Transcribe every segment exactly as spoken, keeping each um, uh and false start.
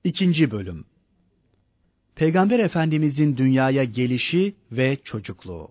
İkinci Bölüm. Peygamber Efendimizin dünyaya gelişi ve çocukluğu.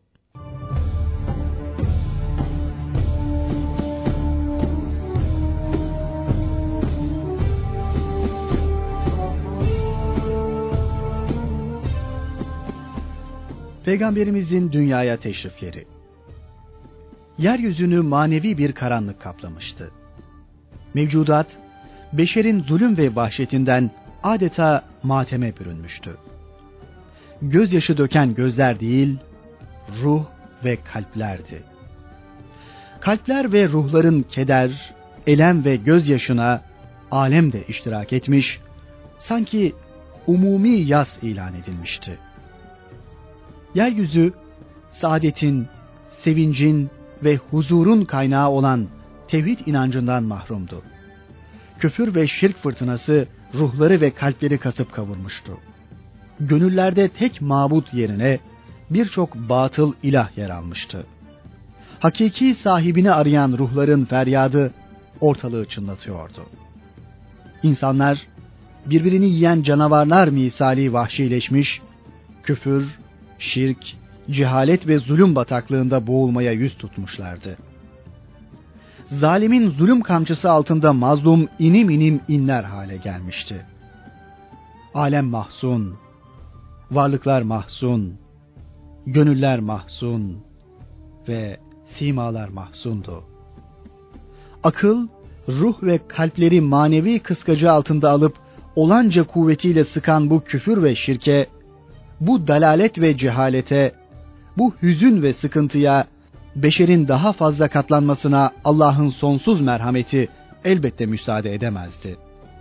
Peygamberimizin dünyaya teşrifleri. Yeryüzünü manevi bir karanlık kaplamıştı. Mevcudat, beşerin zulüm ve vahşetinden adeta mateme bürünmüştü. Gözyaşı döken gözler değil, ruh ve kalplerdi. Kalpler ve ruhların keder, elem ve gözyaşına alem de iştirak etmiş, sanki umumi yas ilan edilmişti. Yeryüzü, saadetin, sevincin ve huzurun kaynağı olan tevhid inancından mahrumdu. Küfür ve şirk fırtınası ruhları ve kalpleri kasıp kavurmuştu. Gönüllerde tek mabut yerine birçok batıl ilah yer almıştı. Hakiki sahibini arayan ruhların feryadı ortalığı çınlatıyordu. İnsanlar birbirini yiyen canavarlar misali vahşileşmiş, küfür, şirk, cehalet ve zulüm bataklığında boğulmaya yüz tutmuşlardı. Zalimin zulüm kamçısı altında mazlum inim inim inler hale gelmişti. Alem mahzun, varlıklar mahzun, gönüller mahzun ve simalar mahzundu. Akıl, ruh ve kalpleri manevi kıskacı altında alıp olanca kuvvetiyle sıkan bu küfür ve şirke, bu dalalet ve cehalete, bu hüzün ve sıkıntıya, beşerin daha fazla katlanmasına Allah'ın sonsuz merhameti elbette müsaade edemezdi.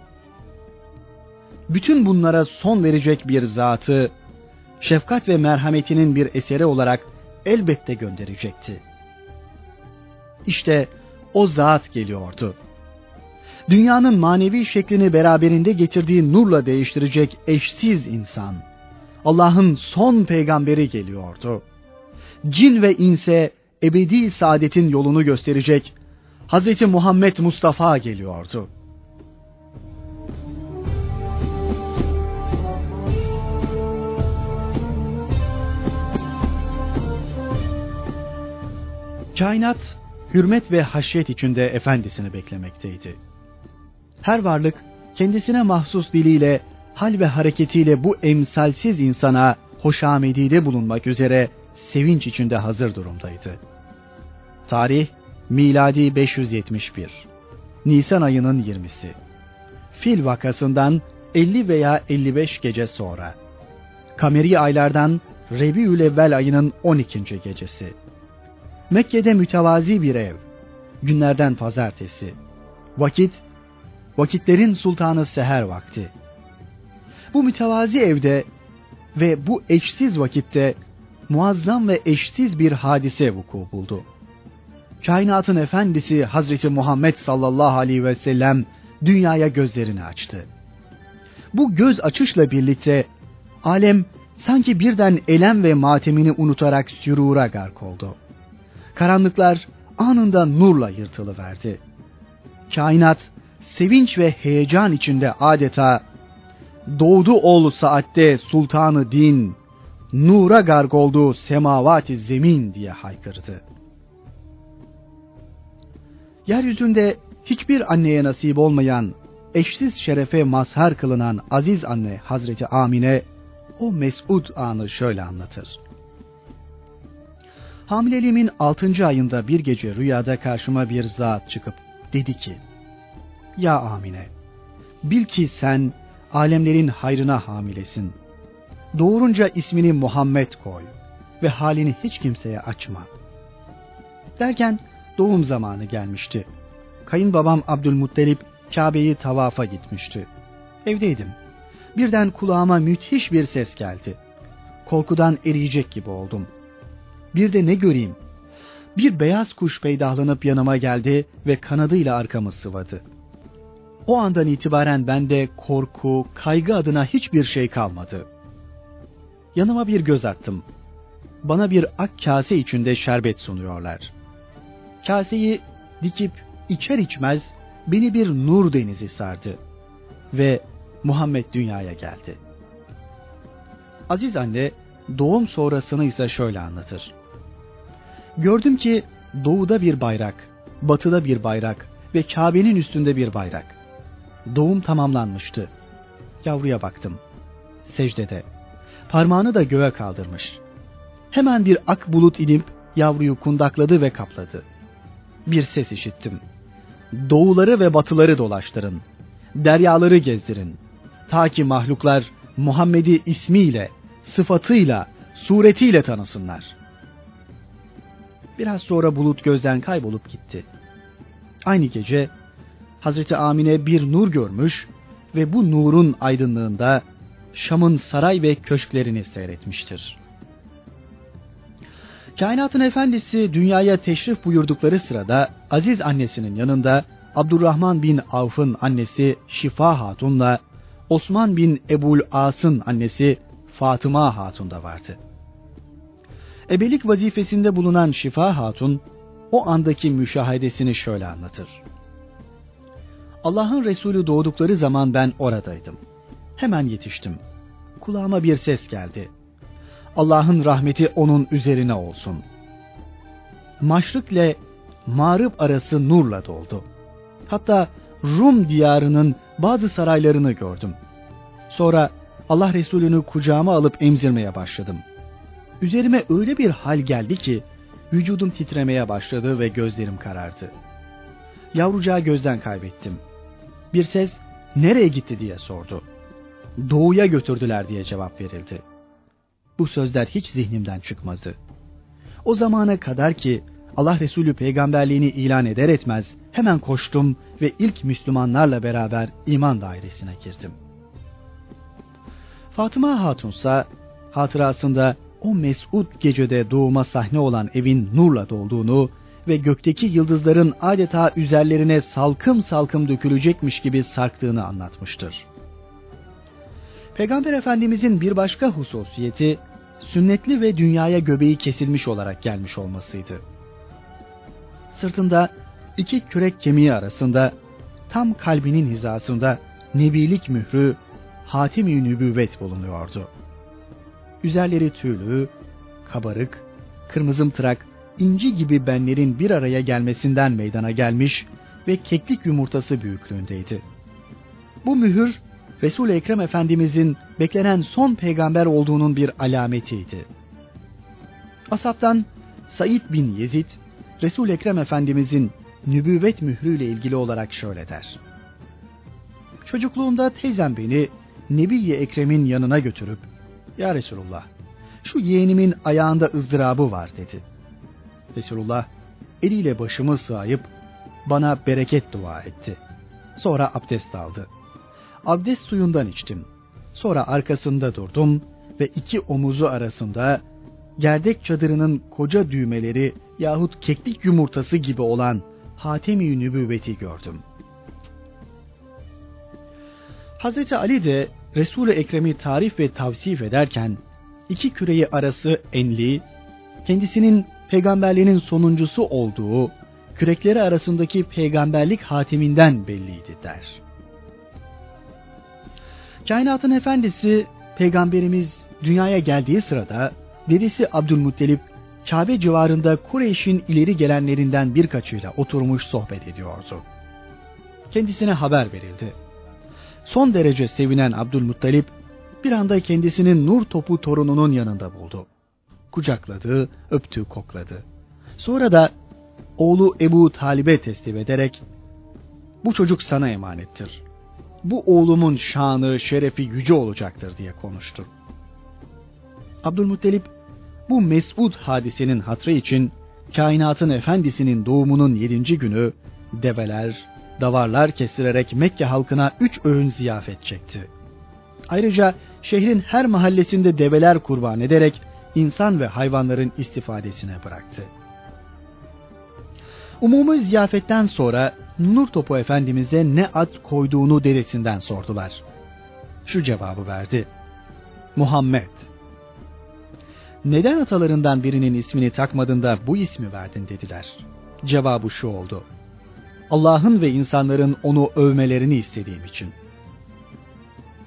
Bütün bunlara son verecek bir zatı, şefkat ve merhametinin bir eseri olarak elbette gönderecekti. İşte o zat geliyordu. Dünyanın manevi şeklini beraberinde getirdiği nurla değiştirecek eşsiz insan, Allah'ın son peygamberi geliyordu. Cin ve inse ebedi saadetin yolunu gösterecek Hazreti Muhammed Mustafa geliyordu. Kainat, hürmet ve haşyet içinde efendisini beklemekteydi. Her varlık, kendisine mahsus diliyle, hal ve hareketiyle bu emsalsiz insana hoşamedide bulunmak üzere sevinç içinde hazır durumdaydı. Tarih, miladi beş yüz yetmiş bir. Nisan ayının yirmisi. Fil vakasından elli veya elli beş gece sonra. Kameri aylardan Rebiülevvel ayının on ikinci gecesi. Mekke'de mütevazi bir ev. Günlerden pazartesi. Vakit, vakitlerin sultanı seher vakti. Bu mütevazi evde ve bu eşsiz vakitte muazzam ve eşsiz bir hadise vuku buldu. Kainatın efendisi Hazreti Muhammed sallallahu aleyhi ve sellem dünyaya gözlerini açtı. Bu göz açışla birlikte alem sanki birden elem ve matemini unutarak sürura gark oldu. Karanlıklar anında nurla yırtılıverdi. Kainat sevinç ve heyecan içinde adeta doğdu ol saatte sultanı din, nura gark oldu semavati zemin diye haykırdı. Yeryüzünde hiçbir anneye nasip olmayan, eşsiz şerefe mazhar kılınan aziz anne Hazreti Amine, o mes'ud anı şöyle anlatır. Hamileliğimin altıncı ayında bir gece rüyada karşıma bir zat çıkıp dedi ki, ya Amine, bil ki sen alemlerin hayrına hamilesin. Doğurunca ismini Muhammed koy ve halini hiç kimseye açma. Derken doğum zamanı gelmişti. Kayınbabam Abdülmuttalip Kabe'yi tavafa gitmişti. Evdeydim. Birden kulağıma müthiş bir ses geldi. Korkudan eriyecek gibi oldum. Bir de ne göreyim? Bir beyaz kuş peydahlanıp yanıma geldi ve kanadıyla arkamı sıvadı. O andan itibaren bende korku, kaygı adına hiçbir şey kalmadı. Yanıma bir göz attım. Bana bir ak kase içinde şerbet sunuyorlar. Kaseyi dikip içer içmez beni bir nur denizi sardı. Ve Muhammed dünyaya geldi. Aziz anne doğum sonrasını ise şöyle anlatır. Gördüm ki doğuda bir bayrak, batıda bir bayrak ve Kabe'nin üstünde bir bayrak. Doğum tamamlanmıştı. Yavruya baktım. Secdede. Parmağını da göğe kaldırmış. Hemen bir ak bulut inip yavruyu kundakladı ve kapladı. Bir ses işittim. Doğuları ve batıları dolaştırın. Deryaları gezdirin. Ta ki mahluklar Muhammed'i ismiyle, sıfatıyla, suretiyle tanısınlar. Biraz sonra bulut gözden kaybolup gitti. Aynı gece Hazreti Amine bir nur görmüş ve bu nurun aydınlığında Şam'ın saray ve köşklerini seyretmiştir. Kainatın efendisi dünyaya teşrif buyurdukları sırada aziz annesinin yanında Abdurrahman bin Avf'ın annesi Şifa Hatun'la Osman bin Ebul As'ın annesi Fatıma Hatun da vardı. Ebelik vazifesinde bulunan Şifa Hatun o andaki müşahedesini şöyle anlatır. Allah'ın Resulü doğdukları zaman ben oradaydım. Hemen yetiştim. Kulağıma bir ses geldi. Allah'ın rahmeti onun üzerine olsun. Maşrık ile mağrib arası nurla doldu. Hatta Rum diyarının bazı saraylarını gördüm. Sonra Allah Resulü'nü kucağıma alıp emzirmeye başladım. Üzerime öyle bir hal geldi ki vücudum titremeye başladı ve gözlerim karardı. Yavrucağı gözden kaybettim. Bir ses nereye gitti diye sordu. Doğuya götürdüler diye cevap verildi. Bu sözler hiç zihnimden çıkmadı. O zamana kadar ki Allah Resulü peygamberliğini ilan eder etmez hemen koştum ve ilk Müslümanlarla beraber iman dairesine girdim. Fatıma Hatun ise hatırasında o mes'ud gecede doğuma sahne olan evin nurla dolduğunu ve gökteki yıldızların adeta üzerlerine salkım salkım dökülecekmiş gibi sarktığını anlatmıştır. Peygamber Efendimizin bir başka hususiyeti, sünnetli ve dünyaya göbeği kesilmiş olarak gelmiş olmasıydı. Sırtında iki kürek kemiği arasında, tam kalbinin hizasında nebilik mührü, hatim-i nübüvvet bulunuyordu. Üzerleri tüylü, kabarık, kırmızımtırak, inci gibi benlerin bir araya gelmesinden meydana gelmiş ve keklik yumurtası büyüklüğündeydi. Bu mühür, Resul-i Ekrem Efendimizin beklenen son peygamber olduğunun bir alametiydi. Asaptan Said bin Yezid, Resul-i Ekrem Efendimizin nübüvvet mührüyle ilgili olarak şöyle der. Çocukluğumda teyzem beni Nebi-i Ekrem'in yanına götürüp, "Ya Resulullah, şu yeğenimin ayağında ızdırabı var," dedi. Resulullah eliyle başımı sıyayıp bana bereket dua etti. Sonra abdest aldı. Abdest suyundan içtim. Sonra arkasında durdum ve iki omuzu arasında gerdek çadırının koca düğmeleri yahut keklik yumurtası gibi olan Hatem-i Nübüvveti gördüm. Hazreti Ali de Resul-i Ekrem'i tarif ve tavsif ederken iki küreyi arası enli, kendisinin peygamberliğinin sonuncusu olduğu kürekleri arasındaki peygamberlik hateminden belliydi der. Kainatın efendisi Peygamberimiz dünyaya geldiği sırada dedesi Abdülmuttalip Kabe civarında Kureyş'in ileri gelenlerinden birkaçıyla oturmuş sohbet ediyordu. Kendisine haber verildi. Son derece sevinen Abdülmuttalip bir anda kendisinin nur topu torununun yanında buldu. Kucakladı, öptü, kokladı. Sonra da oğlu Ebu Talib'e teslim ederek "Bu çocuk sana emanettir. Bu oğlumun şanı, şerefi yüce olacaktır," diye konuştu. Abdülmuttalip bu mes'ud hadisenin hatrı için kainatın efendisinin doğumunun yedinci günü develer, davarlar kestirerek Mekke halkına üç öğün ziyafet çekti. Ayrıca şehrin her mahallesinde develer kurban ederek insan ve hayvanların istifadesine bıraktı. Umumi ziyafetten sonra Nur Topu Efendimiz'e ne ad koyduğunu dedesinden sordular. Şu cevabı verdi: Muhammed. "Neden atalarından birinin ismini takmadın da bu ismi verdin?" dediler. Cevabı şu oldu: Allah'ın ve insanların onu övmelerini istediğim için.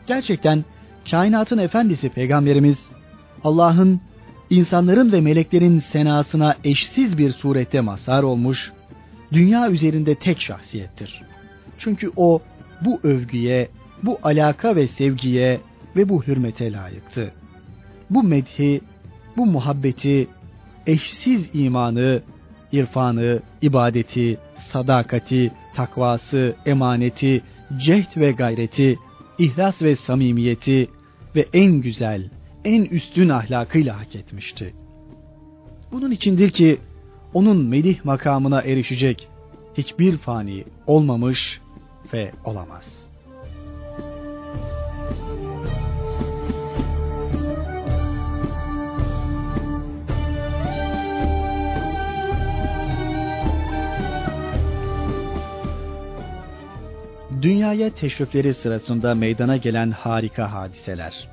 Gerçekten kainatın efendisi Peygamberimiz, Allah'ın, insanların ve meleklerin senasına eşsiz bir surette mazhar olmuş, dünya üzerinde tek şahsiyettir. Çünkü o, bu övgüye, bu alaka ve sevgiye ve bu hürmete layıktı. Bu medhi, bu muhabbeti, eşsiz imanı, irfanı, ibadeti, sadakati, takvası, emaneti, cehd ve gayreti, ihlas ve samimiyeti ve en güzel, en üstün ahlakıyla hak etmişti. Bunun içindir ki onun medih makamına erişecek hiçbir fani olmamış ve olamaz. Dünyaya teşrifleri sırasında meydana gelen harika hadiseler.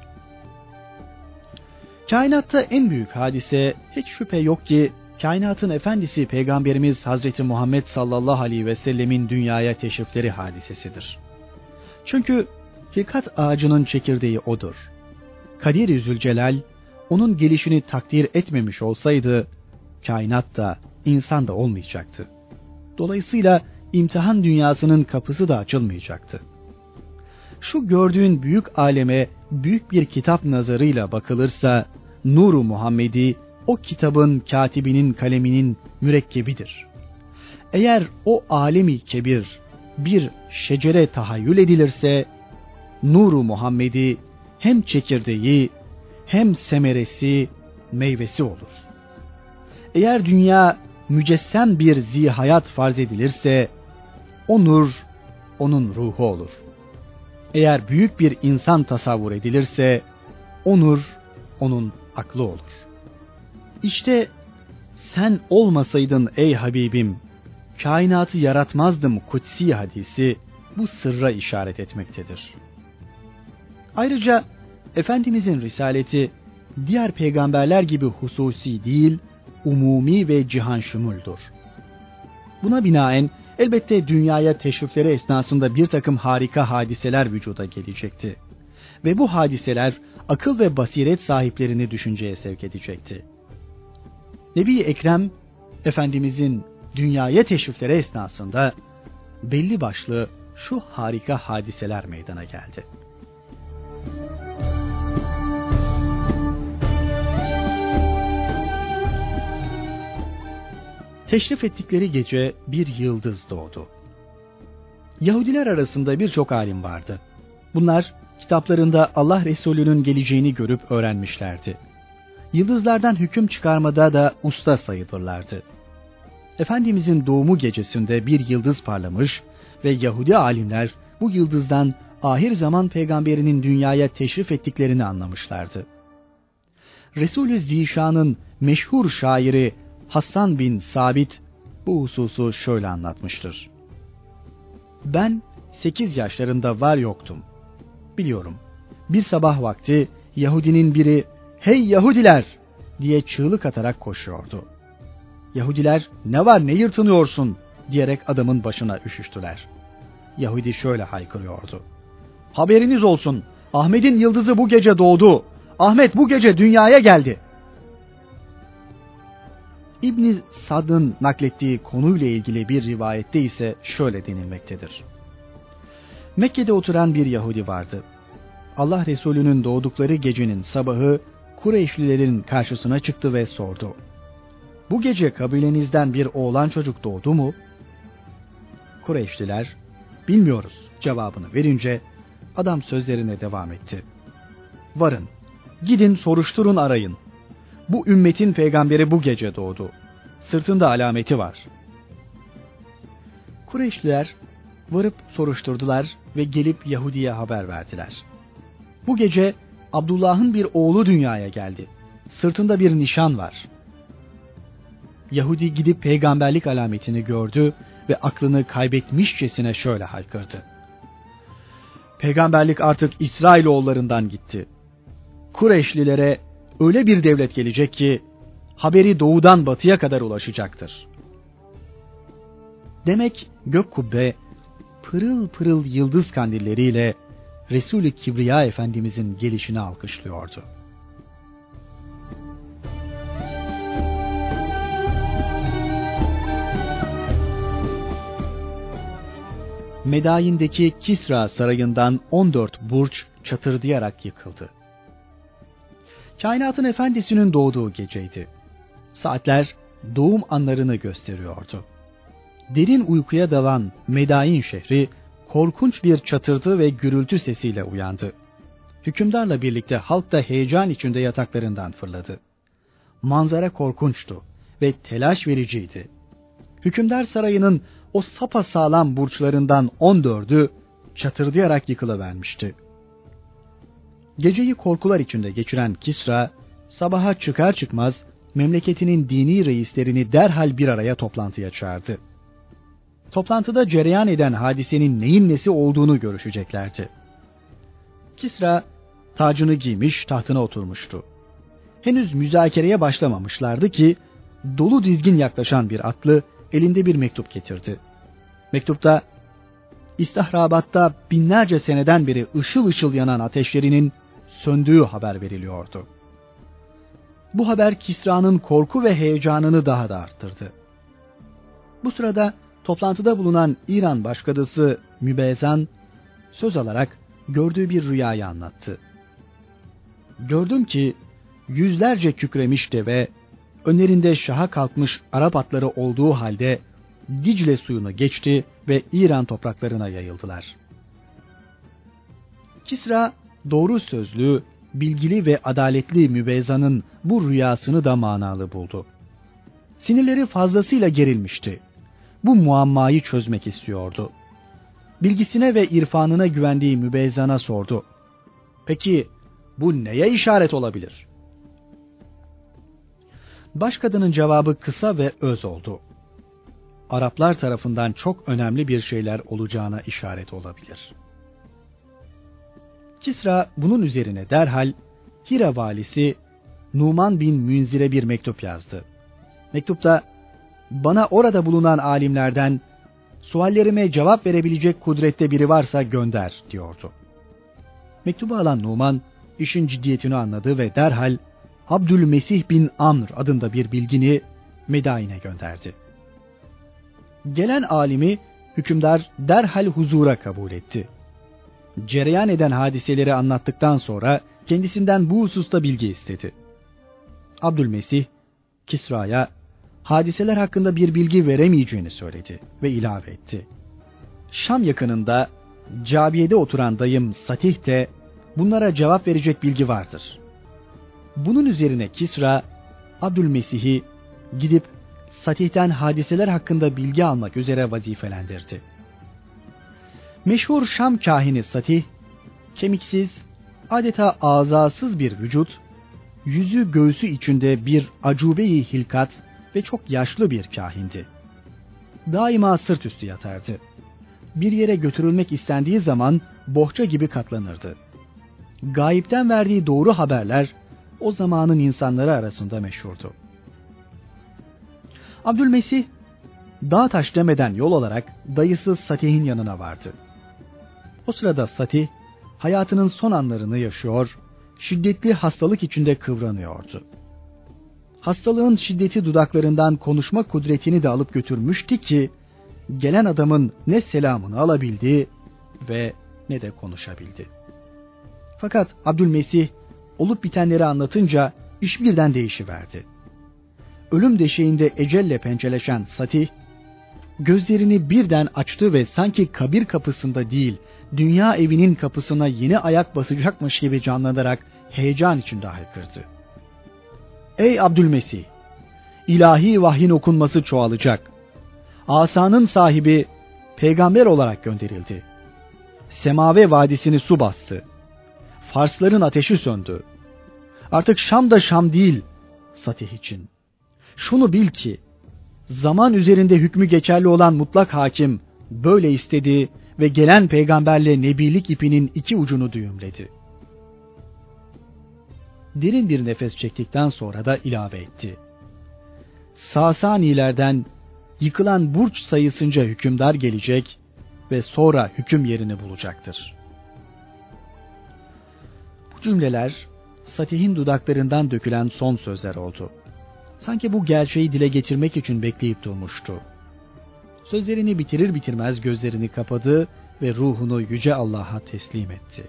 Kainatta en büyük hadise hiç şüphe yok ki kainatın efendisi Peygamberimiz Hazreti Muhammed sallallahu aleyhi ve sellemin dünyaya teşrifleri hadisesidir. Çünkü hilkat ağacının çekirdeği odur. Kadir-i Zülcelal onun gelişini takdir etmemiş olsaydı kainat da insan da olmayacaktı. Dolayısıyla imtihan dünyasının kapısı da açılmayacaktı. Şu gördüğün büyük aleme büyük bir kitap nazarıyla bakılırsa, Nur-u Muhammedi o kitabın katibinin kaleminin mürekkebidir. Eğer o alemi kebir bir şecere tahayyül edilirse, Nur-u Muhammedi hem çekirdeği hem semeresi, meyvesi olur. Eğer dünya mücessem bir zihayat farz edilirse, o nur onun ruhu olur. Eğer büyük bir insan tasavvur edilirse, o nur onun aklı olur. İşte sen olmasaydın ey Habibim, kainatı yaratmazdım kutsi hadisi bu sırra işaret etmektedir. Ayrıca Efendimizin risaleti diğer peygamberler gibi hususi değil, umumi ve cihan şumuldür. Buna binaen elbette dünyaya teşrifleri esnasında bir takım harika hadiseler vücuda gelecekti. Ve bu hadiseler akıl ve basiret sahiplerini düşünceye sevk edecekti. Nebi-i Ekrem Efendimizin dünyaya teşrifleri esnasında belli başlı şu harika hadiseler meydana geldi. Teşrif ettikleri gece bir yıldız doğdu. Yahudiler arasında birçok alim vardı. Bunlar kitaplarında Allah Resulü'nün geleceğini görüp öğrenmişlerdi. Yıldızlardan hüküm çıkarmada da usta sayılırlardı. Efendimizin doğumu gecesinde bir yıldız parlamış ve Yahudi alimler bu yıldızdan ahir zaman peygamberinin dünyaya teşrif ettiklerini anlamışlardı. Resul-i Zişan'ın meşhur şairi Hasan bin Sabit bu hususu şöyle anlatmıştır. Ben sekiz yaşlarında var yoktum. Biliyorum, bir sabah vakti Yahudinin biri "Hey Yahudiler!" diye çığlık atarak koşuyordu. Yahudiler "Ne var, ne yırtınıyorsun?" diyerek adamın başına üşüştüler. Yahudi şöyle haykırıyordu. "Haberiniz olsun, Ahmet'in yıldızı bu gece doğdu. Ahmet bu gece dünyaya geldi." İbn Sad'ın naklettiği konuyla ilgili bir rivayette ise şöyle denilmektedir. Mekke'de oturan bir Yahudi vardı. Allah Resulü'nün doğdukları gecenin sabahı Kureyşlilerin karşısına çıktı ve sordu. "Bu gece kabilenizden bir oğlan çocuk doğdu mu?" Kureyşliler "Bilmiyoruz" cevabını verince adam sözlerine devam etti. "Varın, gidin soruşturun arayın. Bu ümmetin peygamberi bu gece doğdu. Sırtında alameti var." Kureyşliler varıp soruşturdular ve gelip Yahudi'ye haber verdiler. Bu gece Abdullah'ın bir oğlu dünyaya geldi. Sırtında bir nişan var. Yahudi gidip peygamberlik alametini gördü ve aklını kaybetmişçesine şöyle haykırdı. "Peygamberlik artık İsrailoğullarından gitti. Kureyşlilere öyle bir devlet gelecek ki haberi doğudan batıya kadar ulaşacaktır." Demek gök kubbe pırıl pırıl yıldız kandilleriyle Resul-i Kibriya Efendimizin gelişini alkışlıyordu. Medain'deki Kisra sarayından on dört burç çatırdayarak yıkıldı. Kainatın efendisinin doğduğu geceydi. Saatler doğum anlarını gösteriyordu. Derin uykuya dalan Medain şehri korkunç bir çatırtı ve gürültü sesiyle uyandı. Hükümdarla birlikte halk da heyecan içinde yataklarından fırladı. Manzara korkunçtu ve telaş vericiydi. Hükümdar sarayının o sapasağlam burçlarından on dördü çatırdayarak yıkılıvermişti. Geceyi korkular içinde geçiren Kisra, sabaha çıkar çıkmaz memleketinin dini reislerini derhal bir araya toplantıya çağırdı. Toplantıda cereyan eden hadisenin neyin nesi olduğunu görüşeceklerdi. Kisra tacını giymiş tahtına oturmuştu. Henüz müzakereye başlamamışlardı ki dolu dizgin yaklaşan bir atlı elinde bir mektup getirdi. Mektupta İstihrabatta binlerce seneden beri ışıl ışıl yanan ateşlerinin söndüğü haber veriliyordu. Bu haber Kisra'nın korku ve heyecanını daha da arttırdı. Bu sırada toplantıda bulunan İran başkadısı Mübezan söz alarak gördüğü bir rüyayı anlattı. Gördüm ki yüzlerce kükremiş deve önlerinde şaha kalkmış Arap atları olduğu halde Dicle suyunu geçti ve İran topraklarına yayıldılar. Kisra doğru sözlü, bilgili ve adaletli Mübezza'nın bu rüyasını da manalı buldu. Sinirleri fazlasıyla gerilmişti. Bu muammayı çözmek istiyordu. Bilgisine ve irfanına güvendiği Mübezza'na sordu. Peki bu neye işaret olabilir? Başkadının cevabı kısa ve öz oldu. Araplar tarafından çok önemli bir şeyler olacağına işaret olabilir. Kisra bunun üzerine derhal Hira valisi Numan bin Münzir'e bir mektup yazdı. Mektupta bana orada bulunan alimlerden suallerime cevap verebilecek kudrette biri varsa gönder diyordu. Mektubu alan Numan işin ciddiyetini anladı ve derhal Abdülmesih bin Amr adında bir bilgini Medain'e gönderdi. Gelen alimi hükümdar derhal huzura kabul etti. Cereyan eden hadiseleri anlattıktan sonra kendisinden bu hususta bilgi istedi. Abdülmesih Kisra'ya hadiseler hakkında bir bilgi veremeyeceğini söyledi ve ilave etti. Şam yakınında Cabiye'de oturan dayım Satih de bunlara cevap verecek bilgi vardır. Bunun üzerine Kisra Abdülmesih'i gidip Satih'ten hadiseler hakkında bilgi almak üzere vazifelendirdi. Meşhur Şam kahini Satih, kemiksiz, adeta azasız bir vücut, yüzü göğsü içinde bir acube-i hilkat ve çok yaşlı bir kahindi. Daima sırt üstü yatardı. Bir yere götürülmek istendiği zaman bohça gibi katlanırdı. Gayipten verdiği doğru haberler o zamanın insanları arasında meşhurdu. Abdülmesih, dağ taş demeden yol olarak dayısı Satih'in yanına vardı. O sırada Satih, hayatının son anlarını yaşıyor, şiddetli hastalık içinde kıvranıyordu. Hastalığın şiddeti dudaklarından konuşma kudretini de alıp götürmüştü ki, gelen adamın ne selamını alabildi ve ne de konuşabildi. Fakat Abdülmesih, olup bitenleri anlatınca iş birden değişiverdi. Ölüm deşeğinde ecelle pençeleşen Satih, gözlerini birden açtı ve sanki kabir kapısında değil, dünya evinin kapısına yeni ayak basacakmış gibi canlanarak heyecan içinde haykırdı. Ey Abdülmesih! İlahi vahyin okunması çoğalacak. Asanın sahibi peygamber olarak gönderildi. Semave vadisini su bastı. Farsların ateşi söndü. Artık Şam da Şam değil Satih için. Şunu bil ki, zaman üzerinde hükmü geçerli olan mutlak hakim böyle istedi ve gelen peygamberle nebilik ipinin iki ucunu düğümledi. Derin bir nefes çektikten sonra da ilave etti. Sasanilerden yıkılan burç sayısınca hükümdar gelecek ve sonra hüküm yerini bulacaktır. cümleler Satih'in dudaklarından dökülen son sözler oldu. Sanki bu gerçeği dile getirmek için bekleyip durmuştu. Sözlerini bitirir bitirmez gözlerini kapadı ve ruhunu Yüce Allah'a teslim etti.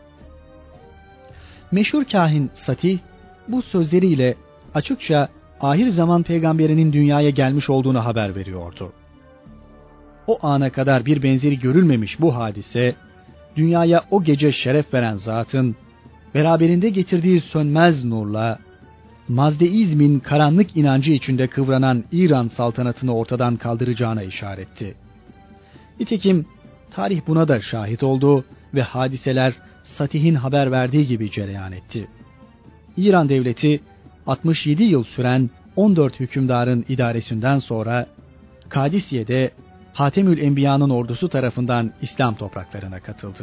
Meşhur kahin Satih, bu sözleriyle açıkça ahir zaman peygamberinin dünyaya gelmiş olduğunu haber veriyordu. O ana kadar bir benzeri görülmemiş bu hadise, dünyaya o gece şeref veren zatın, beraberinde getirdiği sönmez nurla, Mazdeizmin karanlık inancı içinde kıvranan İran saltanatını ortadan kaldıracağına işaretti. Nitekim tarih buna da şahit oldu ve hadiseler Satih'in haber verdiği gibi cereyan etti. İran devleti altmış yedi yıl süren on dört hükümdarın idaresinden sonra Kadisiye'de Hatemül Enbiya'nın ordusu tarafından İslam topraklarına katıldı.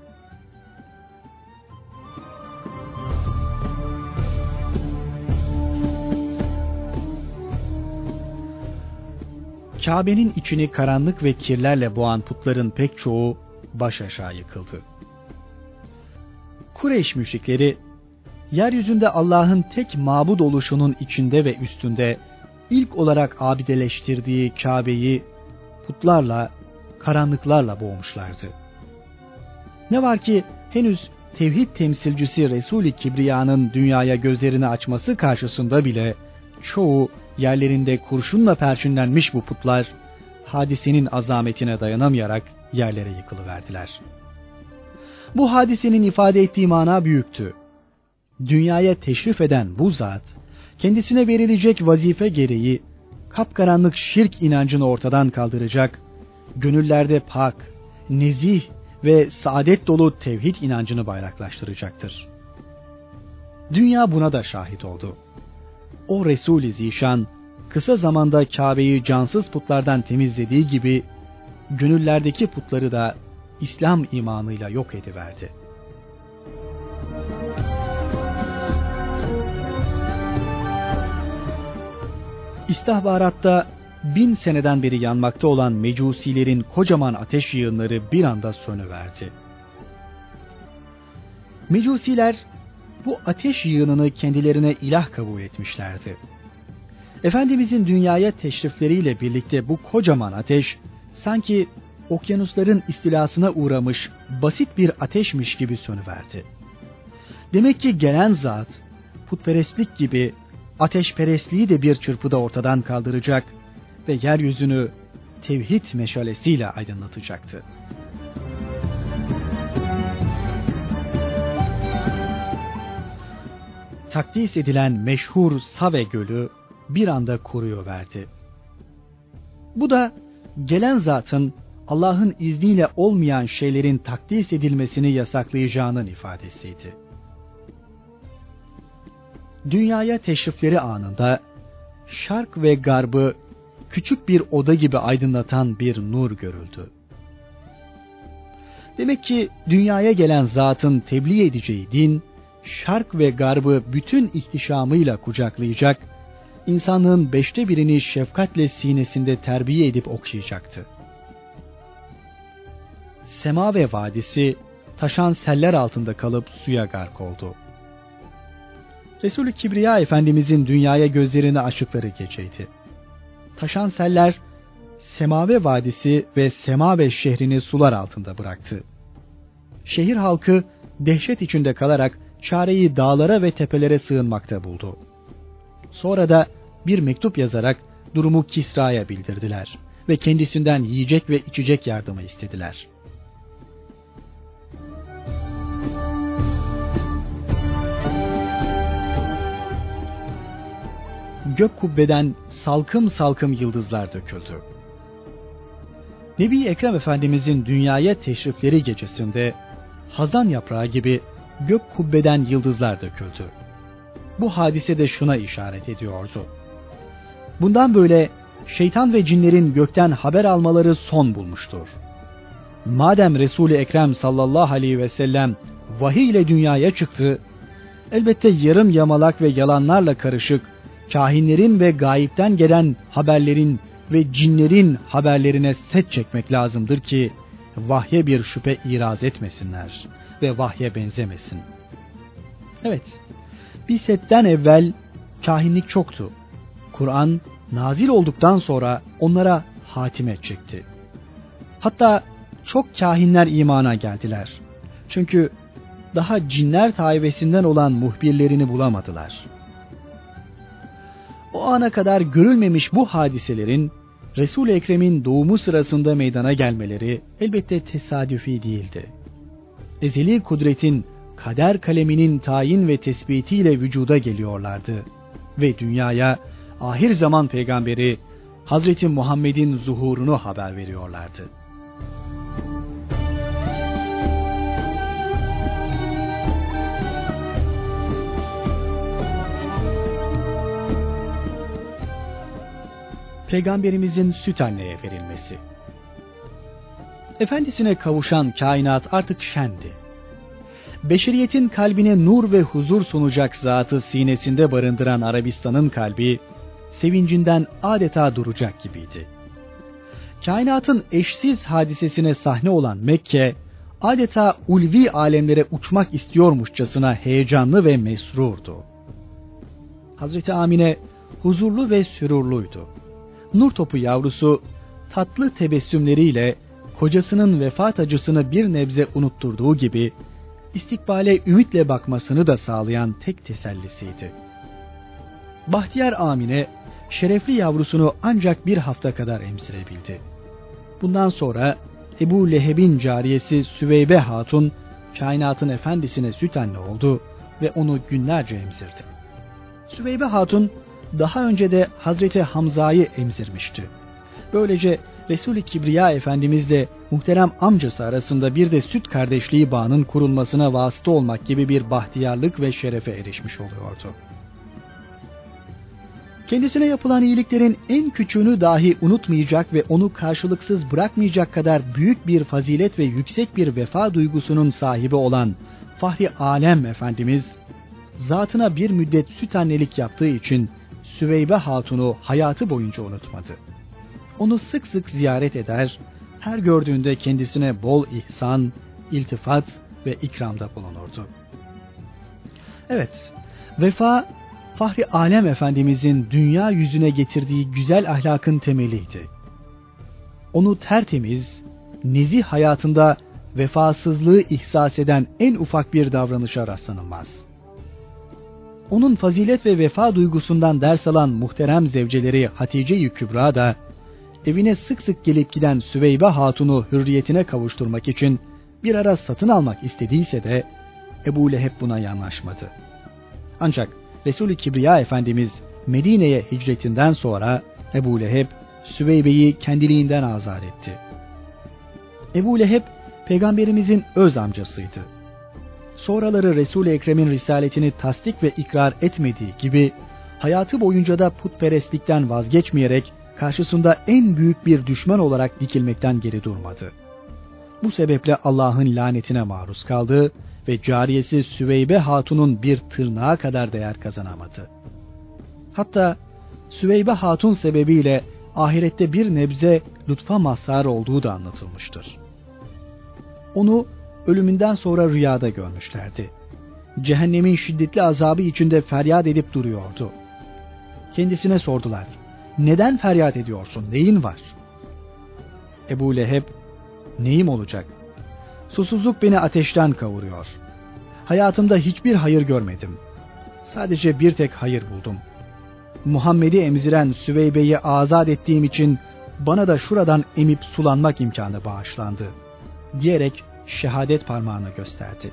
Kabe'nin içini karanlık ve kirlerle boğan putların pek çoğu baş aşağı yıkıldı. Kureyş müşrikleri, yeryüzünde Allah'ın tek mabud oluşunun içinde ve üstünde ilk olarak abideleştirdiği Kabe'yi putlarla, karanlıklarla boğmuşlardı. Ne var ki henüz tevhid temsilcisi Resul-i Kibriya'nın dünyaya gözlerini açması karşısında bile çoğu yerlerinde kurşunla perçinlenmiş bu putlar, hadisenin azametine dayanamayarak yerlere yıkılıverdiler. Bu hadisenin ifade ettiği mana büyüktü. Dünyaya teşrif eden bu zat, kendisine verilecek vazife gereği kapkaranlık şirk inancını ortadan kaldıracak, gönüllerde pak, nezih ve saadet dolu tevhid inancını bayraklaştıracaktır. Dünya buna da şahit oldu. O Resul-i Zişan, kısa zamanda Kabe'yi cansız putlardan temizlediği gibi, gönüllerdeki putları da İslam imanıyla yok ediverdi. İstihbaratta bin seneden beri yanmakta olan mecusilerin kocaman ateş yığınları bir anda sönüverdi. Mecusiler bu ateş yığınını kendilerine ilah kabul etmişlerdi. Efendimizin dünyaya teşrifleriyle birlikte bu kocaman ateş sanki okyanusların istilasına uğramış basit bir ateşmiş gibi sönüverdi. Demek ki gelen zat putperestlik gibi ateşperestliği de bir çırpıda ortadan kaldıracak ve yeryüzünü tevhid meşalesiyle aydınlatacaktı. Takdis edilen meşhur Save Gölü bir anda kuruyuverdi. Bu da gelen zatın Allah'ın izniyle olmayan şeylerin takdis edilmesini yasaklayacağının ifadesiydi. Dünyaya teşrifleri anında şark ve garbı küçük bir oda gibi aydınlatan bir nur görüldü. Demek ki dünyaya gelen zatın tebliğ edeceği din, şark ve garbı bütün ihtişamıyla kucaklayacak, insanlığın beşte birini şefkatle sinesinde terbiye edip okşayacaktı. Sema ve vadisi taşan seller altında kalıp suya gark oldu. Resul-i Kibriya Efendimizin dünyaya gözlerini açtıkları geceydi. Taşan seller Semave Vadisi ve Semave şehrini sular altında bıraktı. Şehir halkı dehşet içinde kalarak çareyi dağlara ve tepelere sığınmakta buldu. Sonra da bir mektup yazarak durumu Kisra'ya bildirdiler ve kendisinden yiyecek ve içecek yardımı istediler. Gök kubbeden salkım salkım yıldızlar döküldü. Nebi Ekrem Efendimizin dünyaya teşrifleri gecesinde hazan yaprağı gibi gök kubbeden yıldızlar döküldü. Bu hadise de şuna işaret ediyordu. Bundan böyle şeytan ve cinlerin gökten haber almaları son bulmuştur. Madem Resul-i Ekrem sallallahu aleyhi ve sellem vahiy ile dünyaya çıktı, elbette yarım yamalak ve yalanlarla karışık, kahinlerin ve gayipten gelen haberlerin ve cinlerin haberlerine set çekmek lazımdır ki vahye bir şüphe iraz etmesinler ve vahye benzemesin. Evet, Bi'setten evvel kahinlik çoktu. Kur'an nazil olduktan sonra onlara hatime çekti. Hatta çok kahinler imana geldiler. Çünkü daha cinler taifesinden olan muhbirlerini bulamadılar. O ana kadar görülmemiş bu hadiselerin Resul-i Ekrem'in doğumu sırasında meydana gelmeleri elbette tesadüfi değildi. Ezeli kudretin kader kaleminin tayin ve tespitiyle vücuda geliyorlardı ve dünyaya ahir zaman peygamberi Hazreti Muhammed'in zuhurunu haber veriyorlardı. Peygamberimizin süt anneye verilmesi. Efendisine kavuşan kainat artık şendi. Beşeriyetin kalbine nur ve huzur sunacak zatı sinesinde barındıran Arabistan'ın kalbi, sevincinden adeta duracak gibiydi. Kainatın eşsiz hadisesine sahne olan Mekke, adeta ulvi alemlere uçmak istiyormuşçasına heyecanlı ve mesrurdu. Hazreti Amine huzurlu ve sürurluydu. Nur topu yavrusu tatlı tebessümleriyle kocasının vefat acısını bir nebze unutturduğu gibi istikbale ümitle bakmasını da sağlayan tek tesellisiydi. Bahtiyar Amine şerefli yavrusunu ancak bir hafta kadar emzirebildi. Bundan sonra Ebu Leheb'in cariyesi Süveybe Hatun kainatın efendisine süt anne oldu ve onu günlerce emzirdi. Süveybe Hatun daha önce de Hazreti Hamza'yı emzirmişti. Böylece Resul-i Kibriya Efendimizle muhterem amcası arasında bir de süt kardeşliği bağının kurulmasına vasıta olmak gibi bir bahtiyarlık ve şerefe erişmiş oluyordu. Kendisine yapılan iyiliklerin en küçüğünü dahi unutmayacak ve onu karşılıksız bırakmayacak kadar büyük bir fazilet ve yüksek bir vefa duygusunun sahibi olan Fahri Alem Efendimiz, zatına bir müddet süt annelik yaptığı için Süveybe Hatun'u hayatı boyunca unutmadı. Onu sık sık ziyaret eder, her gördüğünde kendisine bol ihsan, iltifat ve ikramda bulunurdu. Evet, vefa, Fahri Alem Efendimizin dünya yüzüne getirdiği güzel ahlakın temeliydi. Onu tertemiz, nezih hayatında vefasızlığı ihsas eden en ufak bir davranışa rastlanılmaz. Onun fazilet ve vefa duygusundan ders alan muhterem zevceleri Hatice-i Kübra da evine sık sık gelip giden Süveybe Hatun'u hürriyetine kavuşturmak için bir ara satın almak istediyse de Ebu Leheb buna yanaşmadı. Ancak Resul-i Kibriya Efendimiz Medine'ye hicretinden sonra Ebu Leheb Süveybe'yi kendiliğinden azat etti. Ebu Leheb Peygamberimizin öz amcasıydı. Sonraları Resul-i Ekrem'in risaletini tasdik ve ikrar etmediği gibi hayatı boyunca da putperestlikten vazgeçmeyerek karşısında en büyük bir düşman olarak dikilmekten geri durmadı. Bu sebeple Allah'ın lanetine maruz kaldı ve cariyesi Süveybe Hatun'un bir tırnağa kadar değer kazanamadı. Hatta Süveybe Hatun sebebiyle ahirette bir nebze lütfa mazhar olduğu da anlatılmıştır. Onu ölümünden sonra rüyada görmüşlerdi. Cehennemin şiddetli azabı içinde feryat edip duruyordu. Kendisine sordular, neden feryat ediyorsun, neyin var? Ebu Leheb, neyim olacak? Susuzluk beni ateşten kavuruyor. Hayatımda hiçbir hayır görmedim. Sadece bir tek hayır buldum. Muhammed'i emziren Süveybe'yi azat ettiğim için bana da şuradan emip sulanmak imkanı bağışlandı, diyerek şehadet parmağını gösterdi.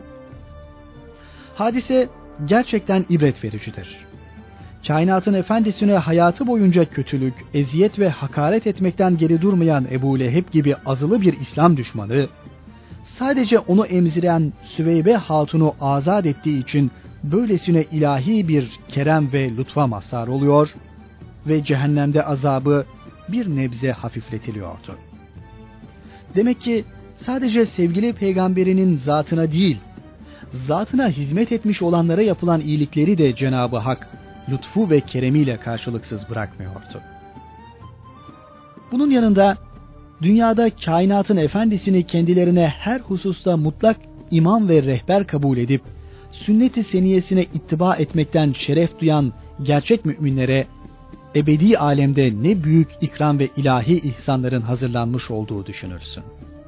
Hadise gerçekten ibret vericidir. Kainatın efendisine hayatı boyunca kötülük, eziyet ve hakaret etmekten geri durmayan Ebu Leheb gibi azılı bir İslam düşmanı, sadece onu emziren Süveybe Hatun'u azat ettiği için böylesine ilahi bir kerem ve lütfa mazhar oluyor ve cehennemde azabı bir nebze hafifletiliyordu. Demek ki sadece sevgili peygamberinin zatına değil, zatına hizmet etmiş olanlara yapılan iyilikleri de Cenab-ı Hak lütfu ve keremiyle karşılıksız bırakmıyordu. Bunun yanında dünyada kainatın efendisini kendilerine her hususta mutlak imam ve rehber kabul edip sünnet-i seniyesine ittiba etmekten şeref duyan gerçek müminlere ebedi alemde ne büyük ikram ve ilahi ihsanların hazırlanmış olduğu düşünürsün.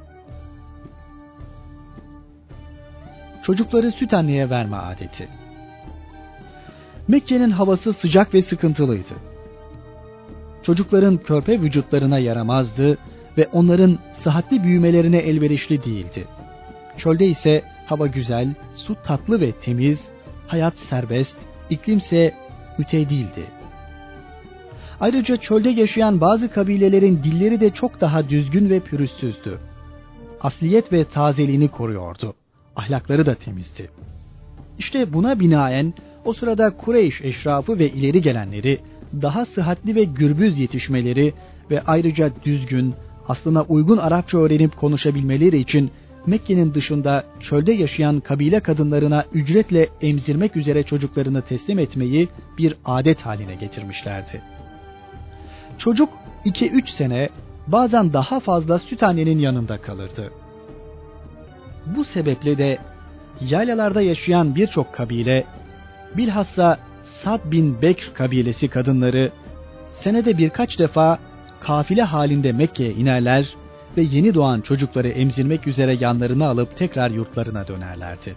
Çocukları süt anneye verme adeti. Mekke'nin havası sıcak ve sıkıntılıydı. Çocukların körpe vücutlarına yaramazdı ve onların sıhhatli büyümelerine elverişli değildi. Çölde ise hava güzel, su tatlı ve temiz, hayat serbest, iklimse mütedildi. Ayrıca çölde yaşayan bazı kabilelerin dilleri de çok daha düzgün ve pürüzsüzdü. Asliyet ve tazeliğini koruyordu. Ahlakları da temizdi. İşte buna binaen o sırada Kureyş eşrafı ve ileri gelenleri daha sıhhatli ve gürbüz yetişmeleri ve ayrıca düzgün, aslına uygun Arapça öğrenip konuşabilmeleri için Mekke'nin dışında çölde yaşayan kabile kadınlarına ücretle emzirmek üzere çocuklarını teslim etmeyi bir adet haline getirmişlerdi. Çocuk iki üç sene, bazen daha fazla süt annenin yanında kalırdı. Bu sebeple de yaylalarda yaşayan birçok kabile, bilhassa Sad bin Bekr kabilesi kadınları senede birkaç defa kafile halinde Mekke'ye inerler ve yeni doğan çocukları emzirmek üzere yanlarına alıp tekrar yurtlarına dönerlerdi.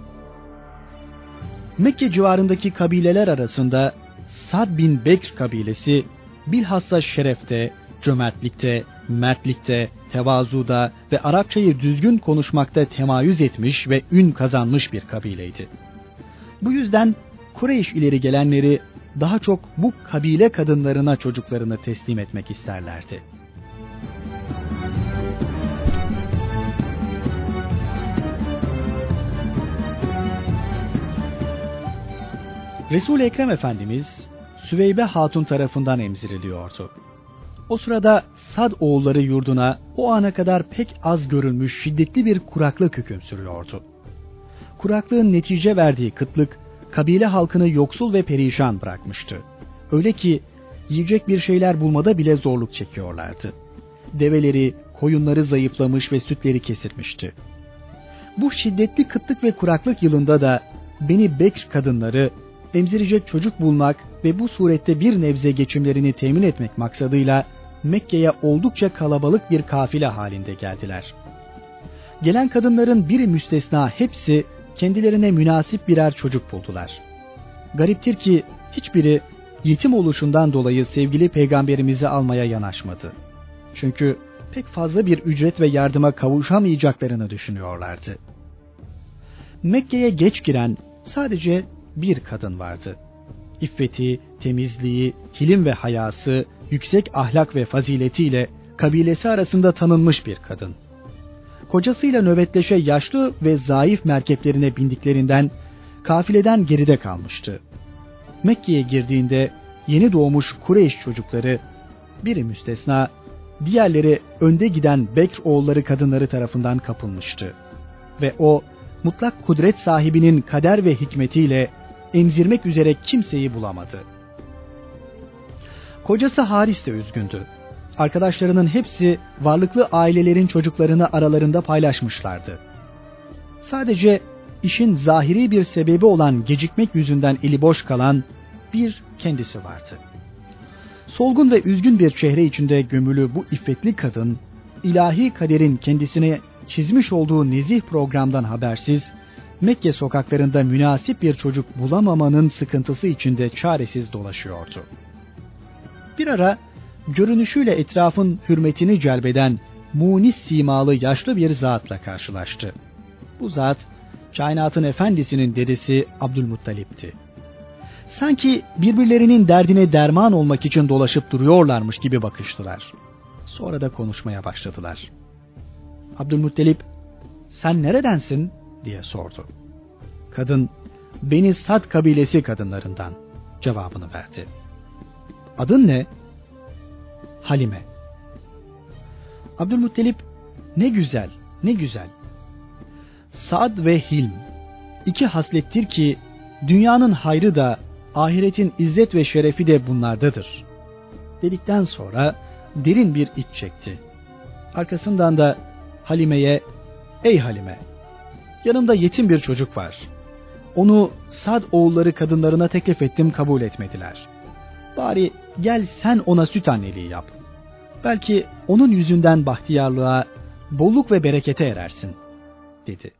Mekke civarındaki kabileler arasında Sad bin Bekr kabilesi bilhassa şerefte, cömertlikte, mertlikte, tevazuda ve Arapçayı düzgün konuşmakta temayüz etmiş ve ün kazanmış bir kabileydi. Bu yüzden Kureyş ileri gelenleri daha çok bu kabile kadınlarına çocuklarını teslim etmek isterlerdi. Resul-i Ekrem Efendimiz Süveybe Hatun tarafından emziriliyordu. O sırada Sad oğulları yurduna o ana kadar pek az görülmüş şiddetli bir kuraklık hüküm sürüyordu. Kuraklığın netice verdiği kıtlık kabile halkını yoksul ve perişan bırakmıştı. Öyle ki yiyecek bir şeyler bulmada bile zorluk çekiyorlardı. Develeri, koyunları zayıflamış ve sütleri kesilmişti. Bu şiddetli kıtlık ve kuraklık yılında da Beni Bekr kadınları emzirecek çocuk bulmak ve bu surette bir nebze geçimlerini temin etmek maksadıyla Mekke'ye oldukça kalabalık bir kafile halinde geldiler. Gelen kadınların biri müstesna hepsi kendilerine münasip birer çocuk buldular. Gariptir ki hiçbiri yetim oluşundan dolayı sevgili peygamberimizi almaya yanaşmadı. Çünkü pek fazla bir ücret ve yardıma kavuşamayacaklarını düşünüyorlardı. Mekke'ye geç giren sadece bir kadın vardı. İffeti, temizliği, hilim ve hayası, yüksek ahlak ve faziletiyle kabilesi arasında tanınmış bir kadın. Kocasıyla nöbetleşe yaşlı ve zayıf merkeplerine bindiklerinden kafileden geride kalmıştı. Mekke'ye girdiğinde yeni doğmuş Kureyş çocukları, biri müstesna, diğerleri önde giden Bekr oğulları kadınları tarafından kapılmıştı. Ve o, mutlak kudret sahibinin kader ve hikmetiyle emzirmek üzere kimseyi bulamadı. Kocası Haris de üzgündü. Arkadaşlarının hepsi varlıklı ailelerin çocuklarını aralarında paylaşmışlardı. Sadece işin zahiri bir sebebi olan gecikmek yüzünden eli boş kalan bir kendisi vardı. Solgun ve üzgün bir çehre içinde gömülü bu iffetli kadın, ilahi kaderin kendisine çizmiş olduğu nezih programdan habersiz, Mekke sokaklarında münasip bir çocuk bulamamanın sıkıntısı içinde çaresiz dolaşıyordu. Bir ara görünüşüyle etrafın hürmetini celbeden munis simalı yaşlı bir zatla karşılaştı. Bu zat kainatın efendisinin dedesi Abdülmuttalip'ti. Sanki birbirlerinin derdine derman olmak için dolaşıp duruyorlarmış gibi bakıştılar. Sonra da konuşmaya başladılar. Abdülmuttalip, "Sen neredensin?" diye sordu. Kadın, "Beni Sad kabilesi kadınlarından" cevabını verdi. "Adın ne?" "Halime." Abdülmuttalip, "Ne güzel, ne güzel. Sad ve Hilm, iki haslettir ki dünyanın hayrı da ahiretin izzet ve şerefi de bunlardadır." Dedikten sonra derin bir iç çekti. Arkasından da Halime'ye, "Ey Halime, yanımda yetim bir çocuk var. Onu Sad oğulları kadınlarına teklif ettim, kabul etmediler. Bari gel sen ona süt anneliği yap. Belki onun yüzünden bahtiyarlığa, bolluk ve berekete erersin, dedi.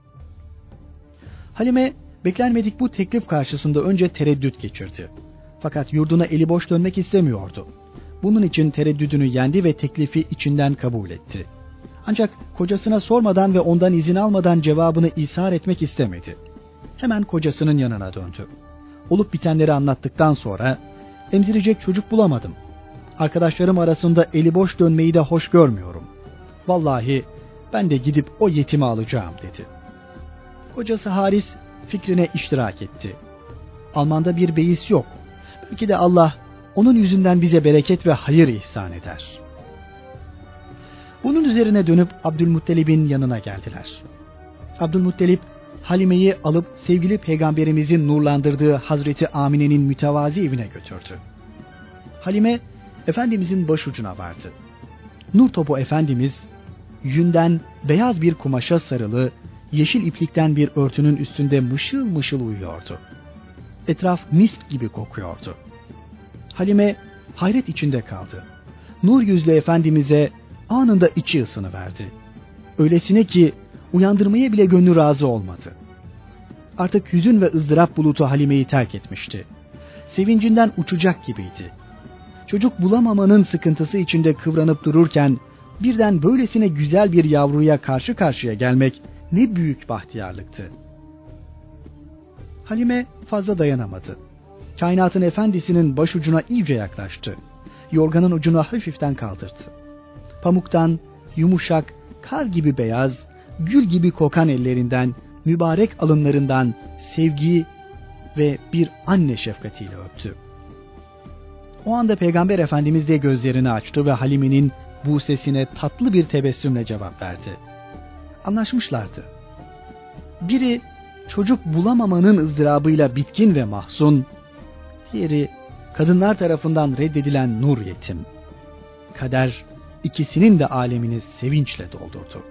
Halime beklenmedik bu teklif karşısında önce tereddüt geçirdi. Fakat yurduna eli boş dönmek istemiyordu. Bunun için tereddüdünü yendi ve teklifi içinden kabul etti. Ancak kocasına sormadan ve ondan izin almadan cevabını ishar etmek istemedi. Hemen kocasının yanına döndü. Olup bitenleri anlattıktan sonra, emzirecek çocuk bulamadım. Arkadaşlarım arasında eli boş dönmeyi de hoş görmüyorum. Vallahi ben de gidip o yetimi alacağım, dedi. Kocası Haris fikrine iştirak etti. Almanda bir beis yok. Belki de Allah onun yüzünden bize bereket ve hayır ihsan eder. Bunun üzerine dönüp Abdülmuttalib'in yanına geldiler. Abdülmuttalib, Halime'yi alıp sevgili peygamberimizin nurlandırdığı Hazreti Amine'nin mütevazi evine götürdü. Halime, Efendimizin başucuna vardı. Nur topu Efendimiz, yünden beyaz bir kumaşa sarılı, yeşil iplikten bir örtünün üstünde mışıl mışıl uyuyordu. Etraf misk gibi kokuyordu. Halime hayret içinde kaldı. Nur yüzlü Efendimiz'e anında içi ısınıverdi. Öylesine ki uyandırmaya bile gönlü razı olmadı. Artık hüzün ve ızdırap bulutu Halime'yi terk etmişti. Sevincinden uçacak gibiydi. Çocuk bulamamanın sıkıntısı içinde kıvranıp dururken birden böylesine güzel bir yavruya karşı karşıya gelmek ne büyük bahtiyarlıktı. Halime fazla dayanamadı. Kainatın efendisinin başucuna iyice yaklaştı. Yorganın ucunu hafiften kaldırdı. Pamuktan, yumuşak, kar gibi beyaz, gül gibi kokan ellerinden, mübarek alınlarından sevgi ve bir anne şefkatiyle öptü. O anda Peygamber Efendimiz de gözlerini açtı ve Halime'nin bu sesine tatlı bir tebessümle cevap verdi. Anlaşmışlardı. Biri çocuk bulamamanın ızdırabıyla bitkin ve mahzun, diğeri kadınlar tarafından reddedilen nur yetim. Kader ikisinin de alemini sevinçle doldurdu.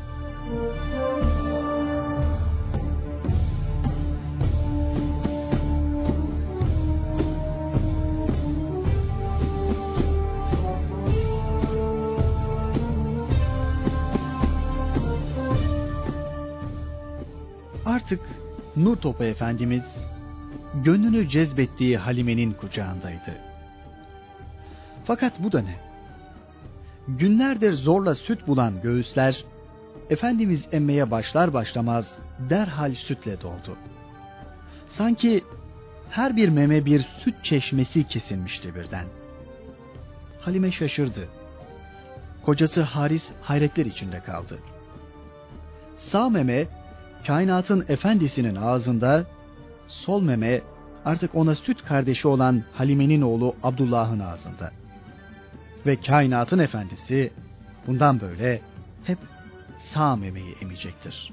Artık Nur Topu Efendimiz gönlünü cezbettiği Halime'nin kucağındaydı. Fakat bu da ne? Günlerdir zorla süt bulan göğüsler, Efendimiz emmeye başlar başlamaz derhal sütle doldu. Sanki her bir meme bir süt çeşmesi kesilmişti birden. Halime şaşırdı. Kocası Haris hayretler içinde kaldı. Sağ meme kainatın efendisinin ağzında, sol meme artık ona süt kardeşi olan Halime'nin oğlu Abdullah'ın ağzında. Ve kainatın efendisi bundan böyle hep sağ memeyi emecektir.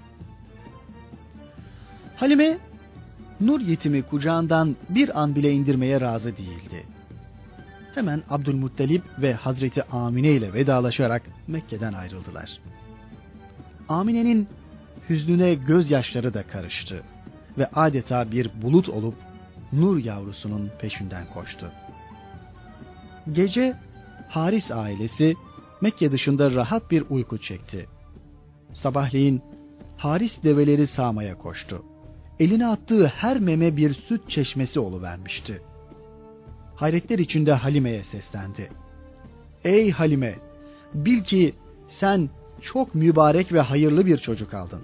Halime, nur yetimi kucağından bir an bile indirmeye razı değildi. Hemen Abdülmuttalib ve Hazreti Amine ile vedalaşarak Mekke'den ayrıldılar. Amine'nin hüznüne gözyaşları da karıştı ve adeta bir bulut olup nur yavrusunun peşinden koştu. Gece Haris ailesi Mekke dışında rahat bir uyku çekti. Sabahleyin Haris develeri sağmaya koştu. Eline attığı her meme bir süt çeşmesi oluvermişti. Hayretler içinde Halime'ye seslendi. Ey Halime, bil ki sen çok mübarek ve hayırlı bir çocuk aldın.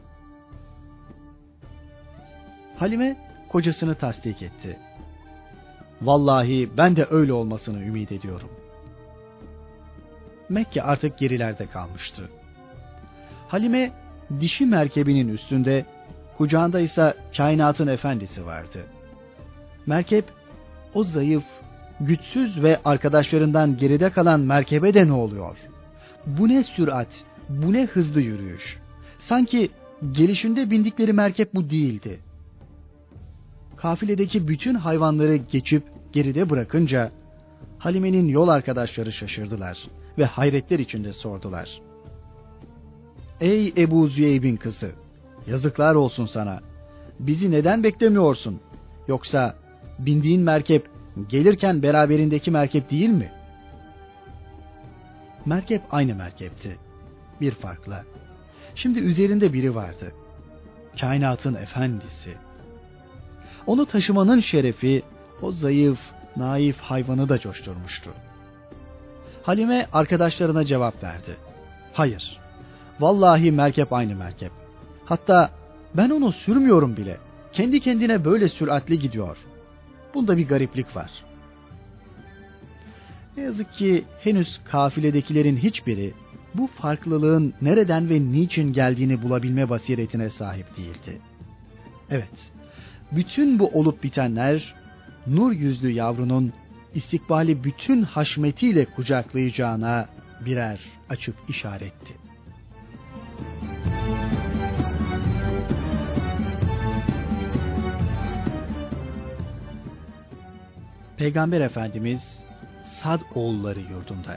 Halime kocasını tasdik etti. Vallahi ben de öyle olmasını ümit ediyorum. Mekke artık gerilerde kalmıştı. Halime dişi merkebinin üstünde, kucağında ise kainatın efendisi vardı. Merkep o zayıf, güçsüz ve arkadaşlarından geride kalan merkebe de ne oluyor? Bu ne sürat, bu ne hızlı yürüyüş. Sanki gelişinde bindikleri merkep bu değildi. Kafiledeki bütün hayvanları geçip geride bırakınca Halime'nin yol arkadaşları şaşırdılar ve hayretler içinde sordular. Ey Ebu Züeyb'in kızı, yazıklar olsun sana. bizi neden beklemiyorsun? Yoksa bindiğin merkep gelirken beraberindeki merkep değil mi? Merkep aynı merkepti. Bir farkla. Şimdi üzerinde biri vardı. Kainatın efendisi. Onu taşımanın şerefi o zayıf, naif hayvanı da coşturmuştu. Halime arkadaşlarına cevap verdi. Hayır, vallahi merkep aynı merkep. Hatta ben onu sürmüyorum bile. Kendi kendine böyle süratli gidiyor. Bunda bir gariplik var. Ne yazık ki henüz kafiledekilerin hiçbiri bu farklılığın nereden ve niçin geldiğini bulabilme basiretine sahip değildi. Evet, bütün bu olup bitenler nur yüzlü yavrunun istikbali bütün haşmetiyle kucaklayacağına birer açık işaretti. Peygamber Efendimiz Sad oğulları yurdunda.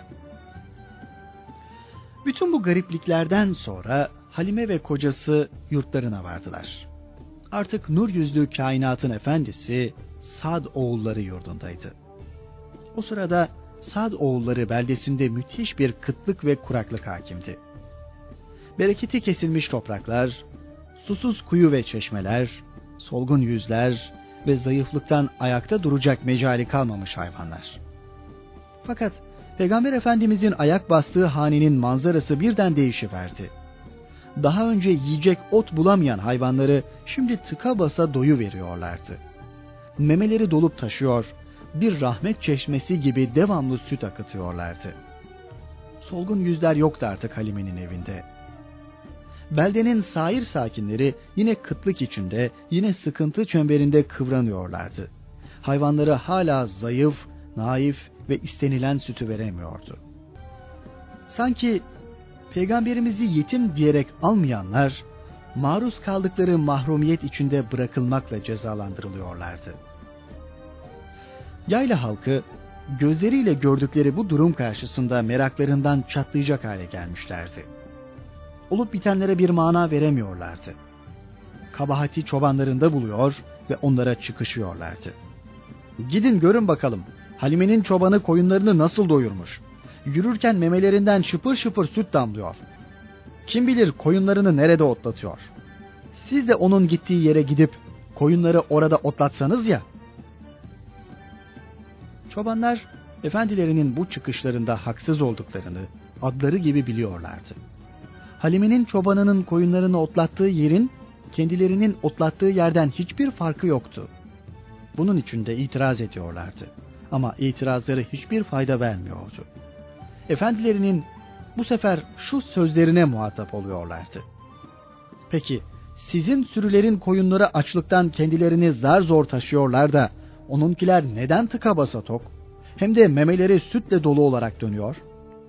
Bütün bu garipliklerden sonra Halime ve kocası yurtlarına vardılar. Artık nur yüzlü kainatın efendisi Sad oğulları yurdundaydı. O sırada Sad oğulları beldesinde müthiş bir kıtlık ve kuraklık hakimdi. Bereketi kesilmiş topraklar, susuz kuyu ve çeşmeler, solgun yüzler ve zayıflıktan ayakta duracak mecali kalmamış hayvanlar. Fakat Peygamber Efendimizin ayak bastığı hanenin manzarası birden değişiverdi. Daha önce yiyecek ot bulamayan hayvanları şimdi tıka basa doyu veriyorlardı. Memeleri dolup taşıyor, bir rahmet çeşmesi gibi devamlı süt akıtıyorlardı. Solgun yüzler yoktu artık Halime'nin evinde. Beldenin sair sakinleri yine kıtlık içinde, yine sıkıntı çemberinde kıvranıyorlardı. Hayvanları hala zayıf, naif ve istenilen sütü veremiyordu. Sanki Peygamberimizi yetim diyerek almayanlar, maruz kaldıkları mahrumiyet içinde bırakılmakla cezalandırılıyorlardı. Yayla halkı, gözleriyle gördükleri bu durum karşısında meraklarından çatlayacak hale gelmişlerdi. Olup bitenlere bir mana veremiyorlardı. Kabahati çobanlarında buluyor ve onlara çıkışıyorlardı. Gidin görün bakalım, Halime'nin çobanı koyunlarını nasıl doyurmuş? Yürürken memelerinden şıpır şıpır süt damlıyor. Kim bilir koyunlarını nerede otlatıyor? Siz de onun gittiği yere gidip koyunları orada otlatsanız ya. Çobanlar efendilerinin bu çıkışlarında haksız olduklarını adları gibi biliyorlardı. Halime'nin çobanının koyunlarını otlattığı yerin kendilerinin otlattığı yerden hiçbir farkı yoktu. Bunun için de itiraz ediyorlardı. Ama itirazları hiçbir fayda vermiyordu. Efendilerinin bu sefer şu sözlerine muhatap oluyorlardı. Peki sizin sürülerin koyunları açlıktan kendilerini zar zor taşıyorlar da onunkiler neden tıka basa tok, hem de memeleri sütle dolu olarak dönüyor?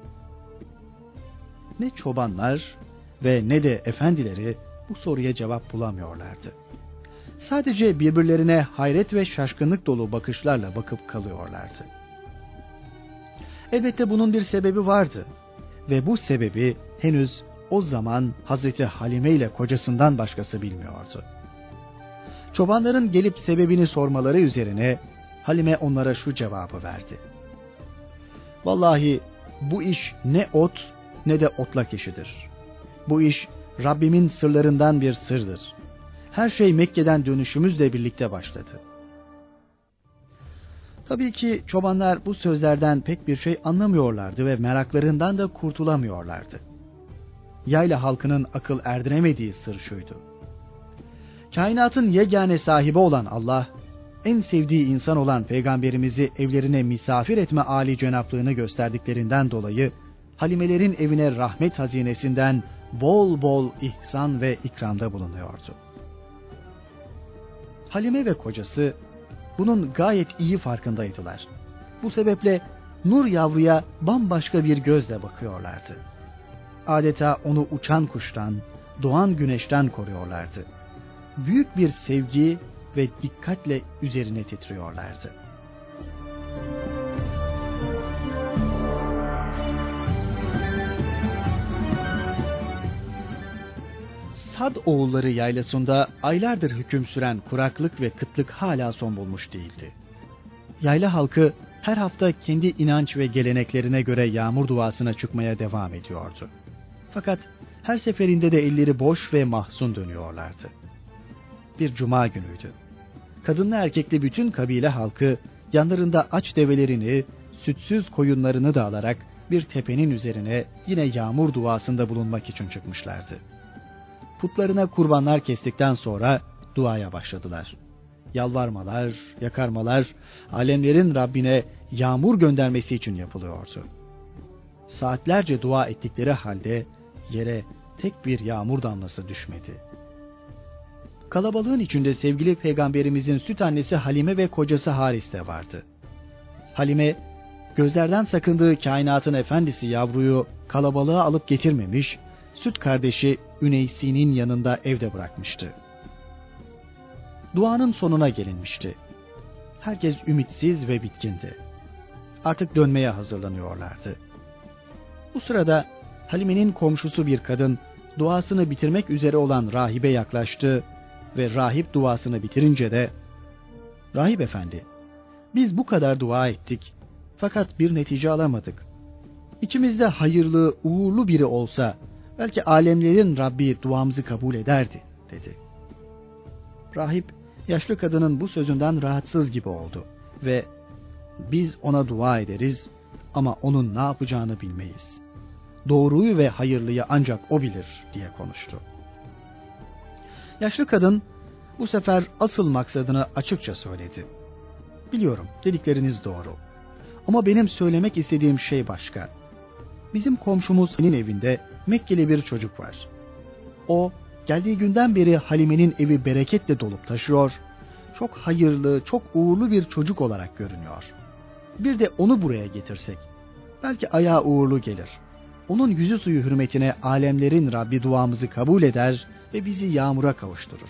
Ne çobanlar ve ne de efendileri bu soruya cevap bulamıyorlardı. Sadece birbirlerine hayret ve şaşkınlık dolu bakışlarla bakıp kalıyorlardı. Elbette bunun bir sebebi vardı ve bu sebebi henüz o zaman Hazreti Halime ile kocasından başkası bilmiyordu. Çobanların gelip sebebini sormaları üzerine Halime onlara şu cevabı verdi. Vallahi bu iş ne ot ne de otlak işidir. Bu iş Rabbimin sırlarından bir sırdır. Her şey Mekke'den dönüşümüzle birlikte başladı. Tabii ki çobanlar bu sözlerden pek bir şey anlamıyorlardı ve meraklarından da kurtulamıyorlardı. Yayla halkının akıl erdiremediği sır şuydu. Kainatın yegane sahibi olan Allah, en sevdiği insan olan Peygamberimizi evlerine misafir etme âli cenaplığını gösterdiklerinden dolayı, Halimelerin evine rahmet hazinesinden bol bol ihsan ve ikramda bulunuyordu. Halime ve kocası bunun gayet iyi farkındaydılar. Bu sebeple Nur yavruya bambaşka bir gözle bakıyorlardı. Adeta onu uçan kuştan, doğan güneşten koruyorlardı. Büyük bir sevgi ve dikkatle üzerine titriyorlardı. Sad oğulları yaylasında aylardır hüküm süren kuraklık ve kıtlık hala son bulmuş değildi. Yayla halkı her hafta kendi inanç ve geleneklerine göre yağmur duasına çıkmaya devam ediyordu. Fakat her seferinde de elleri boş ve mahzun dönüyorlardı. Bir cuma günüydü. Kadınlı erkekli bütün kabile halkı yanlarında aç develerini, sütsüz koyunlarını da alarak bir tepenin üzerine yine yağmur duasında bulunmak için çıkmışlardı. Putlarına kurbanlar kestikten sonra duaya başladılar. Yalvarmalar, yakarmalar, alemlerin Rabbine yağmur göndermesi için yapılıyordu. Saatlerce dua ettikleri halde yere tek bir yağmur damlası düşmedi. Kalabalığın içinde sevgili peygamberimizin süt annesi Halime ve kocası Haris de vardı. Halime, gözlerden sakındığı kainatın efendisi yavruyu kalabalığa alıp getirmemiş, süt kardeşi Üneysi'nin yanında evde bırakmıştı. Duanın sonuna gelinmişti. Herkes ümitsiz ve bitkindi. Artık dönmeye hazırlanıyorlardı. Bu sırada Halime'nin komşusu bir kadın duasını bitirmek üzere olan rahibe yaklaştı ve rahip duasını bitirince de "Rahip efendi, biz bu kadar dua ettik fakat bir netice alamadık. İçimizde hayırlı, uğurlu biri olsa belki alemlerin Rabbi duamızı kabul ederdi," dedi. Rahip yaşlı kadının bu sözünden rahatsız gibi oldu ve "Biz ona dua ederiz ama onun ne yapacağını bilmeyiz. Doğruyu ve hayırlıyı ancak o bilir," diye konuştu. Yaşlı kadın bu sefer asıl maksadını açıkça söyledi. "Biliyorum, dedikleriniz doğru. Ama benim söylemek istediğim şey başka. Bizim komşumuz senin evinde Mekkeli bir çocuk var. O, geldiği günden beri Halime'nin evi bereketle dolup taşıyor, çok hayırlı, çok uğurlu bir çocuk olarak görünüyor. Bir de onu buraya getirsek, belki ayağı uğurlu gelir. Onun yüzü suyu hürmetine alemlerin Rabbi duamızı kabul eder ve bizi yağmura kavuşturur."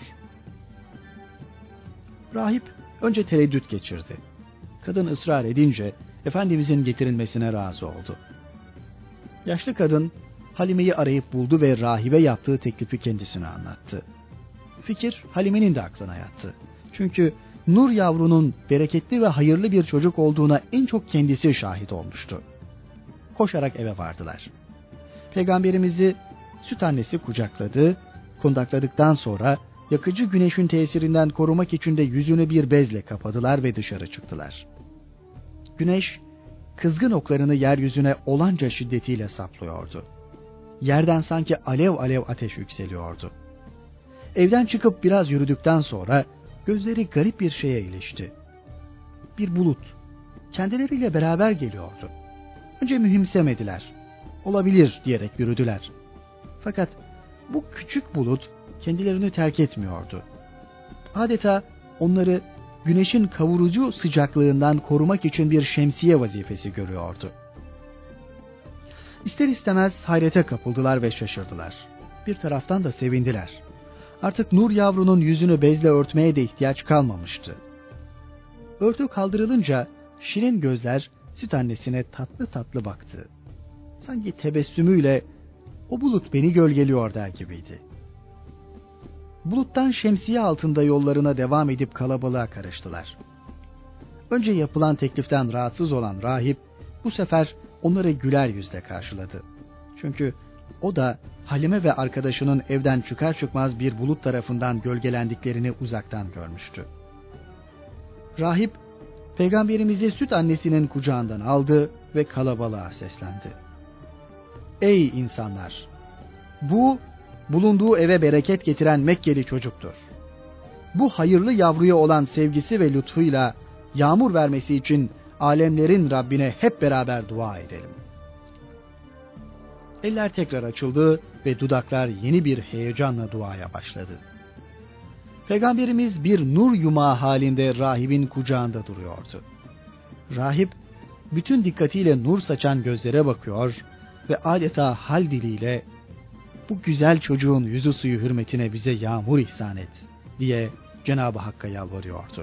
Rahip önce tereddüt geçirdi. Kadın ısrar edince Efendimizin getirilmesine razı oldu. Yaşlı kadın Halime'yi arayıp buldu ve rahibe yaptığı teklifi kendisine anlattı. Fikir Halime'nin de aklına yattı. Çünkü Nur yavrunun bereketli ve hayırlı bir çocuk olduğuna en çok kendisi şahit olmuştu. Koşarak eve vardılar. Peygamberimizi süt annesi kucakladı, kundakladıktan sonra yakıcı güneşin tesirinden korumak için de yüzünü bir bezle kapadılar ve dışarı çıktılar. Güneş, kızgın oklarını yeryüzüne olanca şiddetiyle saplıyordu. Yerden sanki alev alev ateş yükseliyordu. Evden çıkıp biraz yürüdükten sonra gözleri garip bir şeye ilişti. Bir bulut, kendileriyle beraber geliyordu. Önce mühimsemediler. Olabilir diyerek yürüdüler. Fakat bu küçük bulut kendilerini terk etmiyordu. Adeta onları güneşin kavurucu sıcaklığından korumak için bir şemsiye vazifesi görüyordu. İster istemez hayrete kapıldılar ve şaşırdılar. Bir taraftan da sevindiler. Artık Nur yavrunun yüzünü bezle örtmeye de ihtiyaç kalmamıştı. Örtü kaldırılınca şirin gözler süt annesine tatlı tatlı baktı. Sanki tebessümüyle "O bulut beni gölgeliyor" der gibiydi. Buluttan şemsiye altında yollarına devam edip kalabalığa karıştılar. Önce yapılan tekliften rahatsız olan rahip bu sefer onları güler yüzle karşıladı. Çünkü o da Halime ve arkadaşının evden çıkar çıkmaz bir bulut tarafından gölgelendiklerini uzaktan görmüştü. Rahip, Peygamberimizi süt annesinin kucağından aldı ve kalabalığa seslendi. "Ey insanlar! Bu, bulunduğu eve bereket getiren Mekkeli çocuktur. Bu hayırlı yavruya olan sevgisi ve lütfuyla yağmur vermesi için alemlerin Rabbine hep beraber dua edelim." Eller tekrar açıldı ve dudaklar yeni bir heyecanla duaya başladı. Peygamberimiz bir nur yumağı halinde rahibin kucağında duruyordu. Rahip bütün dikkatiyle nur saçan gözlere bakıyor ve adeta hal diliyle "Bu güzel çocuğun yüzü suyu hürmetine bize yağmur ihsan et" diye Cenab-ı Hakk'a yalvarıyordu.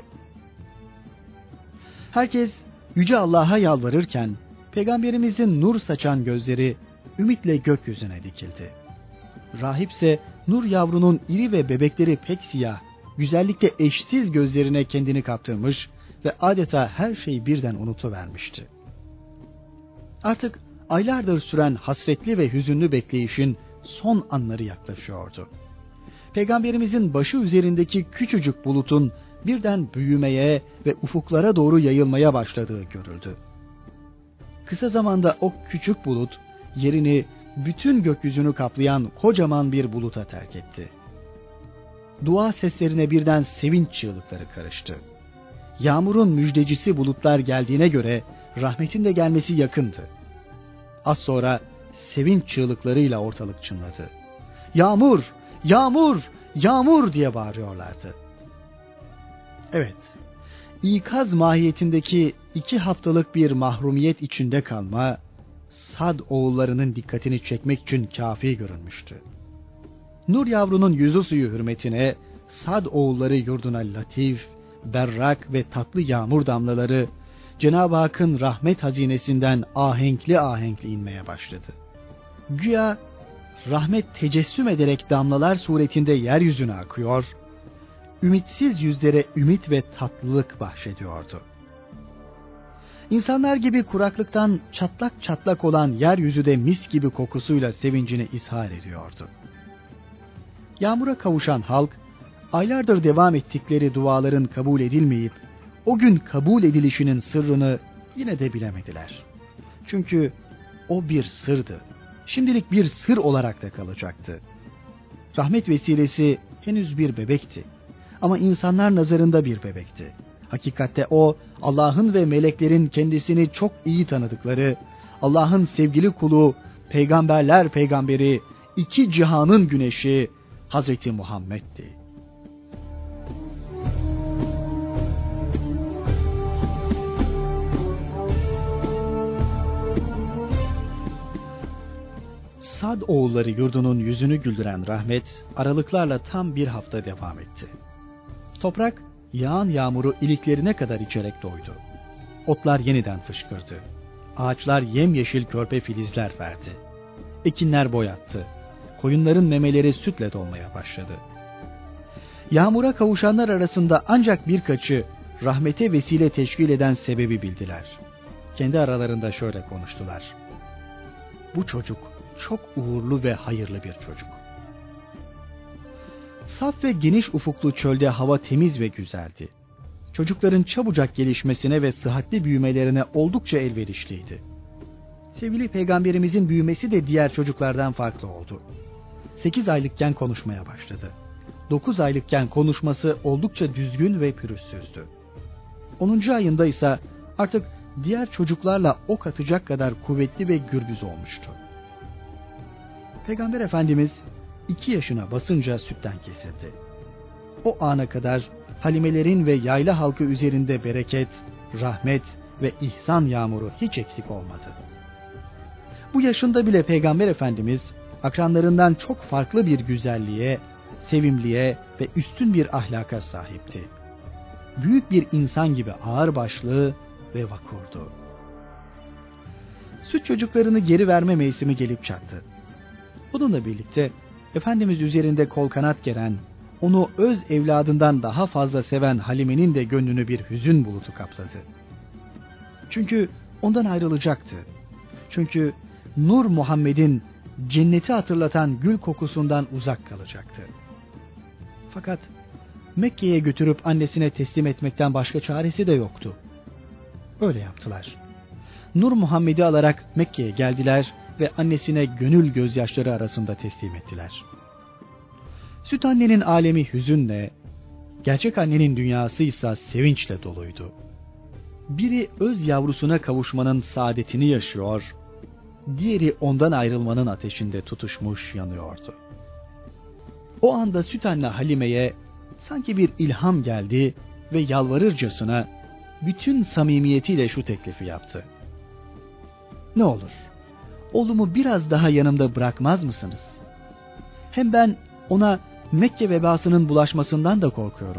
Herkes Yüce Allah'a yalvarırken Peygamberimizin nur saçan gözleri ümitle gökyüzüne dikildi. Rahip ise Nur yavrunun iri ve bebekleri pek siyah, güzellikte eşsiz gözlerine kendini kaptırmış ve adeta her şeyi birden unutuvermişti. Artık aylardır süren hasretli ve hüzünlü bekleyişin son anları yaklaşıyordu. Peygamberimizin başı üzerindeki küçücük bulutun birden büyümeye ve ufuklara doğru yayılmaya başladığı görüldü. Kısa zamanda o küçük bulut yerini bütün gökyüzünü kaplayan kocaman bir buluta terk etti. Dua seslerine birden sevinç çığlıkları karıştı. Yağmurun müjdecisi bulutlar geldiğine göre rahmetin de gelmesi yakındı. Az sonra sevinç çığlıklarıyla ortalık çınladı. Yağmur, yağmur, yağmur diye bağırıyorlardı. Evet, ikaz mahiyetindeki iki haftalık bir mahrumiyet içinde kalma, Sad oğullarının dikkatini çekmek için kafi görünmüştü. Nur yavrunun yüzü suyu hürmetine Sad oğulları yurduna latif, berrak ve tatlı yağmur damlaları Cenab-ı Hakk'ın rahmet hazinesinden ahenkli ahenkli inmeye başladı. Güya rahmet tecessüm ederek damlalar suretinde yeryüzüne akıyor, ümitsiz yüzlere ümit ve tatlılık bahşediyordu. İnsanlar gibi kuraklıktan çatlak çatlak olan yeryüzü de mis gibi kokusuyla sevincini izhar ediyordu. Yağmura kavuşan halk, aylardır devam ettikleri duaların kabul edilmeyip, o gün kabul edilişinin sırrını yine de bilemediler. Çünkü o bir sırdı. Şimdilik bir sır olarak da kalacaktı. Rahmet vesilesi henüz bir bebekti. Ama insanlar nazarında bir bebekti. Hakikatte o, Allah'ın ve meleklerin kendisini çok iyi tanıdıkları, Allah'ın sevgili kulu, peygamberler peygamberi, iki cihanın güneşi Hazreti Muhammed'di. Sad oğulları yurdunun yüzünü güldüren rahmet, aralıklarla tam bir hafta devam etti. Toprak, yağan yağmuru iliklerine kadar içerek doydu. Otlar yeniden fışkırdı. Ağaçlar yemyeşil körpe filizler verdi. Ekinler boyattı. Koyunların memeleri sütle dolmaya başladı. Yağmura kavuşanlar arasında ancak birkaçı rahmete vesile teşkil eden sebebi bildiler. Kendi aralarında şöyle konuştular. Bu çocuk çok uğurlu ve hayırlı bir çocuk. Saf ve geniş ufuklu çölde hava temiz ve güzeldi. Çocukların çabucak gelişmesine ve sıhhatli büyümelerine oldukça elverişliydi. Sevgili peygamberimizin büyümesi de diğer çocuklardan farklı oldu. Sekiz aylıkken konuşmaya başladı. Dokuz aylıkken konuşması oldukça düzgün ve pürüzsüzdü. Onuncu ayında ise artık diğer çocuklarla ok atacak kadar kuvvetli ve gürbüz olmuştu. Peygamber Efendimiz iki yaşına basınca sütten kesildi. O ana kadar halimelerin ve yayla halkı üzerinde bereket, rahmet ve ihsan yağmuru hiç eksik olmadı. Bu yaşında bile Peygamber Efendimiz akranlarından çok farklı bir güzelliğe, sevimliğe ve üstün bir ahlaka sahipti. Büyük bir insan gibi ağırbaşlı ve vakurdu. Süt çocuklarını geri verme mevsimi gelip çattı. Bununla birlikte Efendimiz üzerinde kol kanat geren, onu öz evladından daha fazla seven Halime'nin de gönlünü bir hüzün bulutu kapladı. Çünkü ondan ayrılacaktı. Çünkü Nur Muhammed'in cenneti hatırlatan gül kokusundan uzak kalacaktı. Fakat Mekke'ye götürüp annesine teslim etmekten başka çaresi de yoktu. Öyle yaptılar. Nur Muhammed'i alarak Mekke'ye geldiler ve annesine gönül gözyaşları arasında teslim ettiler. Süt annenin alemi hüzünle, gerçek annenin dünyası ise sevinçle doluydu. Biri öz yavrusuna kavuşmanın saadetini yaşıyor, diğeri ondan ayrılmanın ateşinde tutuşmuş yanıyordu. O anda süt anne Halime'ye sanki bir ilham geldi ve yalvarırcasına bütün samimiyetiyle şu teklifi yaptı. Ne olur, oğlumu biraz daha yanımda bırakmaz mısınız? Hem ben ona Mekke vebasının bulaşmasından da korkuyorum.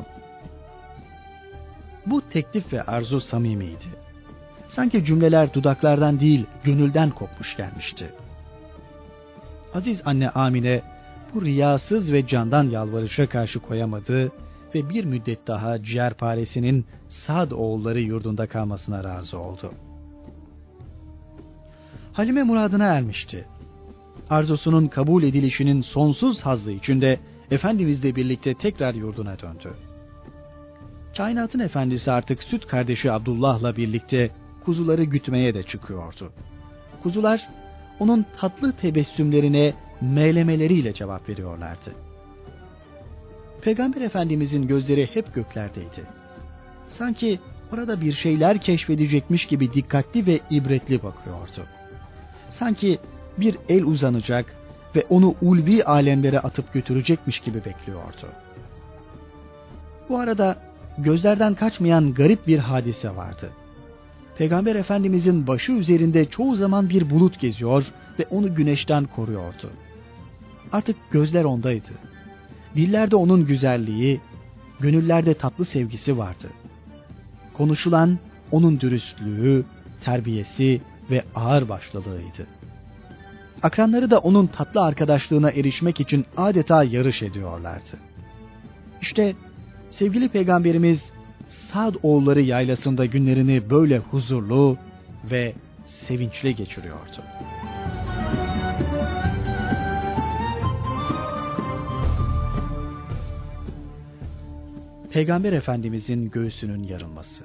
Bu teklif ve arzu samimiydi. Sanki cümleler dudaklardan değil, gönülden kopmuş gelmişti. Aziz anne Amine bu riyasız ve candan yalvarışa karşı koyamadı ve bir müddet daha ciğerparesinin Sad oğulları yurdunda kalmasına razı oldu. Halime muradına ermişti. Arzusunun kabul edilişinin sonsuz hazzı içinde Efendimizle birlikte tekrar yurduna döndü. Kainatın efendisi artık süt kardeşi Abdullah'la birlikte kuzuları gütmeye de çıkıyordu. Kuzular onun tatlı tebessümlerine meylemeleriyle cevap veriyorlardı. Peygamber Efendimizin gözleri hep göklerdeydi. Sanki orada bir şeyler keşfedecekmiş gibi dikkatli ve ibretli bakıyordu. Sanki bir el uzanacak ve onu ulvi alemlere atıp götürecekmiş gibi bekliyordu. Bu arada gözlerden kaçmayan garip bir hadise vardı. Peygamber Efendimizin başı üzerinde çoğu zaman bir bulut geziyor ve onu güneşten koruyordu. Artık gözler ondaydı. Dillerde onun güzelliği, gönüllerde tatlı sevgisi vardı. Konuşulan onun dürüstlüğü, terbiyesi ve ağırbaşlılığıydı. Akranları da onun tatlı arkadaşlığına erişmek için adeta yarış ediyorlardı. İşte sevgili Peygamberimiz Sad oğulları yaylasında günlerini böyle huzurlu ve sevinçli geçiriyordu. Peygamber Efendimizin göğsünün yarılması.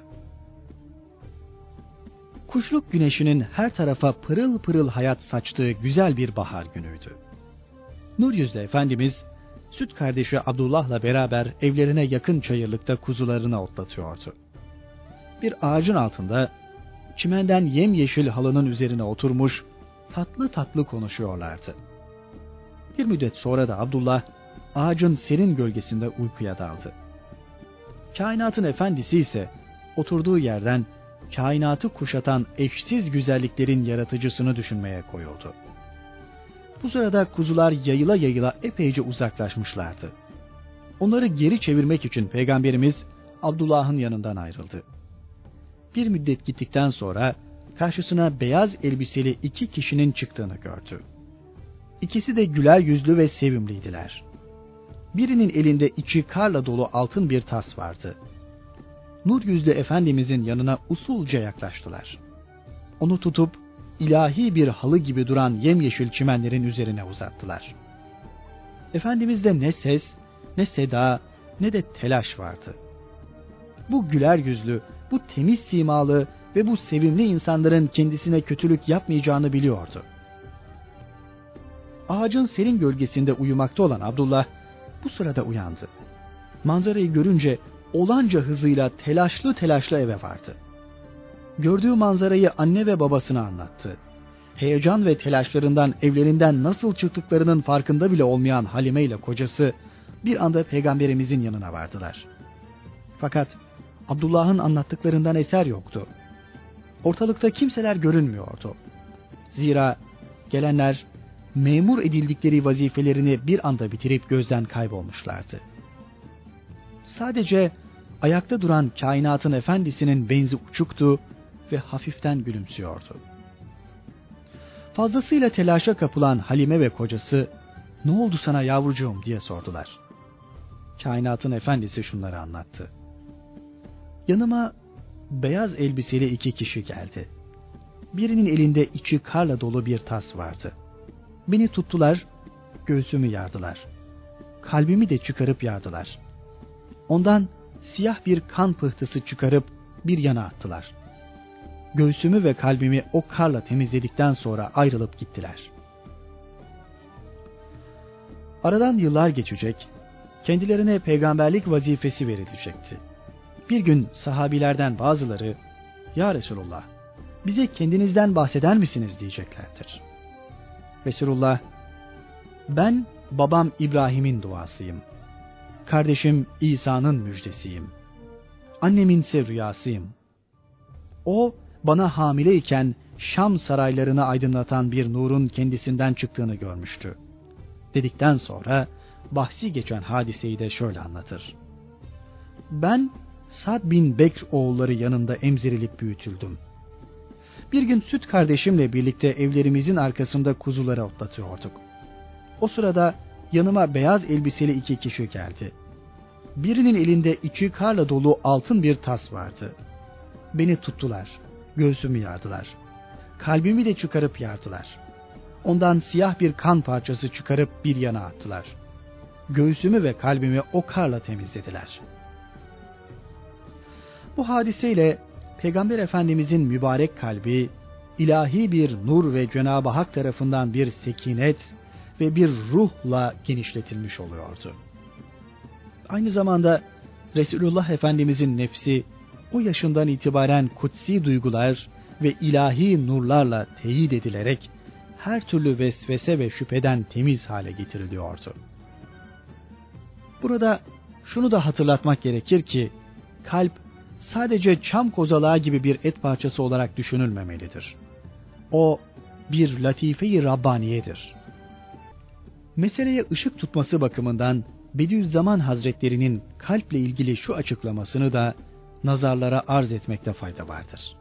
Kuşluk güneşinin her tarafa pırıl pırıl hayat saçtığı güzel bir bahar günüydü. Nur yüzlü Efendimiz, süt kardeşi Abdullah'la beraber evlerine yakın çayırlıkta kuzularını otlatıyordu. Bir ağacın altında, çimenden yemyeşil halının üzerine oturmuş, tatlı tatlı konuşuyorlardı. Bir müddet sonra da Abdullah, ağacın serin gölgesinde uykuya daldı. Kainatın efendisi ise, oturduğu yerden, kainatı kuşatan eşsiz güzelliklerin yaratıcısını düşünmeye koyuldu. Bu sırada kuzular yayıla yayıla epeyce uzaklaşmışlardı. Onları geri çevirmek için Peygamberimiz Abdullah'ın yanından ayrıldı. Bir müddet gittikten sonra karşısına beyaz elbiseli iki kişinin çıktığını gördü. İkisi de güler yüzlü ve sevimliydiler. Birinin elinde içi karla dolu altın bir tas vardı. Nur yüzlü Efendimizin yanına usulca yaklaştılar. Onu tutup ilahi bir halı gibi duran yemyeşil çimenlerin üzerine uzattılar. Efendimizde ne ses, ne seda, ne de telaş vardı. Bu güler yüzlü, bu temiz simalı ve bu sevimli insanların kendisine kötülük yapmayacağını biliyordu. Ağacın serin gölgesinde uyumakta olan Abdullah bu sırada uyandı. Manzarayı görünce olanca hızıyla telaşlı telaşlı eve vardı. Gördüğü manzarayı anne ve babasına anlattı. Heyecan ve telaşlarından evlerinden nasıl çıktıklarının farkında bile olmayan Halime ile kocası bir anda Peygamberimizin yanına vardılar. Fakat Abdullah'ın anlattıklarından eser yoktu. Ortalıkta kimseler görünmüyordu. Zira gelenler memur edildikleri vazifelerini bir anda bitirip gözden kaybolmuşlardı. Sadece ayakta duran kainatın efendisinin benzi uçuktu ve hafiften gülümsüyordu. Fazlasıyla telaşa kapılan Halime ve kocası, "Ne oldu sana yavrucuğum?" diye sordular. Kainatın efendisi şunları anlattı. Yanıma beyaz elbiseli iki kişi geldi. Birinin elinde içi karla dolu bir tas vardı. Beni tuttular, göğsümü yardılar. Kalbimi de çıkarıp yardılar. Ondan siyah bir kan pıhtısı çıkarıp bir yana attılar. Göğsümü ve kalbimi o karla temizledikten sonra ayrılıp gittiler. Aradan yıllar geçecek, kendilerine peygamberlik vazifesi verilecekti. Bir gün sahabilerden bazıları, "Ya Resulullah, bize kendinizden bahseder misiniz?" diyeceklerdir. Resulullah, "Ben babam İbrahim'in duasıyım. Kardeşim İsa'nın müjdesiyim. Anneminse rüyasıyım. O bana hamileyken Şam saraylarını aydınlatan bir nurun kendisinden çıktığını görmüştü." Dedikten sonra bahsi geçen hadiseyi de şöyle anlatır. "Ben Sad bin Bekr oğulları yanında emzirilip büyütüldüm. Bir gün süt kardeşimle birlikte evlerimizin arkasında kuzuları otlatıyorduk. O sırada yanıma beyaz elbiseli iki kişi geldi. Birinin elinde içi karla dolu altın bir tas vardı. Beni tuttular, göğsümü yardılar. Kalbimi de çıkarıp yardılar. Ondan siyah bir kan parçası çıkarıp bir yana attılar. Göğsümü ve kalbimi o karla temizlediler. Bu hadiseyle Peygamber Efendimizin mübarek kalbi, ilahi bir nur ve Cenab-ı Hak tarafından bir sekinet ve bir ruhla genişletilmiş oluyordu. Aynı zamanda Resulullah Efendimizin nefsi, o yaşından itibaren kutsi duygular ve ilahi nurlarla teyit edilerek, her türlü vesvese ve şüpheden temiz hale getiriliyordu. Burada şunu da hatırlatmak gerekir ki, kalp sadece çam kozalağı gibi bir et parçası olarak düşünülmemelidir. O bir latife-i Rabbaniyedir. Meseleye ışık tutması bakımından Bediüzzaman Hazretleri'nin kalple ilgili şu açıklamasını da nazarlara arz etmekte fayda vardır.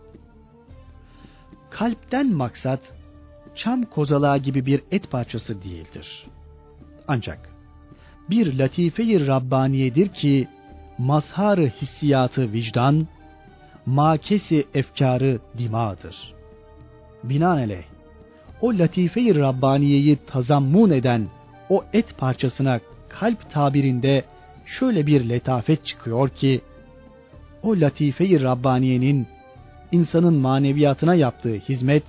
Kalpten maksat, çam kozalağı gibi bir et parçası değildir. Ancak bir latife-i Rabbaniyedir ki, mazhar-ı hissiyatı vicdan, makesi efkarı dimağdır. Binaenaleyh, o latife-i Rabbaniyeyi tazammun eden o et parçasına kalp tabirinde şöyle bir letafet çıkıyor ki, o latife-i Rabbaniyenin insanın maneviyatına yaptığı hizmet,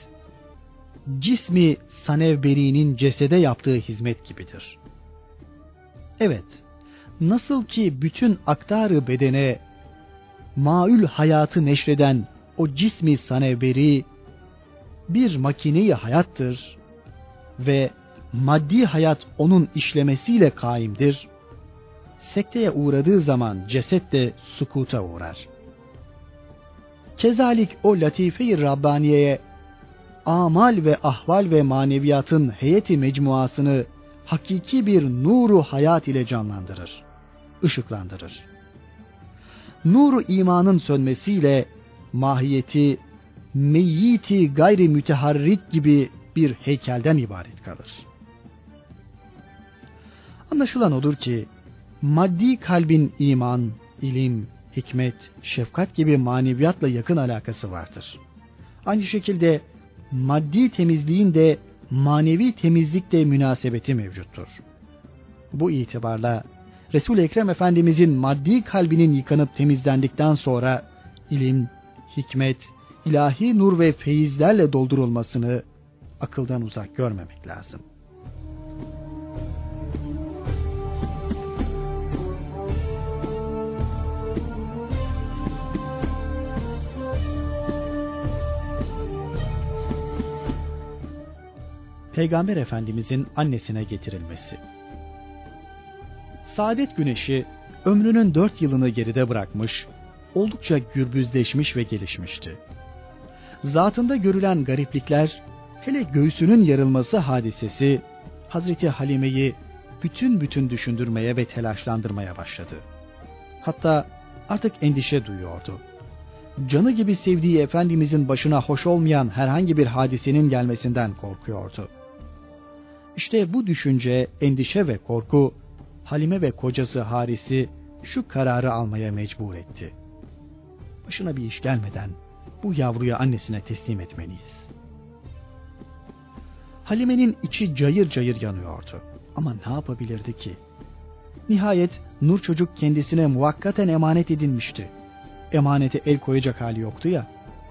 cismi sanevberinin cesede yaptığı hizmet gibidir. Evet, nasıl ki bütün aktar-ı bedene maül hayatı neşreden o cismi sanevberi bir makine-i hayattır ve maddi hayat onun işlemesiyle kaimdir, sekteye uğradığı zaman ceset de sukuta uğrar. Kezalik o latife-i Rabbaniye'ye amal ve ahval ve maneviyatın heyeti mecmuasını hakiki bir nuru hayat ile canlandırır, ışıklandırır. Nuru imanın sönmesiyle mahiyeti meyyiti gayri müteharrik gibi bir heykelden ibaret kalır. Anlaşılan odur ki maddi kalbin iman, ilim, hikmet, şefkat gibi maneviyatla yakın alakası vardır. Aynı şekilde maddi temizliğin de manevi temizlikle münasebeti mevcuttur. Bu itibarla Resul-i Ekrem Efendimizin maddi kalbinin yıkanıp temizlendikten sonra ilim, hikmet, ilahi nur ve feyizlerle doldurulmasını akıldan uzak görmemek lazım. Peygamber Efendimizin annesine getirilmesi. Saadet Güneşi ömrünün dört yılını geride bırakmış, oldukça gürbüzleşmiş ve gelişmişti. Zatında görülen gariplikler, hele göğsünün yarılması hadisesi Hazreti Halime'yi bütün bütün düşündürmeye ve telaşlandırmaya başladı. Hatta artık endişe duyuyordu. Canı gibi sevdiği Efendimizin başına hoş olmayan herhangi bir hadisenin gelmesinden korkuyordu. İşte bu düşünce, endişe ve korku Halime ve kocası Haris'i şu kararı almaya mecbur etti. Başına bir iş gelmeden bu yavruyu annesine teslim etmeliyiz. Halime'nin içi cayır cayır yanıyordu. Ama ne yapabilirdi ki? Nihayet Nur çocuk kendisine muvakkaten emanet edilmişti. Emanete el koyacak hali yoktu ya.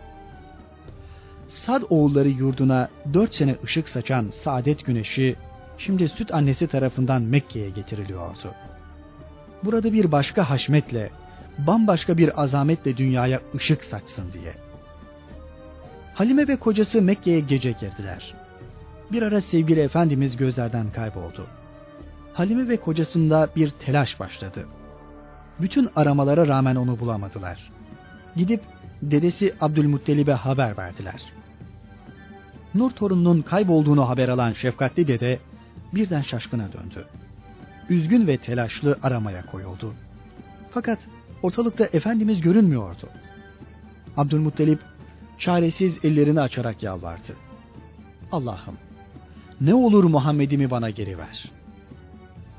Sad oğulları yurduna dört sene ışık saçan Saadet Güneşi şimdi süt annesi tarafından Mekke'ye getiriliyordu. Burada bir başka haşmetle, bambaşka bir azametle dünyaya ışık saçsın diye. Halime ve kocası Mekke'ye gece girdiler. Bir ara sevgili Efendimiz gözlerden kayboldu. Halime ve kocasında bir telaş başladı. Bütün aramalara rağmen onu bulamadılar. Gidip dedesi Abdülmuttalib'e haber verdiler. Nur torununun kaybolduğunu haber alan şefkatli dede birden şaşkına döndü. Üzgün ve telaşlı aramaya koyuldu. Fakat ortalıkta Efendimiz görünmüyordu. Abdülmuttalib çaresiz ellerini açarak yalvardı. Allah'ım, ne olur Muhammed'imi bana geri ver.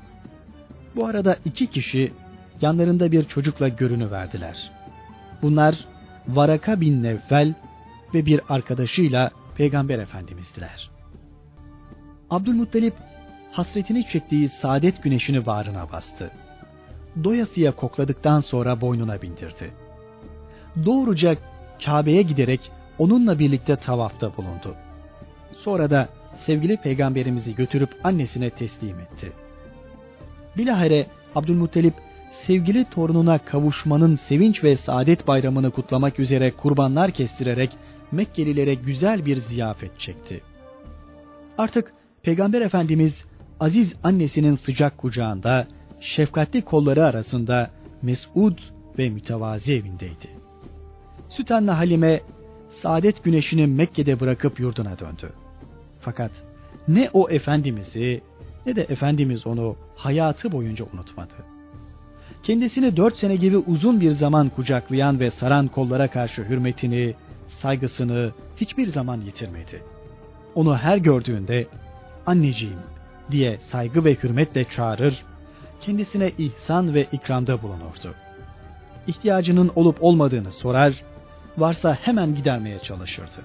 Bu arada iki kişi yanlarında bir çocukla görünüverdiler. Bunlar Varaka bin Nevfel ve bir arkadaşıyla Peygamber Efendimiz'diler. Abdülmuttalip hasretini çektiği saadet güneşini bağrına bastı. Doyasıya kokladıktan sonra boynuna bindirdi. Doğruca Kabe'ye giderek onunla birlikte tavafta bulundu. Sonra da sevgili peygamberimizi götürüp annesine teslim etti. Bilahare Abdülmuttalip sevgili torununa kavuşmanın sevinç ve saadet bayramını kutlamak üzere kurbanlar kestirerek Mekkelilere güzel bir ziyafet çekti. Artık Peygamber Efendimiz aziz annesinin sıcak kucağında, şefkatli kolları arasında mes'ud ve mütevazi evindeydi. Süt anne Halime saadet güneşini Mekke'de bırakıp yurduna döndü. Fakat ne o Efendimiz'i ne de Efendimiz onu hayatı boyunca unutmadı. Kendisini dört sene gibi uzun bir zaman kucaklayan ve saran kollara karşı hürmetini, saygısını hiçbir zaman yitirmedi. Onu her gördüğünde anneciğim diye saygı ve hürmetle çağırır, kendisine ihsan ve ikramda bulunurdu. İhtiyacının olup olmadığını sorar, varsa hemen gidermeye çalışırdı.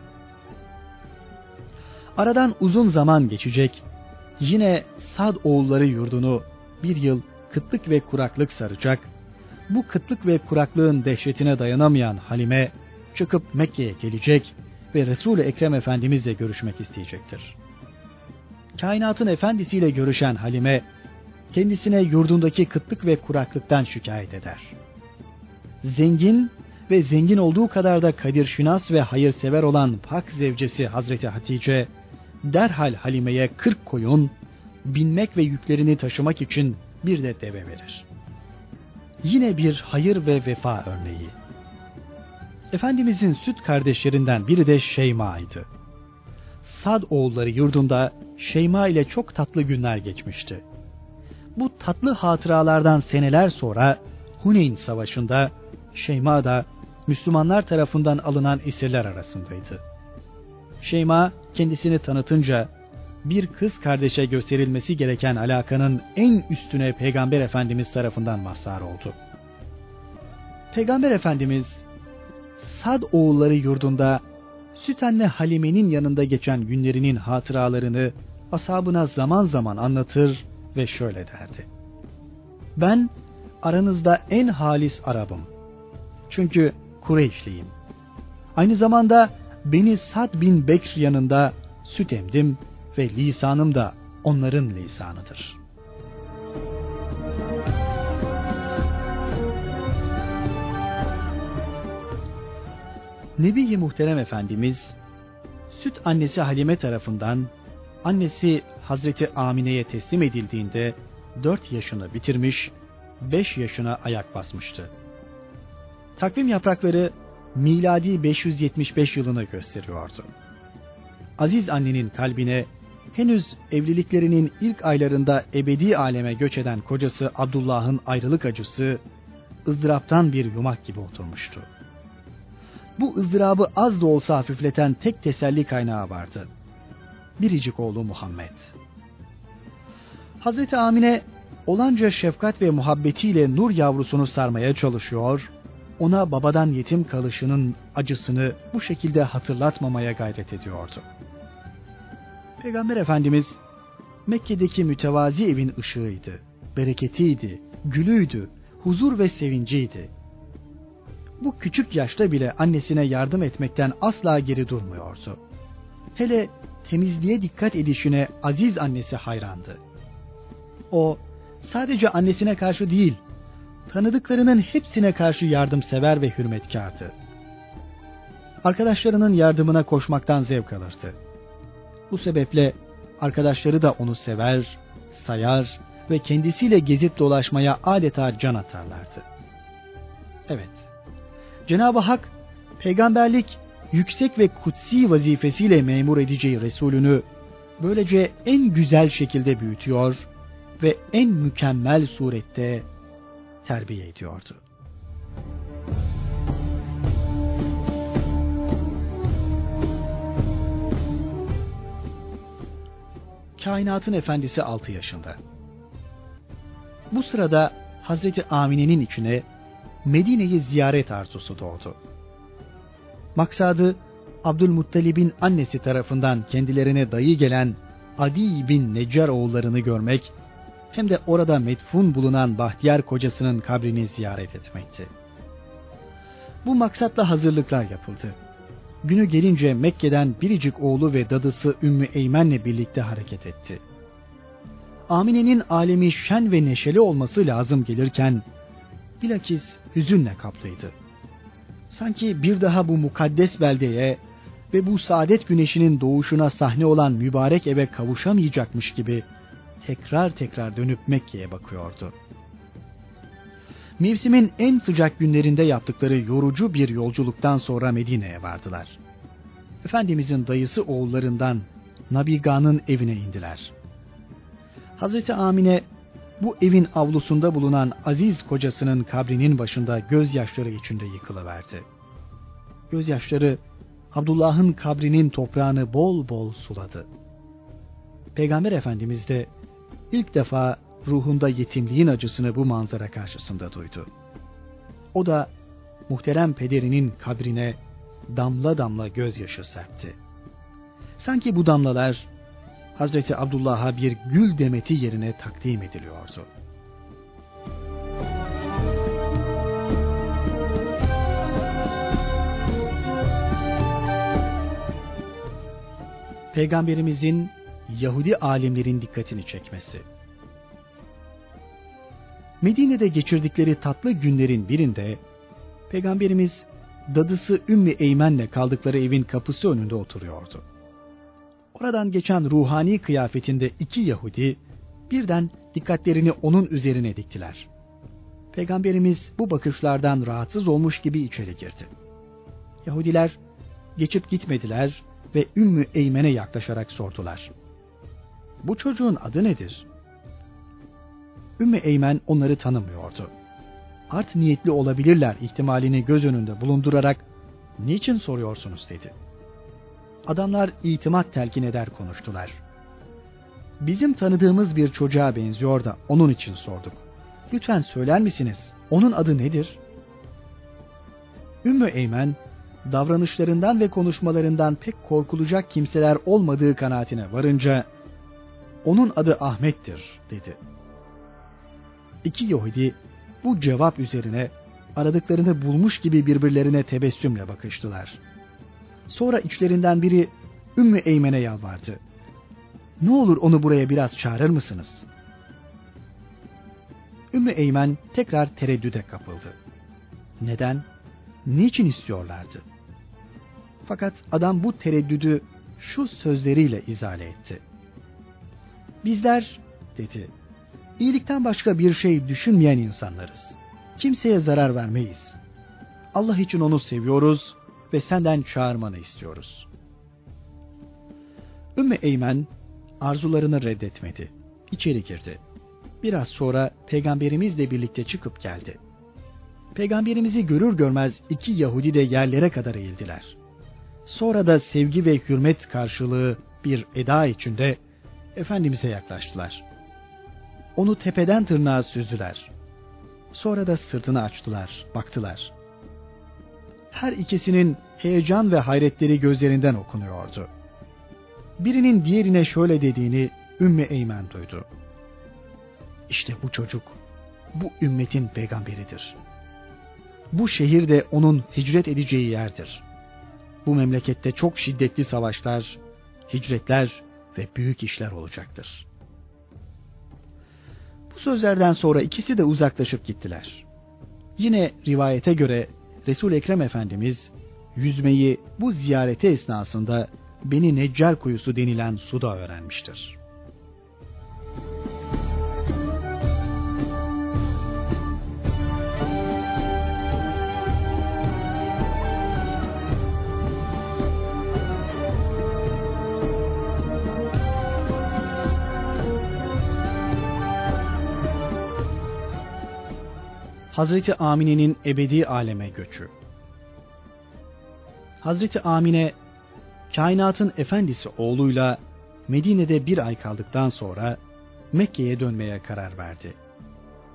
Aradan uzun zaman geçecek, yine Sad oğulları yurdunu bir yıl kıtlık ve kuraklık saracak, bu kıtlık ve kuraklığın dehşetine dayanamayan Halime, çıkıp Mekke'ye gelecek ve Resul-i Ekrem Efendimizle görüşmek isteyecektir. Kainatın efendisiyle görüşen Halime, kendisine yurdundaki kıtlık ve kuraklıktan şikayet eder. Zengin ve zengin olduğu kadar da kadirşinas ve hayırsever olan pak zevcesi Hazreti Hatice, derhal Halime'ye kırk koyun, binmek ve yüklerini taşımak için bir de deve verir. Yine bir hayır ve vefa örneği. Efendimizin süt kardeşlerinden biri de Şeyma'ydı. Sad oğulları yurdunda Şeyma ile çok tatlı günler geçmişti. Bu tatlı hatıralardan seneler sonra Huneyn Savaşı'nda Şeyma da Müslümanlar tarafından alınan esirler arasındaydı. Şeyma kendisini tanıtınca bir kız kardeşe gösterilmesi gereken alakanın en üstüne Peygamber Efendimiz tarafından mazhar oldu. Peygamber Efendimiz Sad oğulları yurdunda süt anne Halime'nin yanında geçen günlerinin hatıralarını ashabına zaman zaman anlatır ve şöyle derdi: ben aranızda en halis Arap'ım. Çünkü Kureyşliyim. Aynı zamanda beni Sad bin Bekr yanında süt emdim ve lisanım da onların lisanıdır. Nebi-i Muhterem Efendimiz, süt annesi Halime tarafından annesi Hazreti Amine'ye teslim edildiğinde dört yaşını bitirmiş, beş yaşına ayak basmıştı. Takvim yaprakları miladi beş yüz yetmiş beş yılını gösteriyordu. Aziz annenin kalbine henüz evliliklerinin ilk aylarında ebedi aleme göç eden kocası Abdullah'ın ayrılık acısı ızdıraptan bir yumak gibi oturmuştu. Bu ızdırabı az da olsa hafifleten tek teselli kaynağı vardı: biricik oğlu Muhammed. Hazreti Amine olanca şefkat ve muhabbetiyle nur yavrusunu sarmaya çalışıyor, ona babadan yetim kalışının acısını bu şekilde hatırlatmamaya gayret ediyordu. Peygamber Efendimiz Mekke'deki mütevazi evin ışığıydı, bereketiydi, gülüydü, huzur ve sevinciydi. Bu küçük yaşta bile annesine yardım etmekten asla geri durmuyordu. Hele temizliğe dikkat edişine aziz annesi hayrandı. O sadece annesine karşı değil, tanıdıklarının hepsine karşı yardımsever ve hürmetkardı. Arkadaşlarının yardımına koşmaktan zevk alırdı. Bu sebeple arkadaşları da onu sever, sayar ve kendisiyle gezip dolaşmaya adeta can atarlardı. Evet, Cenab-ı Hak peygamberlik yüksek ve kutsi vazifesiyle memur edeceği Resulünü böylece en güzel şekilde büyütüyor ve en mükemmel surette terbiye ediyordu. Kainatın efendisi altı yaşında. Bu sırada Hazreti Amine'nin içine Medine'yi ziyaret arzusu doğdu. Maksadı Abdülmuttalib'in annesi tarafından kendilerine dayı gelen Adi bin Neccar oğullarını görmek, hem de orada metfun bulunan bahtiyar kocasının kabrini ziyaret etmekti. Bu maksatla hazırlıklar yapıldı. Günü gelince Mekke'den biricik oğlu ve dadısı Ümmü Eymen'le birlikte hareket etti. Amine'nin alemi şen ve neşeli olması lazım gelirken, bilakis hüzünle kaplıydı. Sanki bir daha bu mukaddes beldeye ve bu saadet güneşinin doğuşuna sahne olan mübarek eve kavuşamayacakmış gibi tekrar tekrar dönüp Mekke'ye bakıyordu. Mevsimin en sıcak günlerinde yaptıkları yorucu bir yolculuktan sonra Medine'ye vardılar. Efendimizin dayısı oğullarından Nabiga'nın evine indiler. Hazreti Amine bu evin avlusunda bulunan aziz kocasının kabrinin başında gözyaşları içinde yıkılıverdi. Gözyaşları Abdullah'ın kabrinin toprağını bol bol suladı. Peygamber Efendimiz de ilk defa ruhunda yetimliğin acısını bu manzara karşısında duydu. O da muhterem pederinin kabrine damla damla gözyaşı serpti. Sanki bu damlalar Hazreti Abdullah'a bir gül demeti yerine takdim ediliyordu. Peygamberimizin Yahudi alimlerin dikkatini çekmesi. Medine'de geçirdikleri tatlı günlerin birinde Peygamberimiz dadısı Ümmü Eymen'le kaldıkları evin kapısı önünde oturuyordu. Oradan geçen ruhani kıyafetinde iki Yahudi birden dikkatlerini onun üzerine diktiler. Peygamberimiz bu bakışlardan rahatsız olmuş gibi içeri girdi. Yahudiler geçip gitmediler ve Ümmü Eymen'e yaklaşarak sordular: "Bu çocuğun adı nedir?" Ümmü Eymen onları tanımıyordu. Art niyetli olabilirler ihtimalini göz önünde bulundurarak "Niçin soruyorsunuz?" dedi. Adamlar itimat telkin eder konuştular. "Bizim tanıdığımız bir çocuğa benziyor da onun için sorduk. Lütfen söyler misiniz? Onun adı nedir?" Ümmü Eymen davranışlarından ve konuşmalarından pek korkulacak kimseler olmadığı kanaatine varınca "Onun adı Ahmet'tir." dedi. İki Yahudi bu cevap üzerine aradıklarını bulmuş gibi birbirlerine tebessümle bakıştılar. Sonra içlerinden biri Ümmü Eymen'e yalvardı: "Ne olur onu buraya biraz çağırır mısınız?" Ümmü Eymen tekrar tereddüde kapıldı. Neden? Niçin istiyorlardı? Fakat adam bu tereddüdü şu sözleriyle izale etti. "Bizler," dedi, "iyilikten başka bir şey düşünmeyen insanlarız. Kimseye zarar vermeyiz. Allah için onu seviyoruz ve senden çağırmanı istiyoruz." Ümmü Eymen arzularını reddetmedi. İçeri girdi. Biraz sonra Peygamberimizle birlikte çıkıp geldi. Peygamberimizi görür görmez iki Yahudi de yerlere kadar eğildiler. Sonra da sevgi ve hürmet karşılığı bir eda içinde Efendimiz'e yaklaştılar. Onu tepeden tırnağa süzdüler. Sonra da sırtını açtılar, baktılar. Her ikisinin heyecan ve hayretleri gözlerinden okunuyordu. Birinin diğerine şöyle dediğini Ümmü Eymen duydu: "İşte bu çocuk, bu ümmetin peygamberidir. Bu şehir de onun hicret edeceği yerdir. Bu memlekette çok şiddetli savaşlar, hicretler ve büyük işler olacaktır." Bu sözlerden sonra ikisi de uzaklaşıp gittiler. Yine rivayete göre Resul-i Ekrem Efendimiz yüzmeyi bu ziyareti esnasında Beni Neccar kuyusu denilen suda öğrenmiştir. Hazreti Amine'nin ebedi aleme göçü. Hazreti Amine, kainatın efendisi oğluyla Medine'de bir ay kaldıktan sonra Mekke'ye dönmeye karar verdi.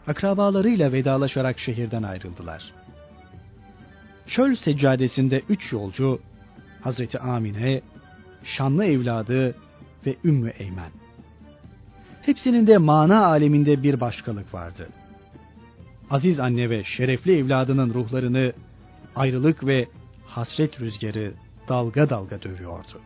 Akrabalarıyla vedalaşarak şehirden ayrıldılar. Çöl seccadesinde üç yolcu, Hazreti Amine, şanlı evladı ve Ümmü Eymen. Hepsinin de mana aleminde bir başkalık vardı. Aziz anne ve şerefli evladının ruhlarını ayrılık ve hasret rüzgarı dalga dalga dövüyordu.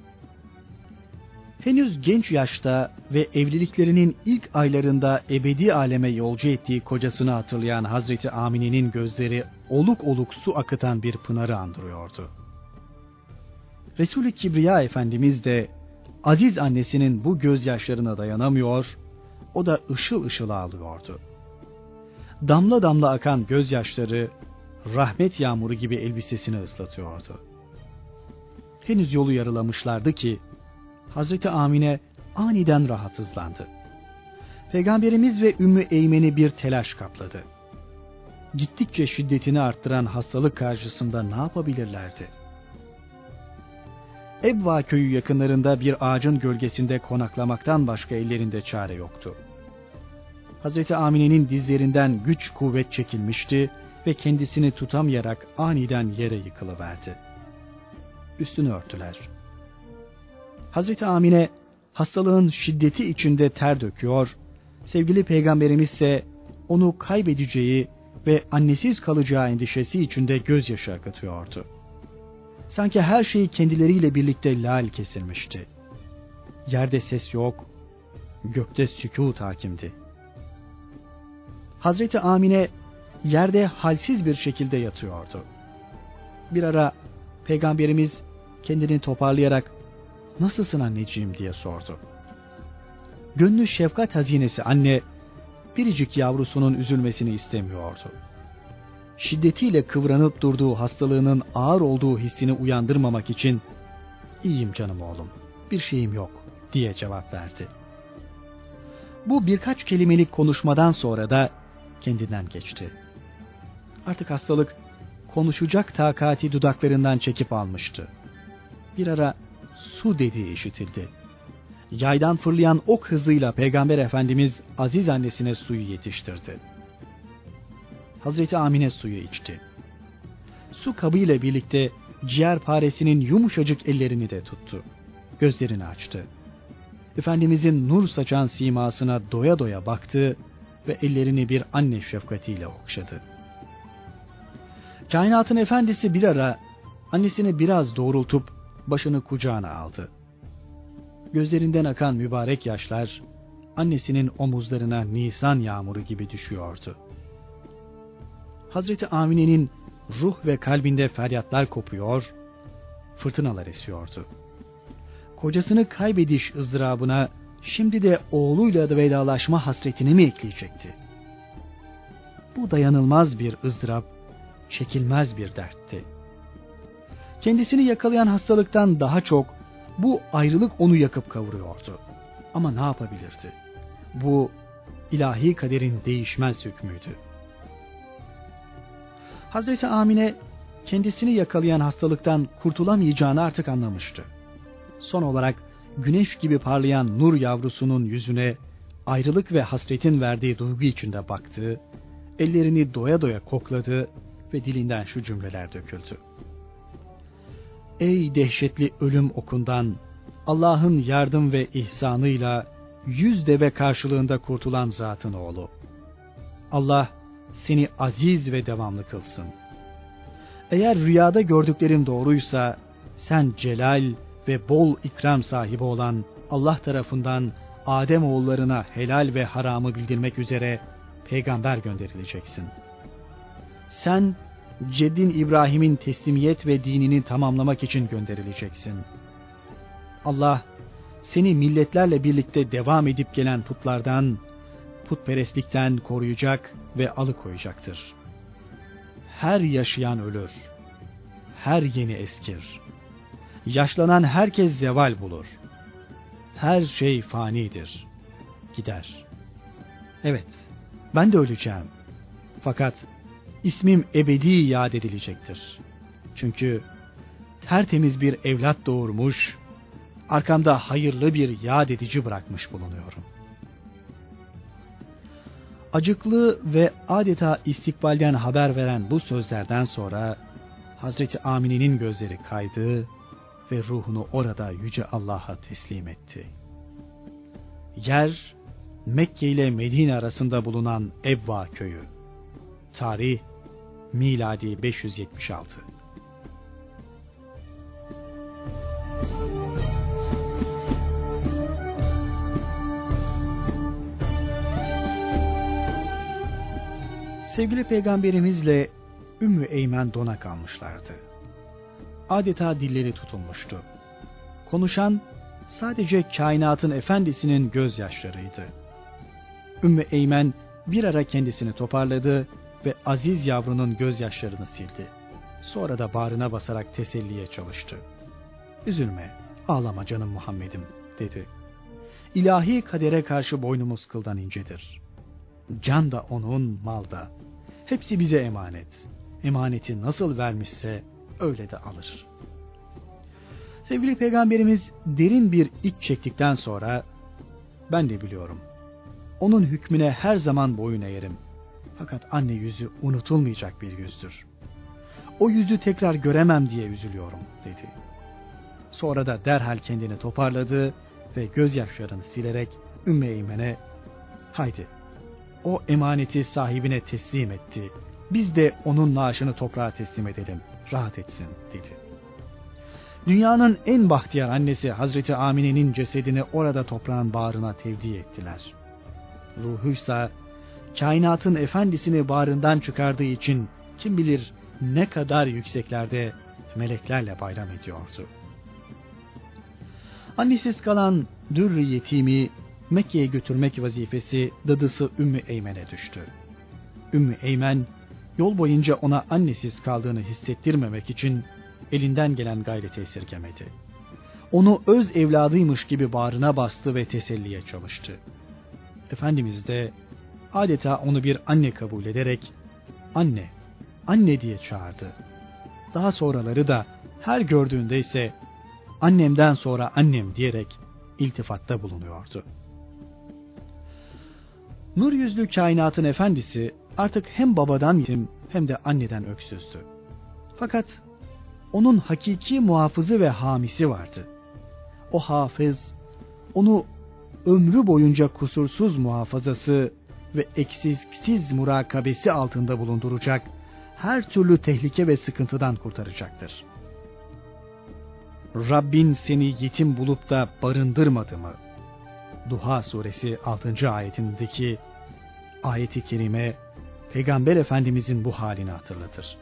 Henüz genç yaşta ve evliliklerinin ilk aylarında ebedi aleme yolcu ettiği kocasını hatırlayan Hazreti Amine'nin gözleri oluk oluk su akıtan bir pınarı andırıyordu. Resul-i Kibriya Efendimiz de aziz annesinin bu gözyaşlarına dayanamıyor, o da ışıl ışıl ağlıyordu. Damla damla akan gözyaşları rahmet yağmuru gibi elbisesini ıslatıyordu. Henüz yolu yarılamışlardı ki Hazreti Amine aniden rahatsızlandı. Peygamberimiz ve Ümmü Eymen'i bir telaş kapladı. Gittikçe şiddetini arttıran hastalık karşısında ne yapabilirlerdi? Ebva köyü yakınlarında bir ağacın gölgesinde konaklamaktan başka ellerinde çare yoktu. Hazreti Amine'nin dizlerinden güç kuvvet çekilmişti ve kendisini tutamayarak aniden yere yıkılıverdi. Üstünü örtüler. Hazreti Amine hastalığın şiddeti içinde ter döküyor, sevgili Peygamberimiz ise onu kaybedeceği ve annesiz kalacağı endişesi içinde gözyaşı akıtıyordu. Sanki her şey kendileriyle birlikte lal kesilmişti. Yerde ses yok, gökte sükût hakimdi. Hazreti Amine yerde halsiz bir şekilde yatıyordu. Bir ara Peygamberimiz kendini toparlayarak "Nasılsın anneciğim?" diye sordu. Gönlü şefkat hazinesi anne biricik yavrusunun üzülmesini istemiyordu. Şiddetiyle kıvranıp durduğu hastalığının ağır olduğu hissini uyandırmamak için "İyiyim canım oğlum, bir şeyim yok." diye cevap verdi. Bu birkaç kelimelik konuşmadan sonra da kendinden geçti. Artık hastalık konuşacak takati dudaklarından çekip almıştı. Bir ara su dediği işitildi. Yaydan fırlayan ok hızıyla Peygamber Efendimiz aziz annesine suyu yetiştirdi. Hazreti Amine suyu içti. Su kabıyla birlikte ciğerparesinin yumuşacık ellerini de tuttu. Gözlerini açtı. Efendimizin nur saçan simasına doya doya baktı ve ellerini bir anne şefkatiyle okşadı. Kainatın efendisi bir ara annesini biraz doğrultup başını kucağına aldı. Gözlerinden akan mübarek yaşlar annesinin omuzlarına nisan yağmuru gibi düşüyordu. Hazreti Amine'nin ruh ve kalbinde feryatlar kopuyor, fırtınalar esiyordu. Kocasını kaybediş ızdırabına şimdi de oğluyla da vedalaşma hasretini mi ekleyecekti? Bu dayanılmaz bir ızdırap, çekilmez bir dertti. Kendisini yakalayan hastalıktan daha çok bu ayrılık onu yakıp kavuruyordu. Ama ne yapabilirdi? Bu ilahi kaderin değişmez hükmüydü. Hazreti Amine kendisini yakalayan hastalıktan kurtulamayacağını artık anlamıştı. Son olarak güneş gibi parlayan nur yavrusunun yüzüne ayrılık ve hasretin verdiği duygu içinde baktı, ellerini doya doya kokladı ve dilinden şu cümleler döküldü. Ey dehşetli ölüm okundan, Allah'ın yardım ve ihsanıyla yüz deve karşılığında kurtulan zatın oğlu. Allah seni aziz ve devamlı kılsın. Eğer rüyada gördüklerim doğruysa, sen celal ve bol ikram sahibi olan Allah tarafından Adem oğullarına helal ve haramı bildirmek üzere peygamber gönderileceksin. Sen ceddin İbrahim'in teslimiyet ve dinini tamamlamak için gönderileceksin. Allah seni milletlerle birlikte devam edip gelen putlardan, putperestlikten koruyacak ve alıkoyacaktır. Her yaşayan ölür, her yeni eskir. Yaşlanan herkes zeval bulur. Her şey fanidir, gider. Evet, ben de öleceğim. Fakat ismim ebedi yad edilecektir. Çünkü tertemiz bir evlat doğurmuş, arkamda hayırlı bir yad edici bırakmış bulunuyorum. Acıklı ve adeta istikbalden haber veren bu sözlerden sonra Hazreti Amine'nin gözleri kaydı ve ruhunu orada Yüce Allah'a teslim etti. Yer, Mekke ile Medine arasında bulunan Ebva köyü. Tarih, miladi beş yüz yetmiş altı. Sevgili Peygamberimizle Ümmü Eymen dona kalmışlardı. Adeta dilleri tutulmuştu. Konuşan sadece kainatın efendisinin gözyaşlarıydı. Ümmü Eymen bir ara kendisini toparladı ve aziz yavrunun gözyaşlarını sildi. Sonra da bağrına basarak teselliye çalıştı. "Üzülme, ağlama canım Muhammed'im," dedi. "İlahi kadere karşı boynumuz kıldan incedir. Can da onun, mal da. Hepsi bize emanet. Emaneti nasıl vermişse öyle de alır." Sevgili Peygamberimiz derin bir iç çektikten sonra, "Ben de biliyorum. Onun hükmüne her zaman boyun eğerim. Fakat anne yüzü unutulmayacak bir yüzdür. O yüzü tekrar göremem diye üzülüyorum," dedi. Sonra da derhal kendini toparladı ve gözyaşlarını silerek Ümmü Eymen'e, "Haydi, o emaneti sahibine teslim etti. Biz de onun naaşını toprağa teslim edelim, rahat etsin," dedi. Dünyanın en bahtiyar annesi Hazreti Amine'nin cesedini orada toprağın bağrına tevdi ettiler. Ruhuysa kainatın efendisini bağrından çıkardığı için kim bilir ne kadar yükseklerde meleklerle bayram ediyordu. Annesiz kalan Dürr-i yetimi Mekke'ye götürmek vazifesi dadısı Ümmü Eymen'e düştü. Ümmü Eymen yol boyunca ona annesiz kaldığını hissettirmemek için elinden gelen gayreti esirgemedi. Onu öz evladıymış gibi bağrına bastı ve teselliye çalıştı. Efendimiz de adeta onu bir anne kabul ederek "Anne, anne" diye çağırdı. Daha sonraları da her gördüğünde ise "Annemden sonra annem" diyerek iltifatta bulunuyordu. Nur yüzlü kainatın efendisi artık hem babadan yetim hem de anneden öksüzdü. Fakat onun hakiki muhafızı ve hamisi vardı. O hafız, onu ömrü boyunca kusursuz muhafazası ve eksiksiz murakabesi altında bulunduracak, her türlü tehlike ve sıkıntıdan kurtaracaktır. "Rabbin seni yetim bulup da barındırmadı mı?" Duha suresi altıncı ayetindeki ayeti kerime Peygamber Efendimizin bu halini hatırlatır.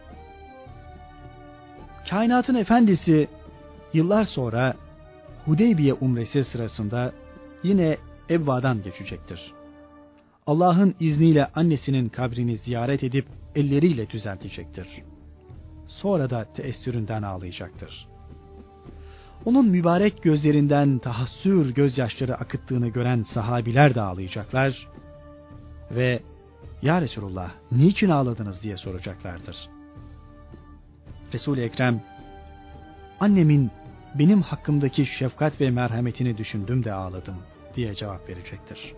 Kainatın efendisi yıllar sonra Hudeybiye umresi sırasında yine Ebva'dan geçecektir. Allah'ın izniyle annesinin kabrini ziyaret edip elleriyle düzeltecektir. Sonra da teessüründen ağlayacaktır. Onun mübarek gözlerinden tahassür gözyaşları akıttığını gören sahabiler de ağlayacaklar ve "Ya Resulullah, niçin ağladınız?" diye soracaklardır. Resul-i Ekrem, "Annemin benim hakkımdaki şefkat ve merhametini düşündüm de ağladım," diye cevap verecektir.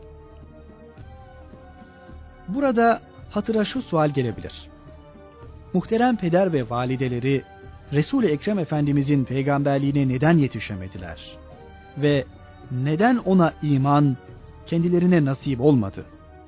Burada hatıra şu sual gelebilir. Muhterem peder ve valideleri Resul-i Ekrem Efendimizin peygamberliğine neden yetişemediler? Ve neden ona iman kendilerine nasip olmadı?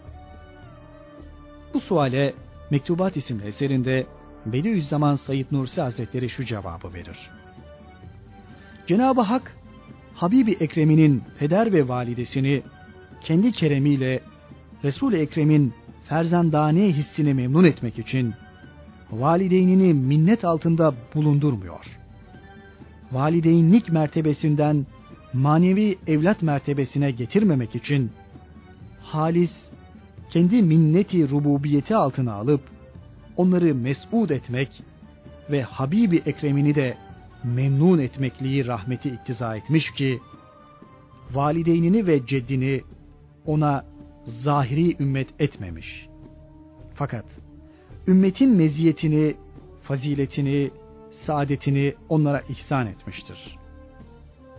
Bu suale Mektubat isimli eserinde Bediüzzaman Said Nursi Hazretleri şu cevabı verir. Cenab-ı Hak, Habibi Ekrem'inin peder ve validesini kendi keremiyle Resul-i Ekrem'in ferzandane hissini memnun etmek için valideynini minnet altında bulundurmuyor. Valideynlik mertebesinden manevi evlat mertebesine getirmemek için halis kendi minneti rububiyeti altına alıp onları mes'ud etmek ve Habibi Ekrem'ini de memnun etmekliği rahmeti iktiza etmiş ki valideynini ve ceddini ona zahiri ümmet etmemiş. Fakat ümmetin meziyetini, faziletini, saadetini onlara ihsan etmiştir.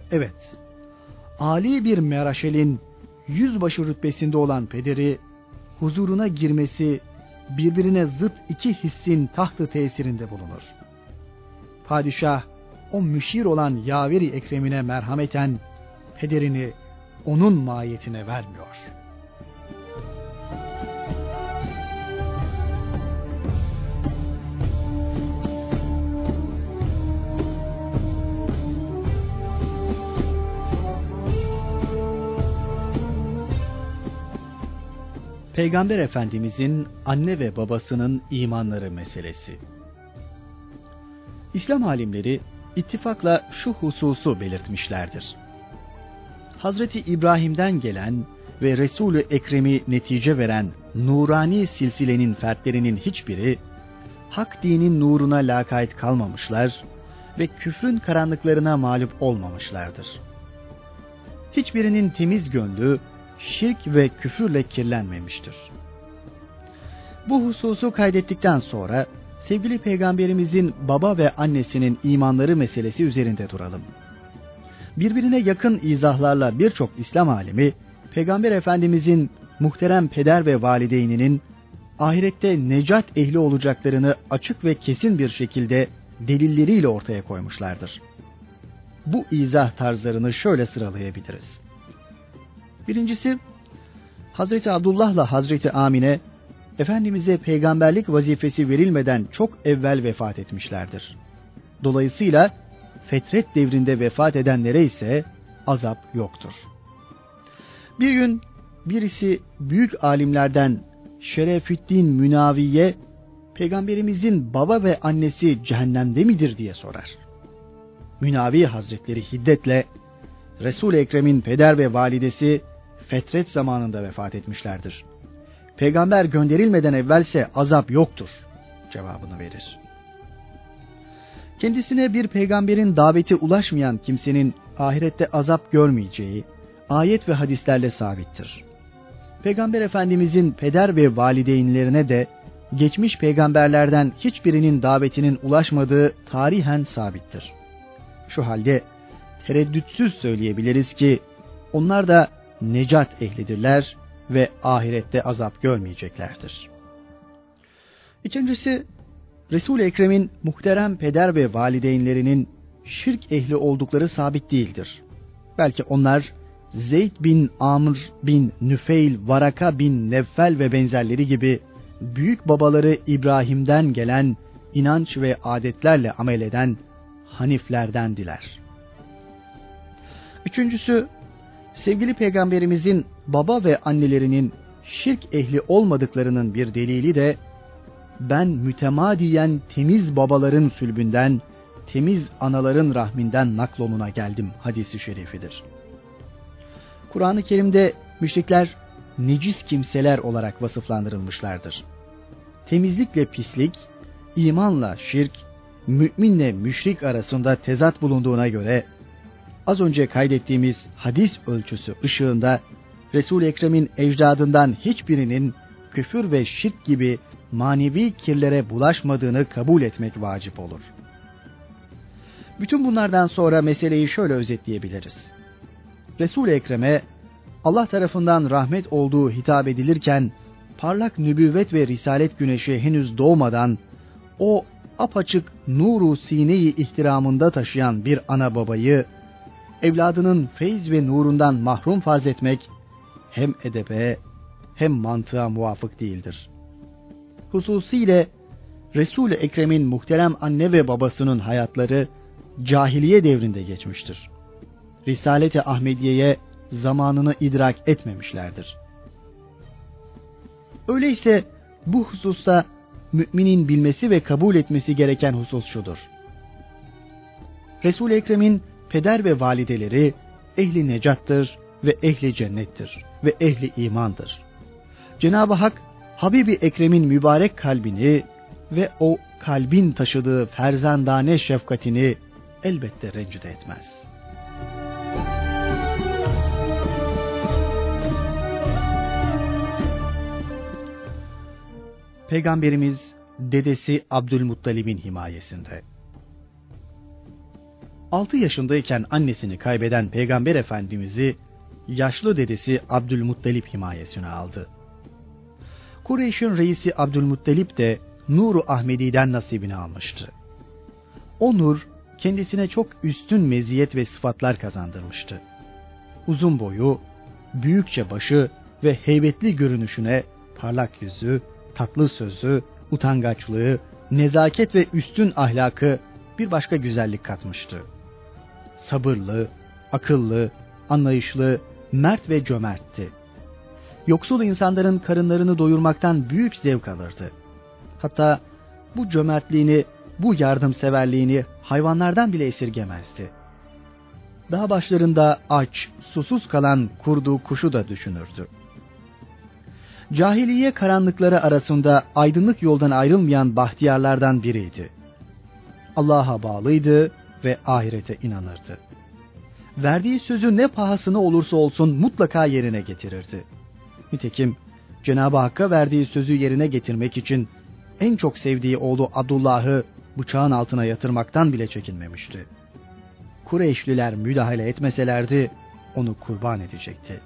Evet, âli bir meraşelin yüzbaşı rütbesinde olan pederi huzuruna girmesi birbirine zıt iki hissin tahtı tesirinde bulunur. Padişah o müşir olan yaveri ekremine merhameten pederini onun mahiyetine vermiyor. Peygamber Efendimizin anne ve babasının imanları meselesi. İslam alimleri ittifakla şu hususu belirtmişlerdir. Hazreti İbrahim'den gelen ve Resul-ü Ekrem'i netice veren nurani silsilenin fertlerinin hiçbiri hak dinin nuruna lakayt kalmamışlar ve küfrün karanlıklarına mağlup olmamışlardır. Hiçbirinin temiz gönlü şirk ve küfürle kirlenmemiştir. Bu hususu kaydettikten sonra sevgili Peygamberimizin baba ve annesinin imanları meselesi üzerinde duralım. Birbirine yakın izahlarla birçok İslam alimi Peygamber Efendimizin muhterem peder ve valideyninin ahirette necat ehli olacaklarını açık ve kesin bir şekilde delilleriyle ortaya koymuşlardır. Bu izah tarzlarını şöyle sıralayabiliriz. Birincisi, Hazreti Abdullah'la Hazreti Amine, Efendimiz'e peygamberlik vazifesi verilmeden çok evvel vefat etmişlerdir. Dolayısıyla fetret devrinde vefat edenlere ise azap yoktur. Bir gün birisi büyük alimlerden Şerefüddin Münavi'ye, Peygamberimizin baba ve annesi cehennemde midir diye sorar. Münavi Hazretleri hiddetle, Resul-i Ekrem'in peder ve validesi fetret zamanında vefat etmişlerdir. Peygamber gönderilmeden evvelse azap yoktur cevabını verir. Kendisine bir peygamberin daveti ulaşmayan kimsenin ahirette azap görmeyeceği ayet ve hadislerle sabittir. Peygamber Efendimizin peder ve valideynlerine de geçmiş peygamberlerden hiçbirinin davetinin ulaşmadığı tarihen sabittir. Şu halde tereddütsüz söyleyebiliriz ki onlar da necat ehlidirler ve ahirette azap görmeyeceklerdir. İkincisi, Resul-i Ekrem'in muhterem peder ve valideynlerinin şirk ehli oldukları sabit değildir. Belki onlar Zeyd bin Amr bin Nüfeil, Varaka bin Nevfel ve benzerleri gibi büyük babaları İbrahim'den gelen inanç ve adetlerle amel eden Haniflerdendiler. Üçüncüsü, sevgili Peygamberimizin baba ve annelerinin şirk ehli olmadıklarının bir delili de ben mütemadiyen temiz babaların sülbünden, temiz anaların rahminden naklonuna geldim hadisi şerifidir. Kur'an-ı Kerim'de müşrikler necis kimseler olarak vasıflandırılmışlardır. Temizlikle pislik, imanla şirk, müminle müşrik arasında tezat bulunduğuna göre az önce kaydettiğimiz hadis ölçüsü ışığında Resul-i Ekrem'in ecdadından hiçbirinin küfür ve şirk gibi manevi kirlere bulaşmadığını kabul etmek vacip olur. Bütün bunlardan sonra meseleyi şöyle özetleyebiliriz. Resul-i Ekrem'e Allah tarafından rahmet olduğu hitap edilirken parlak nübüvvet ve risalet güneşi henüz doğmadan o apaçık nuru sine-i ihtiramında taşıyan bir ana babayı evladının feyz ve nurundan mahrum farz etmek hem edebe hem mantığa muvafık değildir. Hususiyle Resul-i Ekrem'in muhterem anne ve babasının hayatları cahiliye devrinde geçmiştir. Risalet-i Ahmediye'ye zamanını idrak etmemişlerdir. Öyleyse bu hususta müminin bilmesi ve kabul etmesi gereken husus şudur. Resul-i Ekrem'in peder ve valideleri ehli necattır ve ehli cennettir ve ehli imandır. Cenab-ı Hak Habibi Ekrem'in mübarek kalbini ve o kalbin taşıdığı ferzandane şefkatini elbette rencide etmez. Peygamberimiz dedesi Abdülmuttalib'in himayesinde. altı yaşındayken annesini kaybeden Peygamber Efendimiz'i yaşlı dedesi Abdülmuttalib himayesine aldı. Kureyş'in reisi Abdülmuttalip de Nur-u Ahmedi'den nasibini almıştı. O nur kendisine çok üstün meziyet ve sıfatlar kazandırmıştı. Uzun boyu, büyükçe başı ve heybetli görünüşüne parlak yüzü, tatlı sözü, utangaçlığı, nezaket ve üstün ahlakı bir başka güzellik katmıştı. Sabırlı, akıllı, anlayışlı, mert ve cömertti. Yoksul insanların karınlarını doyurmaktan büyük zevk alırdı. Hatta bu cömertliğini, bu yardımseverliğini hayvanlardan bile esirgemezdi. Dağ başlarında aç, susuz kalan kurdu kuşu da düşünürdü. Cahiliye karanlıkları arasında aydınlık yoldan ayrılmayan bahtiyarlardan biriydi. Allah'a bağlıydı ve ahirete inanırdı. Verdiği sözü ne pahasına olursa olsun mutlaka yerine getirirdi. Nitekim Cenab-ı Hakk'a verdiği sözü yerine getirmek için en çok sevdiği oğlu Abdullah'ı bıçağın altına yatırmaktan bile çekinmemişti. Kureyşliler müdahale etmeselerdi onu kurban edecekti.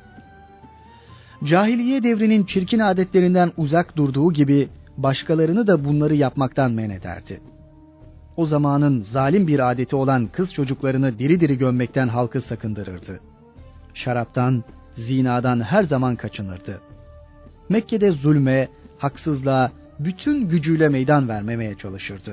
Cahiliye devrinin çirkin adetlerinden uzak durduğu gibi başkalarını da bunları yapmaktan men ederdi. O zamanın zalim bir adeti olan kız çocuklarını diri diri gömmekten halkı sakındırırdı. Şaraptan, zinadan her zaman kaçınırdı. Mekke'de zulme, haksızlığa bütün gücüyle meydan vermemeye çalışırdı.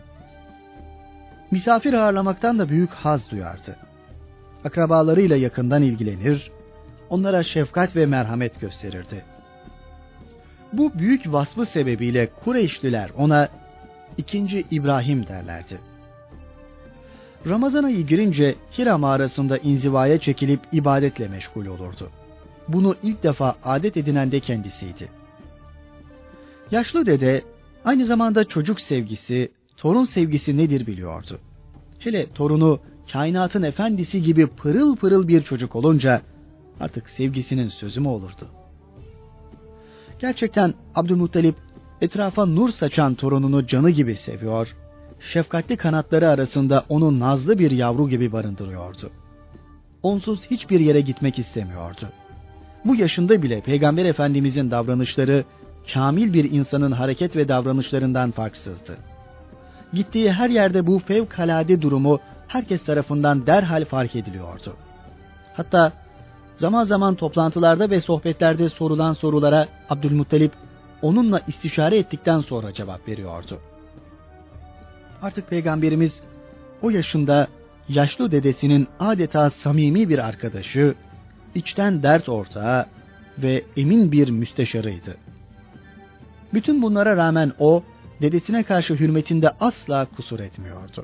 Misafir ağırlamaktan da büyük haz duyardı. Akrabalarıyla yakından ilgilenir, onlara şefkat ve merhamet gösterirdi. Bu büyük vasfı sebebiyle Kureyşliler ona ikinci İbrahim derlerdi. Ramazan ayı girince Hira mağarasında inzivaya çekilip ibadetle meşgul olurdu. Bunu ilk defa adet edinen de kendisiydi. Yaşlı dede aynı zamanda çocuk sevgisi, torun sevgisi nedir biliyordu. Hele torunu kainatın efendisi gibi pırıl pırıl bir çocuk olunca artık sevgisinin sözü mü olurdu? Gerçekten Abdülmuttalip etrafa nur saçan torununu canı gibi seviyor, şefkatli kanatları arasında onu nazlı bir yavru gibi barındırıyordu. Onsuz hiçbir yere gitmek istemiyordu. Bu yaşında bile Peygamber Efendimizin davranışları kamil bir insanın hareket ve davranışlarından farksızdı. Gittiği her yerde bu fevkalade durumu herkes tarafından derhal fark ediliyordu. Hatta zaman zaman toplantılarda ve sohbetlerde sorulan sorulara Abdülmuttalip onunla istişare ettikten sonra cevap veriyordu. Artık Peygamberimiz o yaşında yaşlı dedesinin adeta samimi bir arkadaşı, içten dert ortağı ve emin bir müsteşarıydı. Bütün bunlara rağmen o, dedesine karşı hürmetinde asla kusur etmiyordu.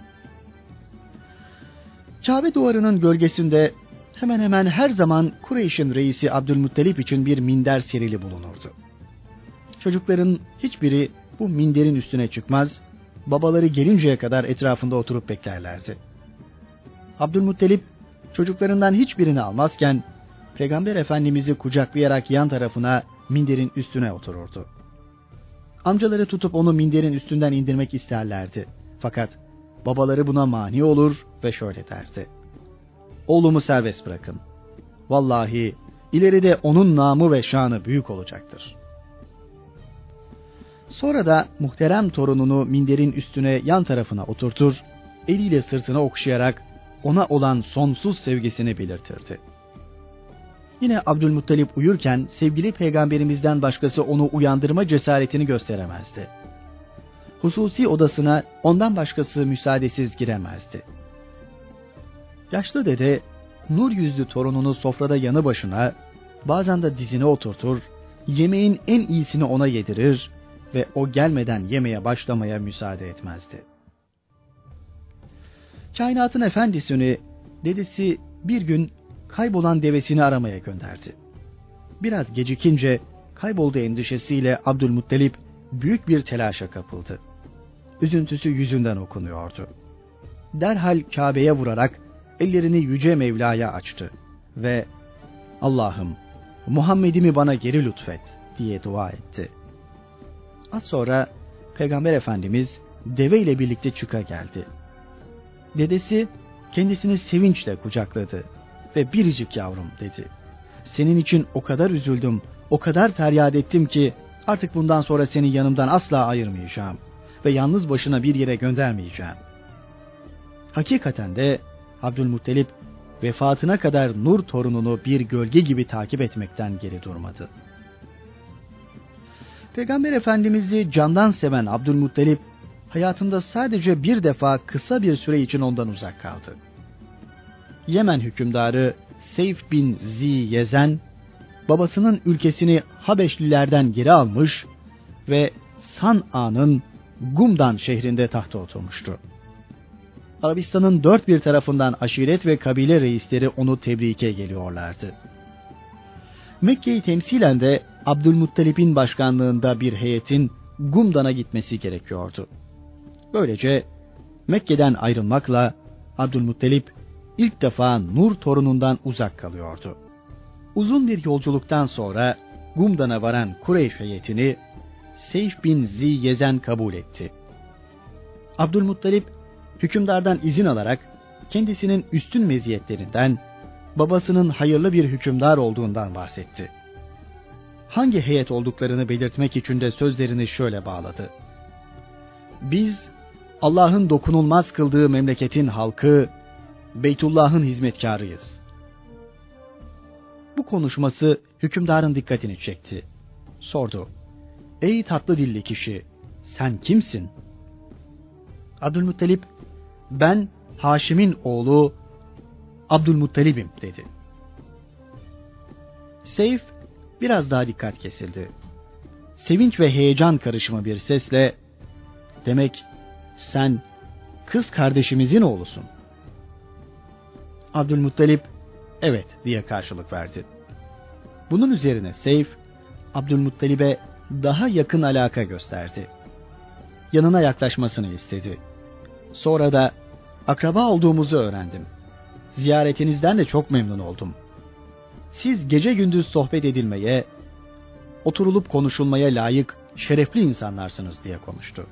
Kabe duvarının gölgesinde hemen hemen her zaman Kureyş'in reisi Abdülmuttalip için bir minder serili bulunurdu. Çocukların hiçbiri bu minderin üstüne çıkmaz, babaları gelinceye kadar etrafında oturup beklerlerdi. Abdülmuttalip çocuklarından hiçbirini almazken Peygamber Efendimiz'i kucaklayarak yan tarafına minderin üstüne otururdu. Amcaları tutup onu minderin üstünden indirmek isterlerdi. Fakat babaları buna mani olur ve şöyle derdi: "Oğlumu serbest bırakın. Vallahi ileride onun namı ve şanı büyük olacaktır." Sonra da muhterem torununu minderin üstüne yan tarafına oturtur, eliyle sırtına okşayarak ona olan sonsuz sevgisini belirtirdi. Yine Abdülmuttalip uyurken sevgili peygamberimizden başkası onu uyandırma cesaretini gösteremezdi. Hususi odasına ondan başkası müsaadesiz giremezdi. Yaşlı dede nur yüzlü torununu sofrada yanı başına, bazen de dizine oturtur, yemeğin en iyisini ona yedirir ve o gelmeden yemeye başlamaya müsaade etmezdi. Kainatın efendisini dedesi bir gün kaybolan devesini aramaya gönderdi. Biraz gecikince kaybolduğu endişesiyle Abdülmuttalip büyük bir telaşa kapıldı. Üzüntüsü yüzünden okunuyordu. Derhal Kabe'ye vurarak ellerini Yüce Mevla'ya açtı ve "Allah'ım, Muhammed'imi bana geri lütfet" diye dua etti. Az sonra Peygamber Efendimiz deve ile birlikte çıka geldi. Dedesi kendisini sevinçle kucakladı ve "Biricik yavrum" dedi. "Senin için o kadar üzüldüm, O kadar feryat ettim ki artık bundan sonra seni yanımdan asla ayırmayacağım ve yalnız başına bir yere göndermeyeceğim. Hakikaten de Abdülmuttalip vefatına kadar Nur torununu bir gölge gibi takip etmekten geri durmadı. Peygamber Efendimiz'i candan seven Abdülmuttalip hayatında sadece bir defa kısa bir süre için ondan uzak kaldı. Yemen hükümdarı Seyf bin Ziyezen babasının ülkesini Habeşlilerden geri almış ve San'a'nın Gumdan şehrinde tahta oturmuştu. Arabistan'ın dört bir tarafından aşiret ve kabile reisleri onu tebrike geliyorlardı. Mekke'yi temsilen de Abdülmuttalip'in başkanlığında bir heyetin Gumdan'a gitmesi gerekiyordu. Böylece Mekke'den ayrılmakla Abdülmuttalip ilk defa Nur torunundan uzak kalıyordu. Uzun bir yolculuktan sonra Gumdan'a varan Kureyş heyetini Seyf bin Ziyezen kabul etti. Abdülmuttalip hükümdardan izin alarak kendisinin üstün meziyetlerinden, babasının hayırlı bir hükümdar olduğundan bahsetti. Hangi heyet olduklarını belirtmek için de sözlerini şöyle bağladı. Biz Allah'ın dokunulmaz kıldığı memleketin halkı, Beytullah'ın hizmetkarıyız. Bu konuşması hükümdarın dikkatini çekti. Sordu. Ey tatlı dilli kişi, sen kimsin? Abdülmuttalip, ben Haşim'in oğlu Abdülmuttalib'im dedi. Seyf biraz daha dikkat kesildi. Sevinç ve heyecan karışımı bir sesle, demek sen kız kardeşimizin oğlusun. Abdülmuttalip, evet diye karşılık verdi. Bunun üzerine Seyf, Abdülmuttalib'e daha yakın alaka gösterdi. Yanına yaklaşmasını istedi. Sonra da akraba olduğumuzu öğrendim. Ziyaretinizden de çok memnun oldum. Siz gece gündüz sohbet edilmeye, oturulup konuşulmaya layık şerefli insanlarsınız diye konuştu.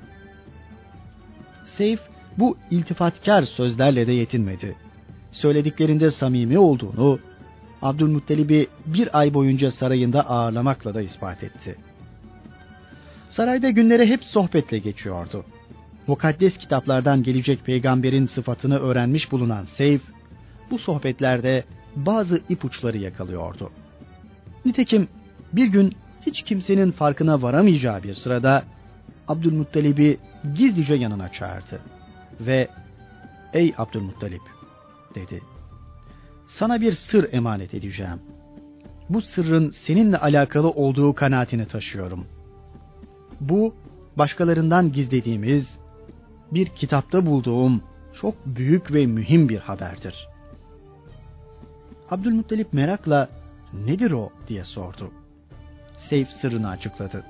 Seyf bu iltifatkar sözlerle de yetinmedi. Söylediklerinde samimi olduğunu, Abdülmuttalib'i bir ay boyunca sarayında ağırlamakla da ispat etti. Sarayda günleri hep sohbetle geçiyordu. Mukaddes kitaplardan gelecek peygamberin sıfatını öğrenmiş bulunan Seyf, bu sohbetlerde bazı ipuçları yakalıyordu. Nitekim bir gün hiç kimsenin farkına varamayacağı bir sırada Abdülmuttalib'i gizlice yanına çağırdı ve "Ey Abdülmuttalib," dedi. "Sana bir sır emanet edeceğim. Bu sırrın seninle alakalı olduğu kanaatini taşıyorum. Bu başkalarından gizlediğimiz, bir kitapta bulduğum çok büyük ve mühim bir haberdir." Abdülmuttalip merakla "Nedir o?" diye sordu. Seyf sırrını açıkladı.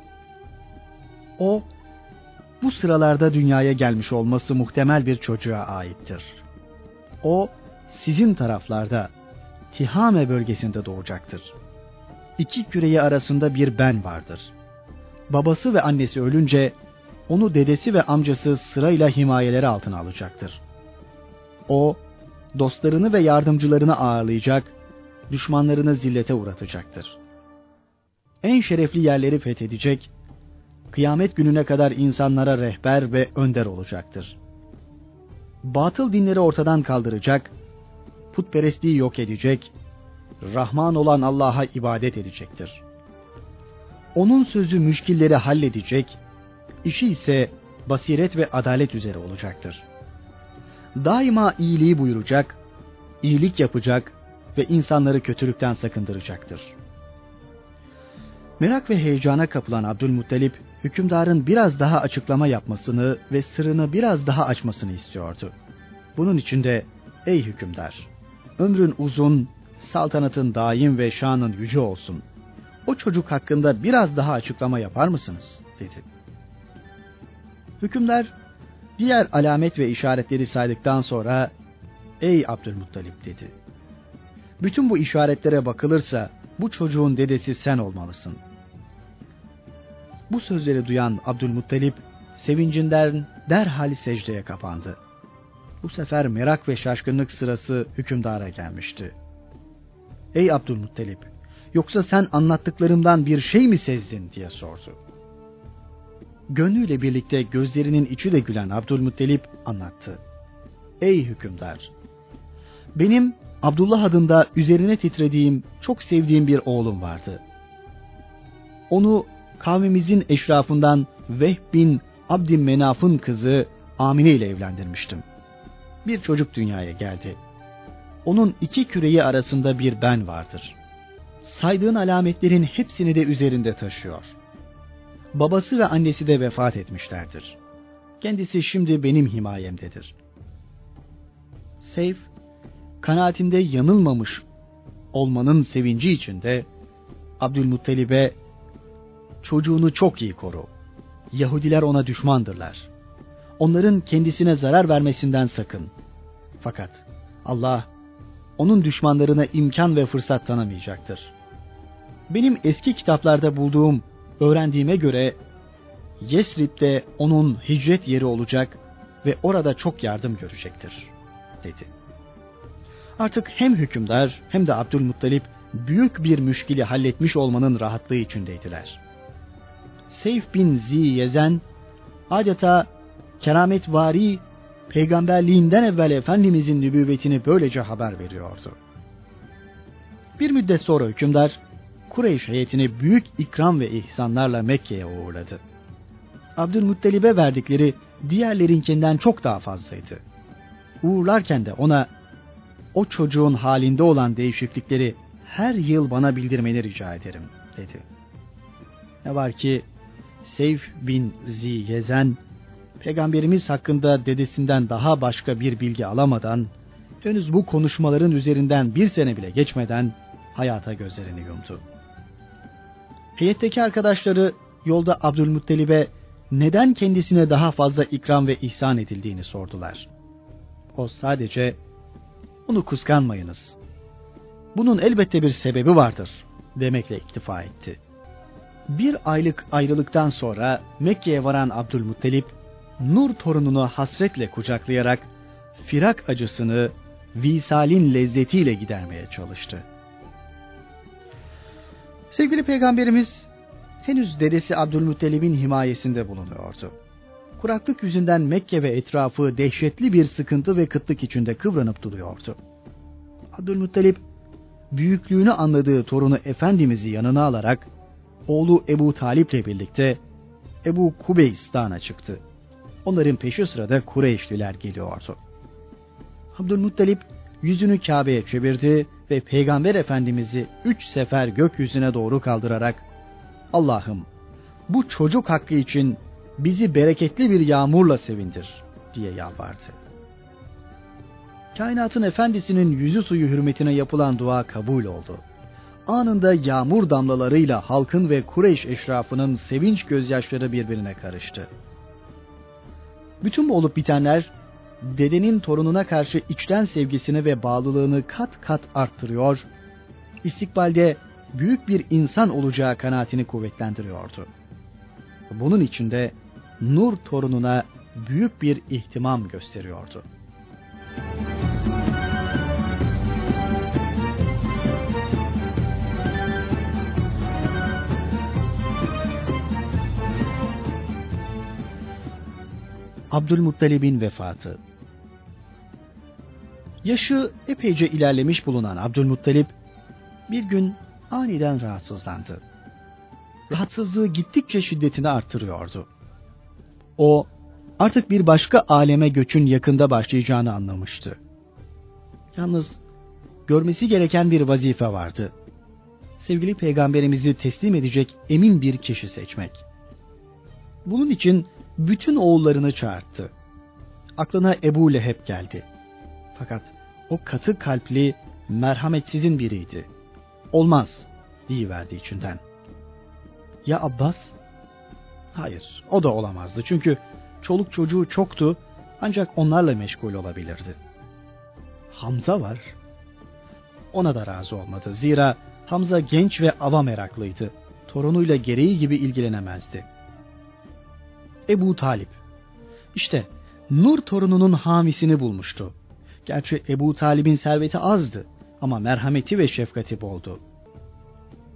O, bu sıralarda dünyaya gelmiş olması muhtemel bir çocuğa aittir. O, sizin taraflarda, Tihame bölgesinde doğacaktır. İki küreyi arasında bir ben vardır. Babası ve annesi ölünce, onu dedesi ve amcası sırayla himayeleri altına alacaktır. O, dostlarını ve yardımcılarını ağırlayacak, düşmanlarını zillete uğratacaktır. En şerefli yerleri fethedecek, kıyamet gününe kadar insanlara rehber ve önder olacaktır. Batıl dinleri ortadan kaldıracak, putperestliği yok edecek, Rahman olan Allah'a ibadet edecektir. Onun sözü müşkilleri halledecek, işi ise basiret ve adalet üzere olacaktır. Daima iyiliği buyuracak, iyilik yapacak ve insanları kötülükten sakındıracaktır. Merak ve heyecana kapılan Abdülmuttalip, hükümdarın biraz daha açıklama yapmasını ve sırrını biraz daha açmasını istiyordu. Bunun için de, "Ey hükümdar, ömrün uzun, saltanatın daim ve şanın yüce olsun. O çocuk hakkında biraz daha açıklama yapar mısınız?" dedi. Hükümdar, diğer alamet ve işaretleri saydıktan sonra, "Ey Abdülmuttalip," dedi. "Bütün bu işaretlere bakılırsa, bu çocuğun dedesi sen olmalısın." Bu sözleri duyan Abdülmuttalip, sevincinden derhal secdeye kapandı. Bu sefer merak ve şaşkınlık sırası hükümdara gelmişti. "Ey Abdülmuttalip, yoksa sen anlattıklarımdan bir şey mi sezdin diye sordu. Gönlüyle birlikte gözlerinin içi de gülen Abdülmuttalip anlattı. Ey hükümdar! Benim Abdullah adında üzerine titrediğim, çok sevdiğim bir oğlum vardı. Onu kavmimizin eşrafından Vehb bin Abdümenaf'ın kızı Amine ile evlendirmiştim. Bir çocuk dünyaya geldi. Onun iki küreği arasında bir ben vardır. Saydığın alametlerin hepsini de üzerinde taşıyor. Babası ve annesi de vefat etmişlerdir. Kendisi şimdi benim himayemdedir. Seyf, kanaatinde yanılmamış olmanın sevinci içinde Abdülmuttalib'e çocuğunu çok iyi koru. Yahudiler ona düşmandırlar. Onların kendisine zarar vermesinden sakın. Fakat Allah onun düşmanlarına imkan ve fırsat tanımayacaktır. Benim eski kitaplarda bulduğum, öğrendiğime göre Yesrib'de onun hicret yeri olacak ve orada çok yardım görecektir, dedi. Artık hem hükümdar hem de Abdülmuttalip büyük bir müşkili halletmiş olmanın rahatlığı içindeydiler. Seyf bin Ziyezen adeta kerametvari peygamberliğinden evvel Efendimizin nübüvvetini böylece haber veriyordu. Bir müddet sonra hükümdar Kureyş heyetini büyük ikram ve ihsanlarla Mekke'ye uğurladı. Abdülmuttalib'e verdikleri diğerlerinkinden çok daha fazlaydı. Uğurlarken de ona o çocuğun halinde olan değişiklikleri her yıl bana bildirmeni rica ederim, dedi. Ne var ki Seyf bin Ziyezen Peygamberimiz hakkında dedesinden daha başka bir bilgi alamadan, henüz bu konuşmaların üzerinden bir sene bile geçmeden hayata gözlerini yumdu. Heyetteki arkadaşları yolda Abdülmuttalib'e neden kendisine daha fazla ikram ve ihsan edildiğini sordular. O sadece, "Onu kıskanmayınız. Bunun elbette bir sebebi vardır," demekle iktifa etti. Bir aylık ayrılıktan sonra Mekke'ye varan Abdülmuttalip, Nur torununu hasretle kucaklayarak firak acısını visalin lezzetiyle gidermeye çalıştı. Sevgili Peygamberimiz henüz dedesi Abdülmuttalib'in himayesinde bulunuyordu. Kuraklık yüzünden Mekke ve etrafı dehşetli bir sıkıntı ve kıtlık içinde kıvranıp duruyordu. Abdülmuttalib büyüklüğünü anladığı torunu Efendimiz'i yanına alarak oğlu Ebu Talip'le birlikte Ebu Kubeys Dağı'na çıktı. Onların peşi sırada Kureyşliler geliyordu. Abdülmuttalip yüzünü Kabe'ye çevirdi ve Peygamber Efendimiz'i üç sefer gökyüzüne doğru kaldırarak, "Allah'ım, bu çocuk hakkı için bizi bereketli bir yağmurla sevindir," diye yalvardı. Kainatın efendisinin yüzü suyu hürmetine yapılan dua kabul oldu. Anında yağmur damlalarıyla halkın ve Kureyş eşrafının sevinç gözyaşları birbirine karıştı. Bütün bu olup bitenler, dedenin torununa karşı içten sevgisini ve bağlılığını kat kat arttırıyor, istikbalde büyük bir insan olacağı kanaatini kuvvetlendiriyordu. Bunun için de Nur torununa büyük bir ihtimam gösteriyordu. Abdülmuttalib'in vefatı. Yaşı epeyce ilerlemiş bulunan Abdülmuttalib bir gün aniden rahatsızlandı. Rahatsızlığı gittikçe şiddetini arttırıyordu. O artık bir başka aleme göçün yakında başlayacağını anlamıştı. Yalnız görmesi gereken bir vazife vardı. Sevgili Peygamberimizi teslim edecek emin bir kişi seçmek. Bunun için bütün oğullarını çağırttı. Aklına Ebu Leheb geldi. Fakat o katı kalpli, merhametsizin biriydi. "Olmaz," diyiverdi içinden. Ya Abbas? Hayır, o da olamazdı. Çünkü çoluk çocuğu çoktu, ancak onlarla meşgul olabilirdi. Hamza var. Ona da razı olmadı. Zira Hamza genç ve ava meraklıydı. Torunuyla gereği gibi ilgilenemezdi. Ebu Talip. İşte Nur torununun hamisini bulmuştu. Gerçi Ebu Talib'in serveti azdı ama merhameti ve şefkati boldu.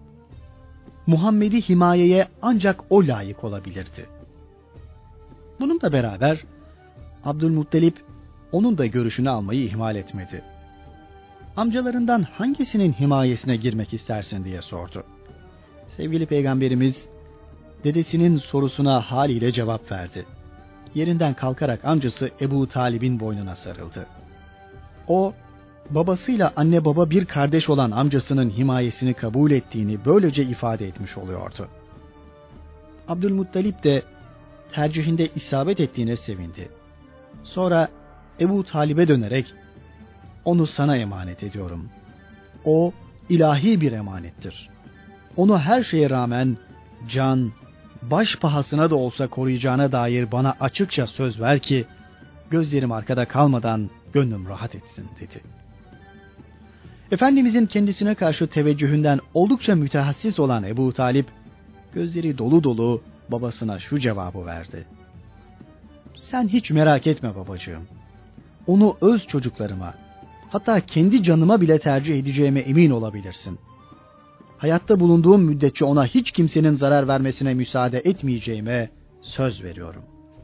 Muhammed'i himayeye ancak o layık olabilirdi. Bununla beraber Abdülmuttalip onun da görüşünü almayı ihmal etmedi. Amcalarından hangisinin himayesine girmek istersin diye sordu. Sevgili Peygamberimiz dedesinin sorusuna haliyle cevap verdi. Yerinden kalkarak amcası Ebu Talib'in boynuna sarıldı. O, babasıyla anne baba bir kardeş olan amcasının himayesini kabul ettiğini böylece ifade etmiş oluyordu. Abdülmuttalip de tercihinde isabet ettiğine sevindi. Sonra Ebu Talib'e dönerek, onu sana emanet ediyorum. O ilahi bir emanettir. Onu her şeye rağmen can, baş pahasına da olsa koruyacağına dair bana açıkça söz ver ki, gözlerim arkada kalmadan gönlüm rahat etsin dedi. Efendimizin kendisine karşı teveccühünden oldukça mütehassıs olan Ebu Talip, gözleri dolu dolu babasına şu cevabı verdi. Sen hiç merak etme babacığım. Onu öz çocuklarıma, hatta kendi canıma bile tercih edeceğime emin olabilirsin. Hayatta bulunduğum müddetçe ona hiç kimsenin zarar vermesine müsaade etmeyeceğime söz veriyorum.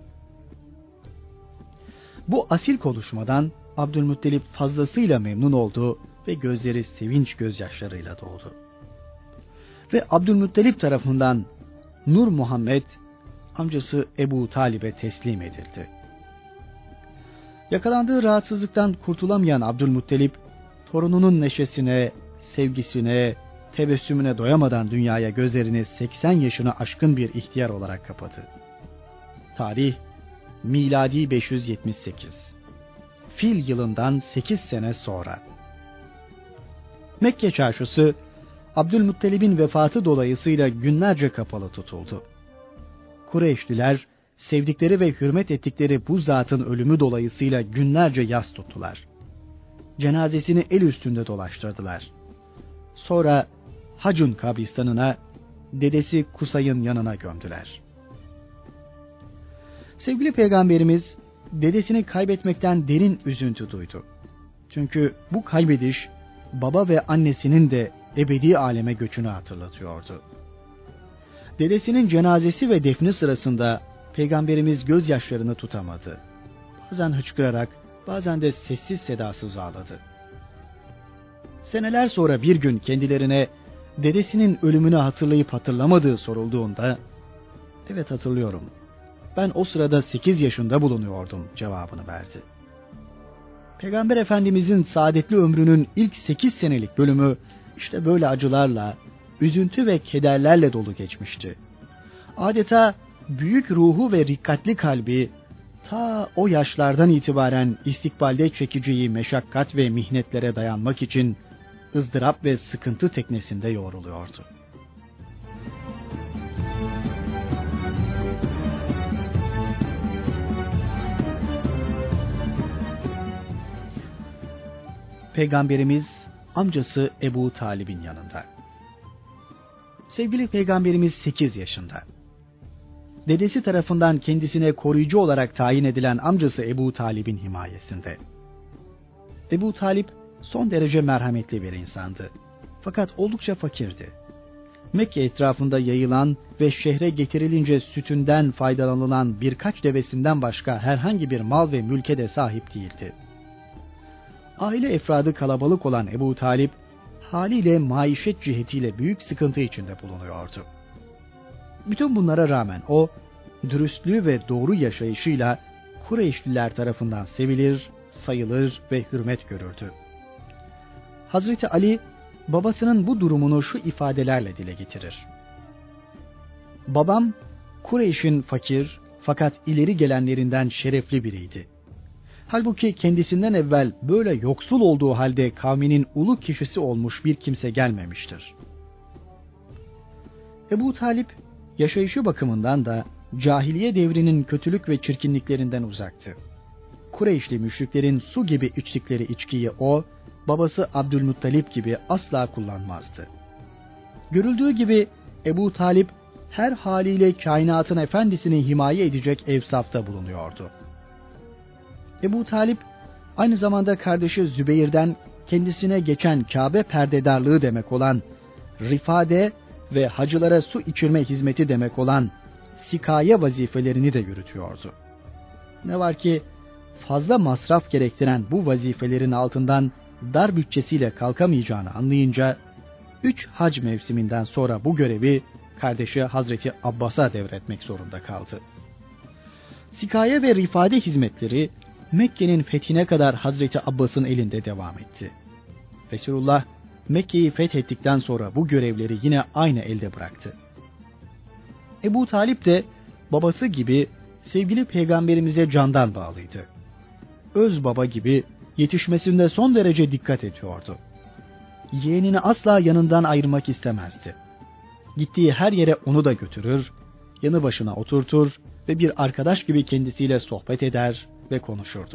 Bu asil konuşmadan Abdülmuttalip fazlasıyla memnun oldu ve gözleri sevinç gözyaşlarıyla doldu. Ve Abdülmuttalip tarafından Nur Muhammed amcası Ebu Talib'e teslim edildi. Yakalandığı rahatsızlıktan kurtulamayan Abdülmuttalip, torununun neşesine, sevgisine, tebessümüne doyamadan dünyaya gözlerini seksen yaşını aşkın bir ihtiyar olarak kapadı. Tarih miladi beş yüz yetmiş sekiz. Fil yılından sekiz sene sonra. Mekke çarşısı Abdülmuttalib'in vefatı dolayısıyla günlerce kapalı tutuldu. Kureyşliler sevdikleri ve hürmet ettikleri bu zatın ölümü dolayısıyla günlerce yas tuttular. Cenazesini el üstünde dolaştırdılar. Sonra Hacun kabristanına, dedesi Kusay'ın yanına gömdüler. Sevgili Peygamberimiz dedesini kaybetmekten derin üzüntü duydu. Çünkü bu kaybediş baba ve annesinin de ebedi aleme göçünü hatırlatıyordu. Dedesinin cenazesi ve defni sırasında Peygamberimiz gözyaşlarını tutamadı. Bazen hıçkırarak, bazen de sessiz sedasız ağladı. Seneler sonra bir gün kendilerine dedesinin ölümünü hatırlayıp hatırlamadığı sorulduğunda, "Evet hatırlıyorum. Ben o sırada sekiz yaşında bulunuyordum." cevabını verdi. Peygamber Efendimizin saadetli ömrünün ilk sekiz senelik bölümü işte böyle acılarla, üzüntü ve kederlerle dolu geçmişti. Adeta büyük ruhu ve rikkatli kalbi ta o yaşlardan itibaren istikbalde çekeceği meşakkat ve mihnetlere dayanmak için ızdırap ve sıkıntı teknesinde yoğruluyordu. Peygamberimiz amcası Ebu Talib'in yanında. Sevgili Peygamberimiz sekiz yaşında. Dedesi tarafından kendisine koruyucu olarak tayin edilen amcası Ebu Talib'in himayesinde. Ebu Talip son derece merhametli bir insandı. Fakat oldukça fakirdi. Mekke etrafında yayılan ve şehre getirilince sütünden faydalanılan birkaç devesinden başka herhangi bir mal ve mülke de sahip değildi. Aile efradı kalabalık olan Ebu Talip, haliyle maişet cihetiyle büyük sıkıntı içinde bulunuyordu. Bütün bunlara rağmen o, dürüstlüğü ve doğru yaşayışıyla Kureyşliler tarafından sevilir, sayılır ve hürmet görürdü. Hazreti Ali, babasının bu durumunu şu ifadelerle dile getirir. Babam, Kureyş'in fakir fakat ileri gelenlerinden şerefli biriydi. Halbuki kendisinden evvel böyle yoksul olduğu halde kavminin ulu kişisi olmuş bir kimse gelmemiştir. Ebu Talip, yaşayışı bakımından da cahiliye devrinin kötülük ve çirkinliklerinden uzaktı. Kureyşli müşriklerin su gibi içtikleri içkiyi o, babası Abdülmuttalip gibi asla kullanmazdı. Görüldüğü gibi Ebu Talip her haliyle kainatın efendisini himaye edecek evsafta bulunuyordu. Ebu Talip aynı zamanda kardeşi Zübeyir'den kendisine geçen Kabe perdedarlığı demek olan rifade ve hacılara su içirme hizmeti demek olan sikaye vazifelerini de yürütüyordu. Ne var ki fazla masraf gerektiren bu vazifelerin altından dar bütçesiyle kalkamayacağını anlayınca üç hac mevsiminden sonra bu görevi kardeşi Hazreti Abbas'a devretmek zorunda kaldı. Sikaye ve rifade hizmetleri Mekke'nin fethine kadar Hazreti Abbas'ın elinde devam etti. Resulullah Mekke'yi fethettikten sonra bu görevleri yine aynı elde bıraktı. Ebu Talip de babası gibi sevgili peygamberimize candan bağlıydı. Öz baba gibi yetişmesinde son derece dikkat ediyordu. Yeğenini asla yanından ayırmak istemezdi. Gittiği her yere onu da götürür, yanı başına oturtur ve bir arkadaş gibi kendisiyle sohbet eder ve konuşurdu.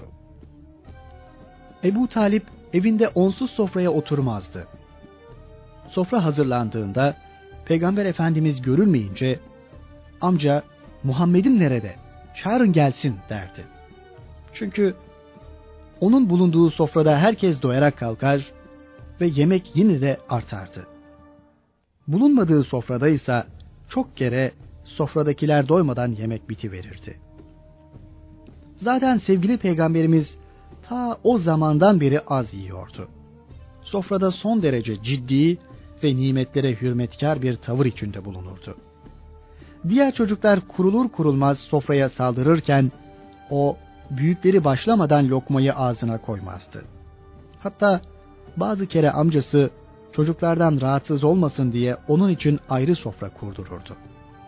Ebu Talip evinde onsuz sofraya oturmazdı. Sofra hazırlandığında Peygamber Efendimiz görülmeyince amca Muhammed'im nerede? Çağırın gelsin derdi. Çünkü onun bulunduğu sofrada herkes doyarak kalkar ve yemek yine de artardı. Bulunmadığı sofrada ise çok kere sofradakiler doymadan yemek bitiverirdi. Zaten sevgili Peygamberimiz ta o zamandan beri az yiyordu. Sofrada son derece ciddi ve nimetlere hürmetkar bir tavır içinde bulunurdu. Diğer çocuklar kurulur kurulmaz sofraya saldırırken o büyükleri başlamadan lokmayı ağzına koymazdı. Hatta bazı kere amcası çocuklardan rahatsız olmasın diye onun için ayrı sofra kurdururdu.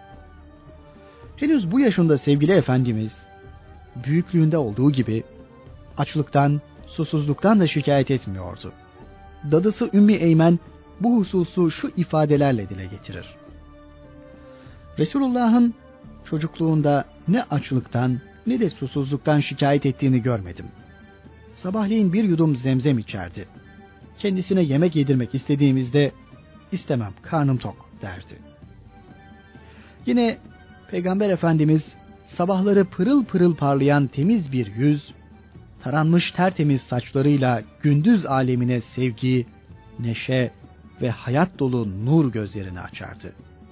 Henüz bu yaşında sevgili Efendimiz büyüklüğünde olduğu gibi açlıktan, susuzluktan da şikayet etmiyordu. Dadısı Ümmü Eymen bu hususu şu ifadelerle dile getirir. Resulullah'ın çocukluğunda ne açlıktan ne de susuzluktan şikayet ettiğini görmedim. Sabahleyin bir yudum zemzem içerdi. Kendisine yemek yedirmek istediğimizde istemem, karnım tok derdi. Yine Peygamber Efendimiz sabahları pırıl pırıl parlayan temiz bir yüz, taranmış tertemiz saçlarıyla gündüz alemine sevgi, neşe ve hayat dolu nur gözlerini açardı.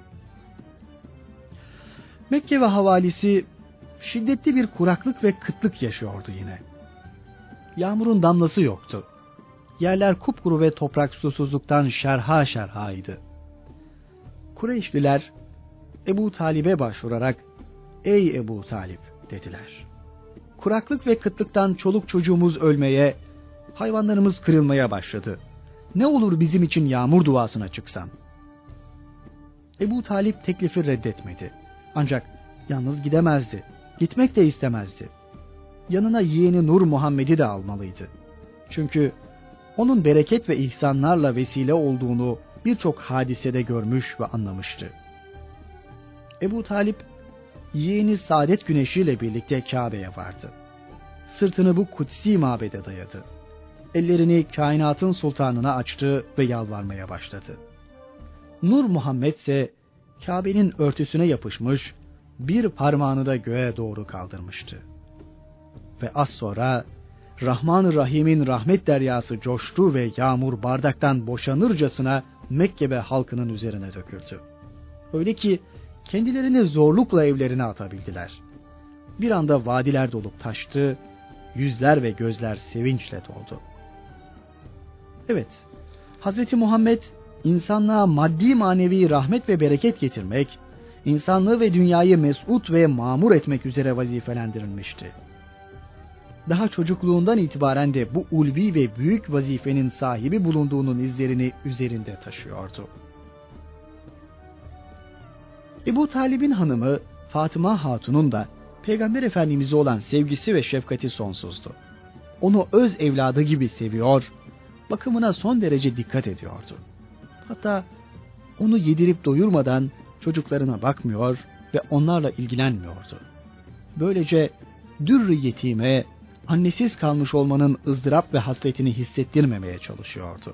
Mekke ve havalisi şiddetli bir kuraklık ve kıtlık yaşıyordu yine. Yağmurun damlası yoktu. Yerler kupkuru ve toprak susuzluktan şerha şerhaydı. Kureyşliler Ebu Talib'e başvurarak "Ey Ebu Talip" dediler. "Kuraklık ve kıtlıktan çoluk çocuğumuz ölmeye, hayvanlarımız kırılmaya başladı. Ne olur bizim için yağmur duasına çıksan." Ebu Talip teklifi reddetmedi. Ancak yalnız gidemezdi. Gitmek de istemezdi. Yanına yeğeni Nur Muhammed'i de almalıydı. Çünkü onun bereket ve ihsanlarla vesile olduğunu birçok hadisede görmüş ve anlamıştı. Ebu Talip, yeğeni Saadet Güneşi ile birlikte Kabe'ye vardı. Sırtını bu kutsi mabede dayadı. Ellerini kainatın sultanına açtı ve yalvarmaya başladı. Nur Muhammed ise Kabe'nin örtüsüne yapışmış, bir parmağını da göğe doğru kaldırmıştı. Ve az sonra Rahman-ı Rahim'in rahmet deryası coştu ve yağmur bardaktan boşanırcasına Mekke ve halkının üzerine döküldü. Öyle ki kendilerini zorlukla evlerine atabildiler. Bir anda vadiler dolup taştı, yüzler ve gözler sevinçle doldu. Evet, Hazreti Muhammed insanlığa maddi manevi rahmet ve bereket getirmek, insanlığı ve dünyayı mesut ve mamur etmek üzere vazifelendirilmişti. Daha çocukluğundan itibaren de bu ulvi ve büyük vazifenin sahibi bulunduğunun izlerini üzerinde taşıyordu. Ebu Talib'in hanımı Fatıma Hatun'un da Peygamber Efendimiz'e olan sevgisi ve şefkati sonsuzdu. Onu öz evladı gibi seviyor, bakımına son derece dikkat ediyordu. Hatta onu yedirip doyurmadan çocuklarına bakmıyor ve onlarla ilgilenmiyordu. Böylece dürr-i yetime, annesiz kalmış olmanın ızdırap ve hasretini hissettirmemeye çalışıyordu.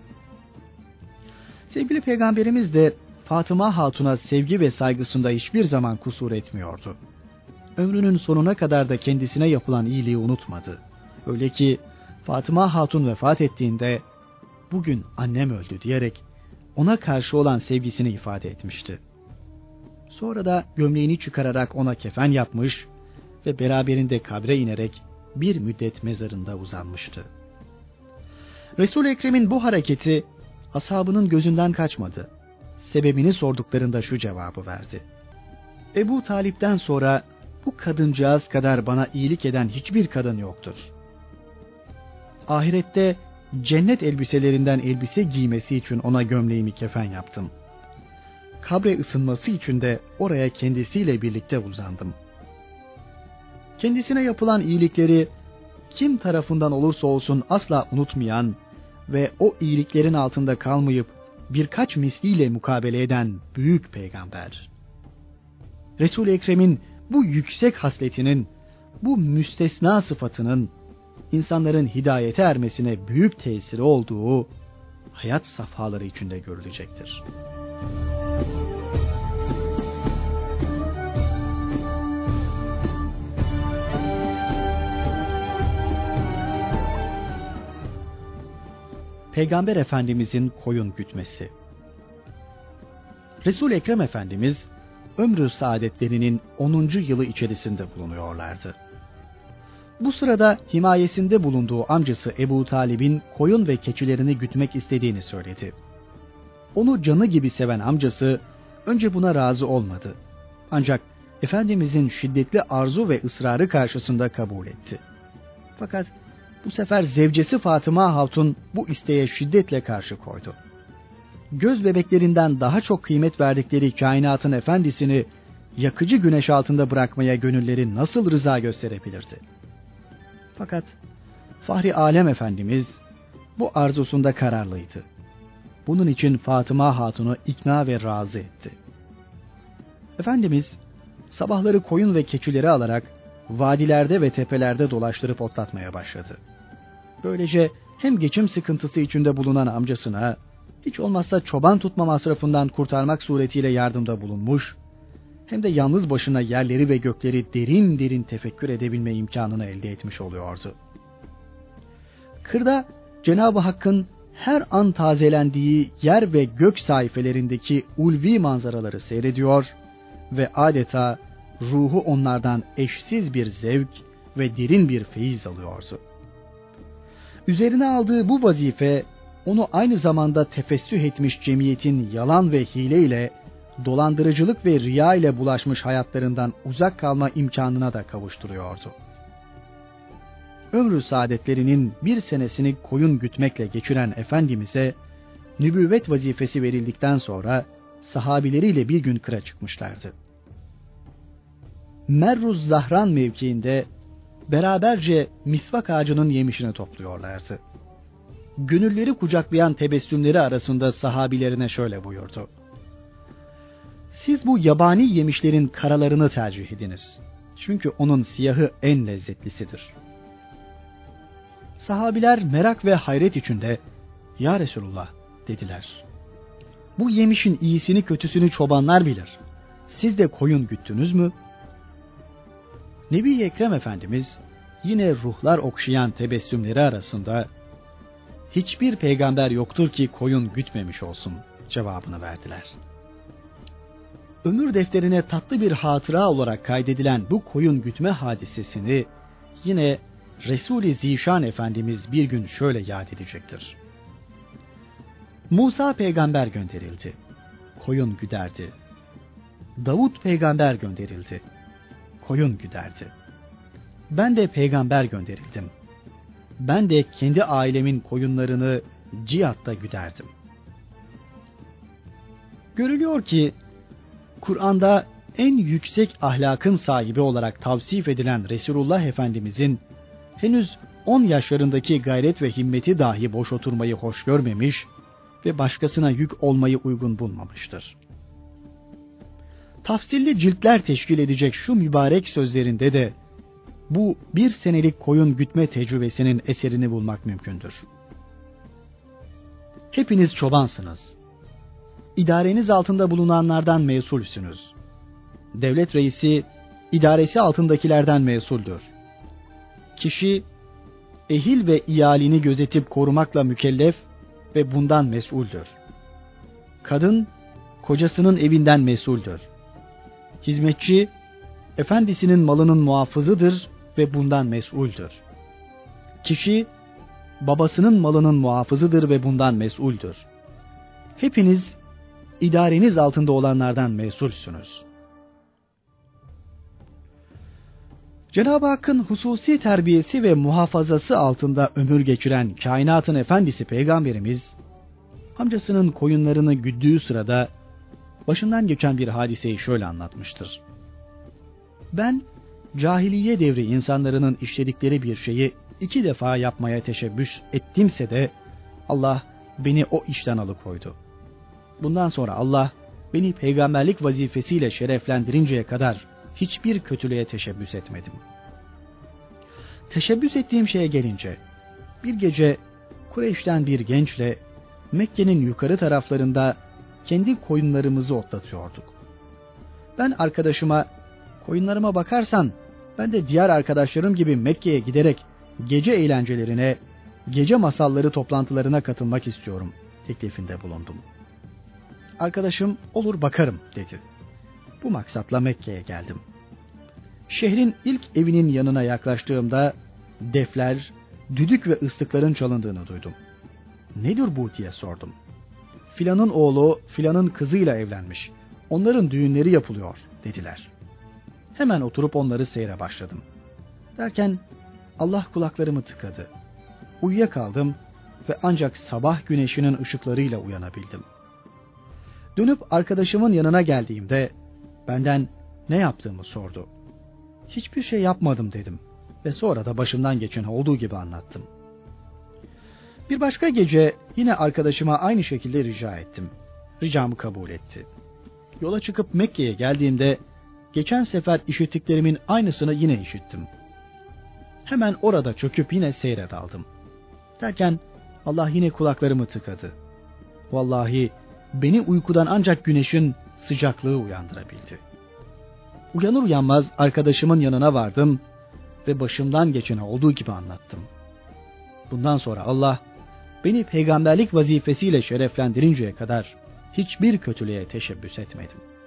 Sevgili Peygamberimiz de Fatıma Hatun'a sevgi ve saygısında hiçbir zaman kusur etmiyordu. Ömrünün sonuna kadar da kendisine yapılan iyiliği unutmadı. Öyle ki Fatıma Hatun vefat ettiğinde "Bugün annem öldü" diyerek ona karşı olan sevgisini ifade etmişti. Sonra da gömleğini çıkararak ona kefen yapmış ve beraberinde kabre inerek bir müddet mezarında uzanmıştı. Resul-i Ekrem'in bu hareketi ashabının gözünden kaçmadı. Sebebini sorduklarında şu cevabı verdi: Ebu Talip'ten sonra bu kadıncağız kadar bana iyilik eden hiçbir kadın yoktur. Ahirette cennet elbiselerinden elbise giymesi için ona gömleğimi kefen yaptım. Kabre ısınması için de oraya kendisiyle birlikte uzandım. Kendisine yapılan iyilikleri kim tarafından olursa olsun asla unutmayan ve o iyiliklerin altında kalmayıp birkaç misliyle mukabele eden büyük peygamber. Resul-i Ekrem'in bu yüksek hasletinin, bu müstesna sıfatının insanların hidayete ermesine büyük tesiri olduğu hayat safhaları içinde görülecektir. Peygamber Efendimizin koyun gütmesi. Resul-i Ekrem Efendimiz ömrü saadetlerinin onuncu yılı içerisinde bulunuyorlardı. Bu sırada himayesinde bulunduğu amcası Ebu Talib'in koyun ve keçilerini gütmek istediğini söyledi. Onu canı gibi seven amcası önce buna razı olmadı. Ancak Efendimizin şiddetli arzu ve ısrarı karşısında kabul etti. Fakat bu sefer zevcesi Fatıma Hatun bu isteğe şiddetle karşı koydu. Göz bebeklerinden daha çok kıymet verdikleri kainatın efendisini yakıcı güneş altında bırakmaya gönülleri nasıl rıza gösterebilirdi? Fakat Fahri Alem Efendimiz bu arzusunda kararlıydı. Bunun için Fatıma Hatun'u ikna ve razı etti. Efendimiz sabahları koyun ve keçileri alarak vadilerde ve tepelerde dolaştırıp otlatmaya başladı. Böylece hem geçim sıkıntısı içinde bulunan amcasına hiç olmazsa çoban tutma masrafından kurtarmak suretiyle yardımda bulunmuş, hem de yalnız başına yerleri ve gökleri derin derin tefekkür edebilme imkanını elde etmiş oluyordu. Kırda Cenab-ı Hakk'ın her an tazelendiği yer ve gök sayfelerindeki ulvi manzaraları seyrediyor ve adeta ruhu onlardan eşsiz bir zevk ve derin bir feyiz alıyordu. Üzerine aldığı bu vazife onu aynı zamanda tefessüh etmiş cemiyetin yalan ve hile ile, dolandırıcılık ve riya ile bulaşmış hayatlarından uzak kalma imkanına da kavuşturuyordu. Ömrü saadetlerinin bir senesini koyun gütmekle geçiren Efendimiz'e nübüvvet vazifesi verildikten sonra sahabileriyle bir gün kıra çıkmışlardı. Merruz Zahran mevkiinde beraberce misvak ağacının yemişini topluyorlardı. Gönülleri kucaklayan tebessümleri arasında sahabilerine şöyle buyurdu: Siz bu yabani yemişlerin karalarını tercih ediniz. Çünkü onun siyahı en lezzetlisidir. Sahabiler merak ve hayret içinde "Ya Resulullah" dediler. "Bu yemişin iyisini kötüsünü çobanlar bilir. Siz de koyun güttünüz mü?" Nebi-i Ekrem Efendimiz yine ruhlar okşayan tebessümleri arasında "Hiçbir peygamber yoktur ki koyun gütmemiş olsun" cevabını verdiler. Ömür defterine tatlı bir hatıra olarak kaydedilen bu koyun gütme hadisesini yine Resul-i Zişan Efendimiz bir gün şöyle yad edecektir. Musa peygamber gönderildi. Koyun güderdi. Davut peygamber gönderildi. Koyun güderdi. Ben de peygamber gönderildim. Ben de kendi ailemin koyunlarını cihatta güderdim. Görülüyor ki Kur'an'da en yüksek ahlakın sahibi olarak tavsif edilen Resulullah Efendimizin henüz on yaşlarındaki gayret ve himmeti dahi boş oturmayı hoş görmemiş ve başkasına yük olmayı uygun bulmamıştır. Tafsilli ciltler teşkil edecek şu mübarek sözlerinde de bu bir senelik koyun gütme tecrübesinin eserini bulmak mümkündür. Hepiniz çobansınız. İdareniz altında bulunanlardan mesulsünüz. Devlet reisi, idaresi altındakilerden mesuldür. Kişi, ehil ve iyalini gözetip korumakla mükellef ve bundan mesuldür. Kadın, kocasının evinden mesuldür. Hizmetçi, efendisinin malının muhafızıdır ve bundan mesuldür. Kişi, babasının malının muhafızıdır ve bundan mesuldür. Hepiniz, idareniz altında olanlardan mesulsünüz. Cenab-ı Hakk'ın hususi terbiyesi ve muhafazası altında ömür geçiren kainatın efendisi Peygamberimiz, amcasının koyunlarını güttüğü sırada başından geçen bir hadiseyi şöyle anlatmıştır. Ben, cahiliye devri insanların işledikleri bir şeyi iki defa yapmaya teşebbüs ettimse de Allah beni o işten alıkoydu. Bundan sonra Allah beni peygamberlik vazifesiyle şereflendirinceye kadar hiçbir kötülüğe teşebbüs etmedim. Teşebbüs ettiğim şeye gelince, bir gece Kureyş'ten bir gençle Mekke'nin yukarı taraflarında kendi koyunlarımızı otlatıyorduk. Ben arkadaşıma, koyunlarıma bakarsan ben de diğer arkadaşlarım gibi Mekke'ye giderek gece eğlencelerine, gece masalları toplantılarına katılmak istiyorum teklifinde bulundum. Arkadaşım olur bakarım dedi. Bu maksatla Mekke'ye geldim. Şehrin ilk evinin yanına yaklaştığımda defler, düdük ve ıslıkların çalındığını duydum. Nedir bu diye sordum. Filanın oğlu filanın kızıyla evlenmiş. Onların düğünleri yapılıyor dediler. Hemen oturup onları seyre başladım. Derken Allah kulaklarımı tıkadı. Uyuyakaldım ve ancak sabah güneşinin ışıklarıyla uyanabildim. Dönüp arkadaşımın yanına geldiğimde benden ne yaptığımı sordu. Hiçbir şey yapmadım dedim ve sonra da başımdan geçen olduğu gibi anlattım. Bir başka gece yine arkadaşıma aynı şekilde rica ettim. Ricamı kabul etti. Yola çıkıp Mekke'ye geldiğimde geçen sefer işittiklerimin aynısını yine işittim. Hemen orada çöküp yine seyre daldım. Derken Allah yine kulaklarımı tıkadı. Vallahi beni uykudan ancak güneşin sıcaklığı uyandırabildi. Uyanır uyanmaz arkadaşımın yanına vardım ve başımdan geçeni olduğu gibi anlattım. Bundan sonra Allah beni peygamberlik vazifesiyle şereflendirinceye kadar hiçbir kötülüğe teşebbüs etmedim.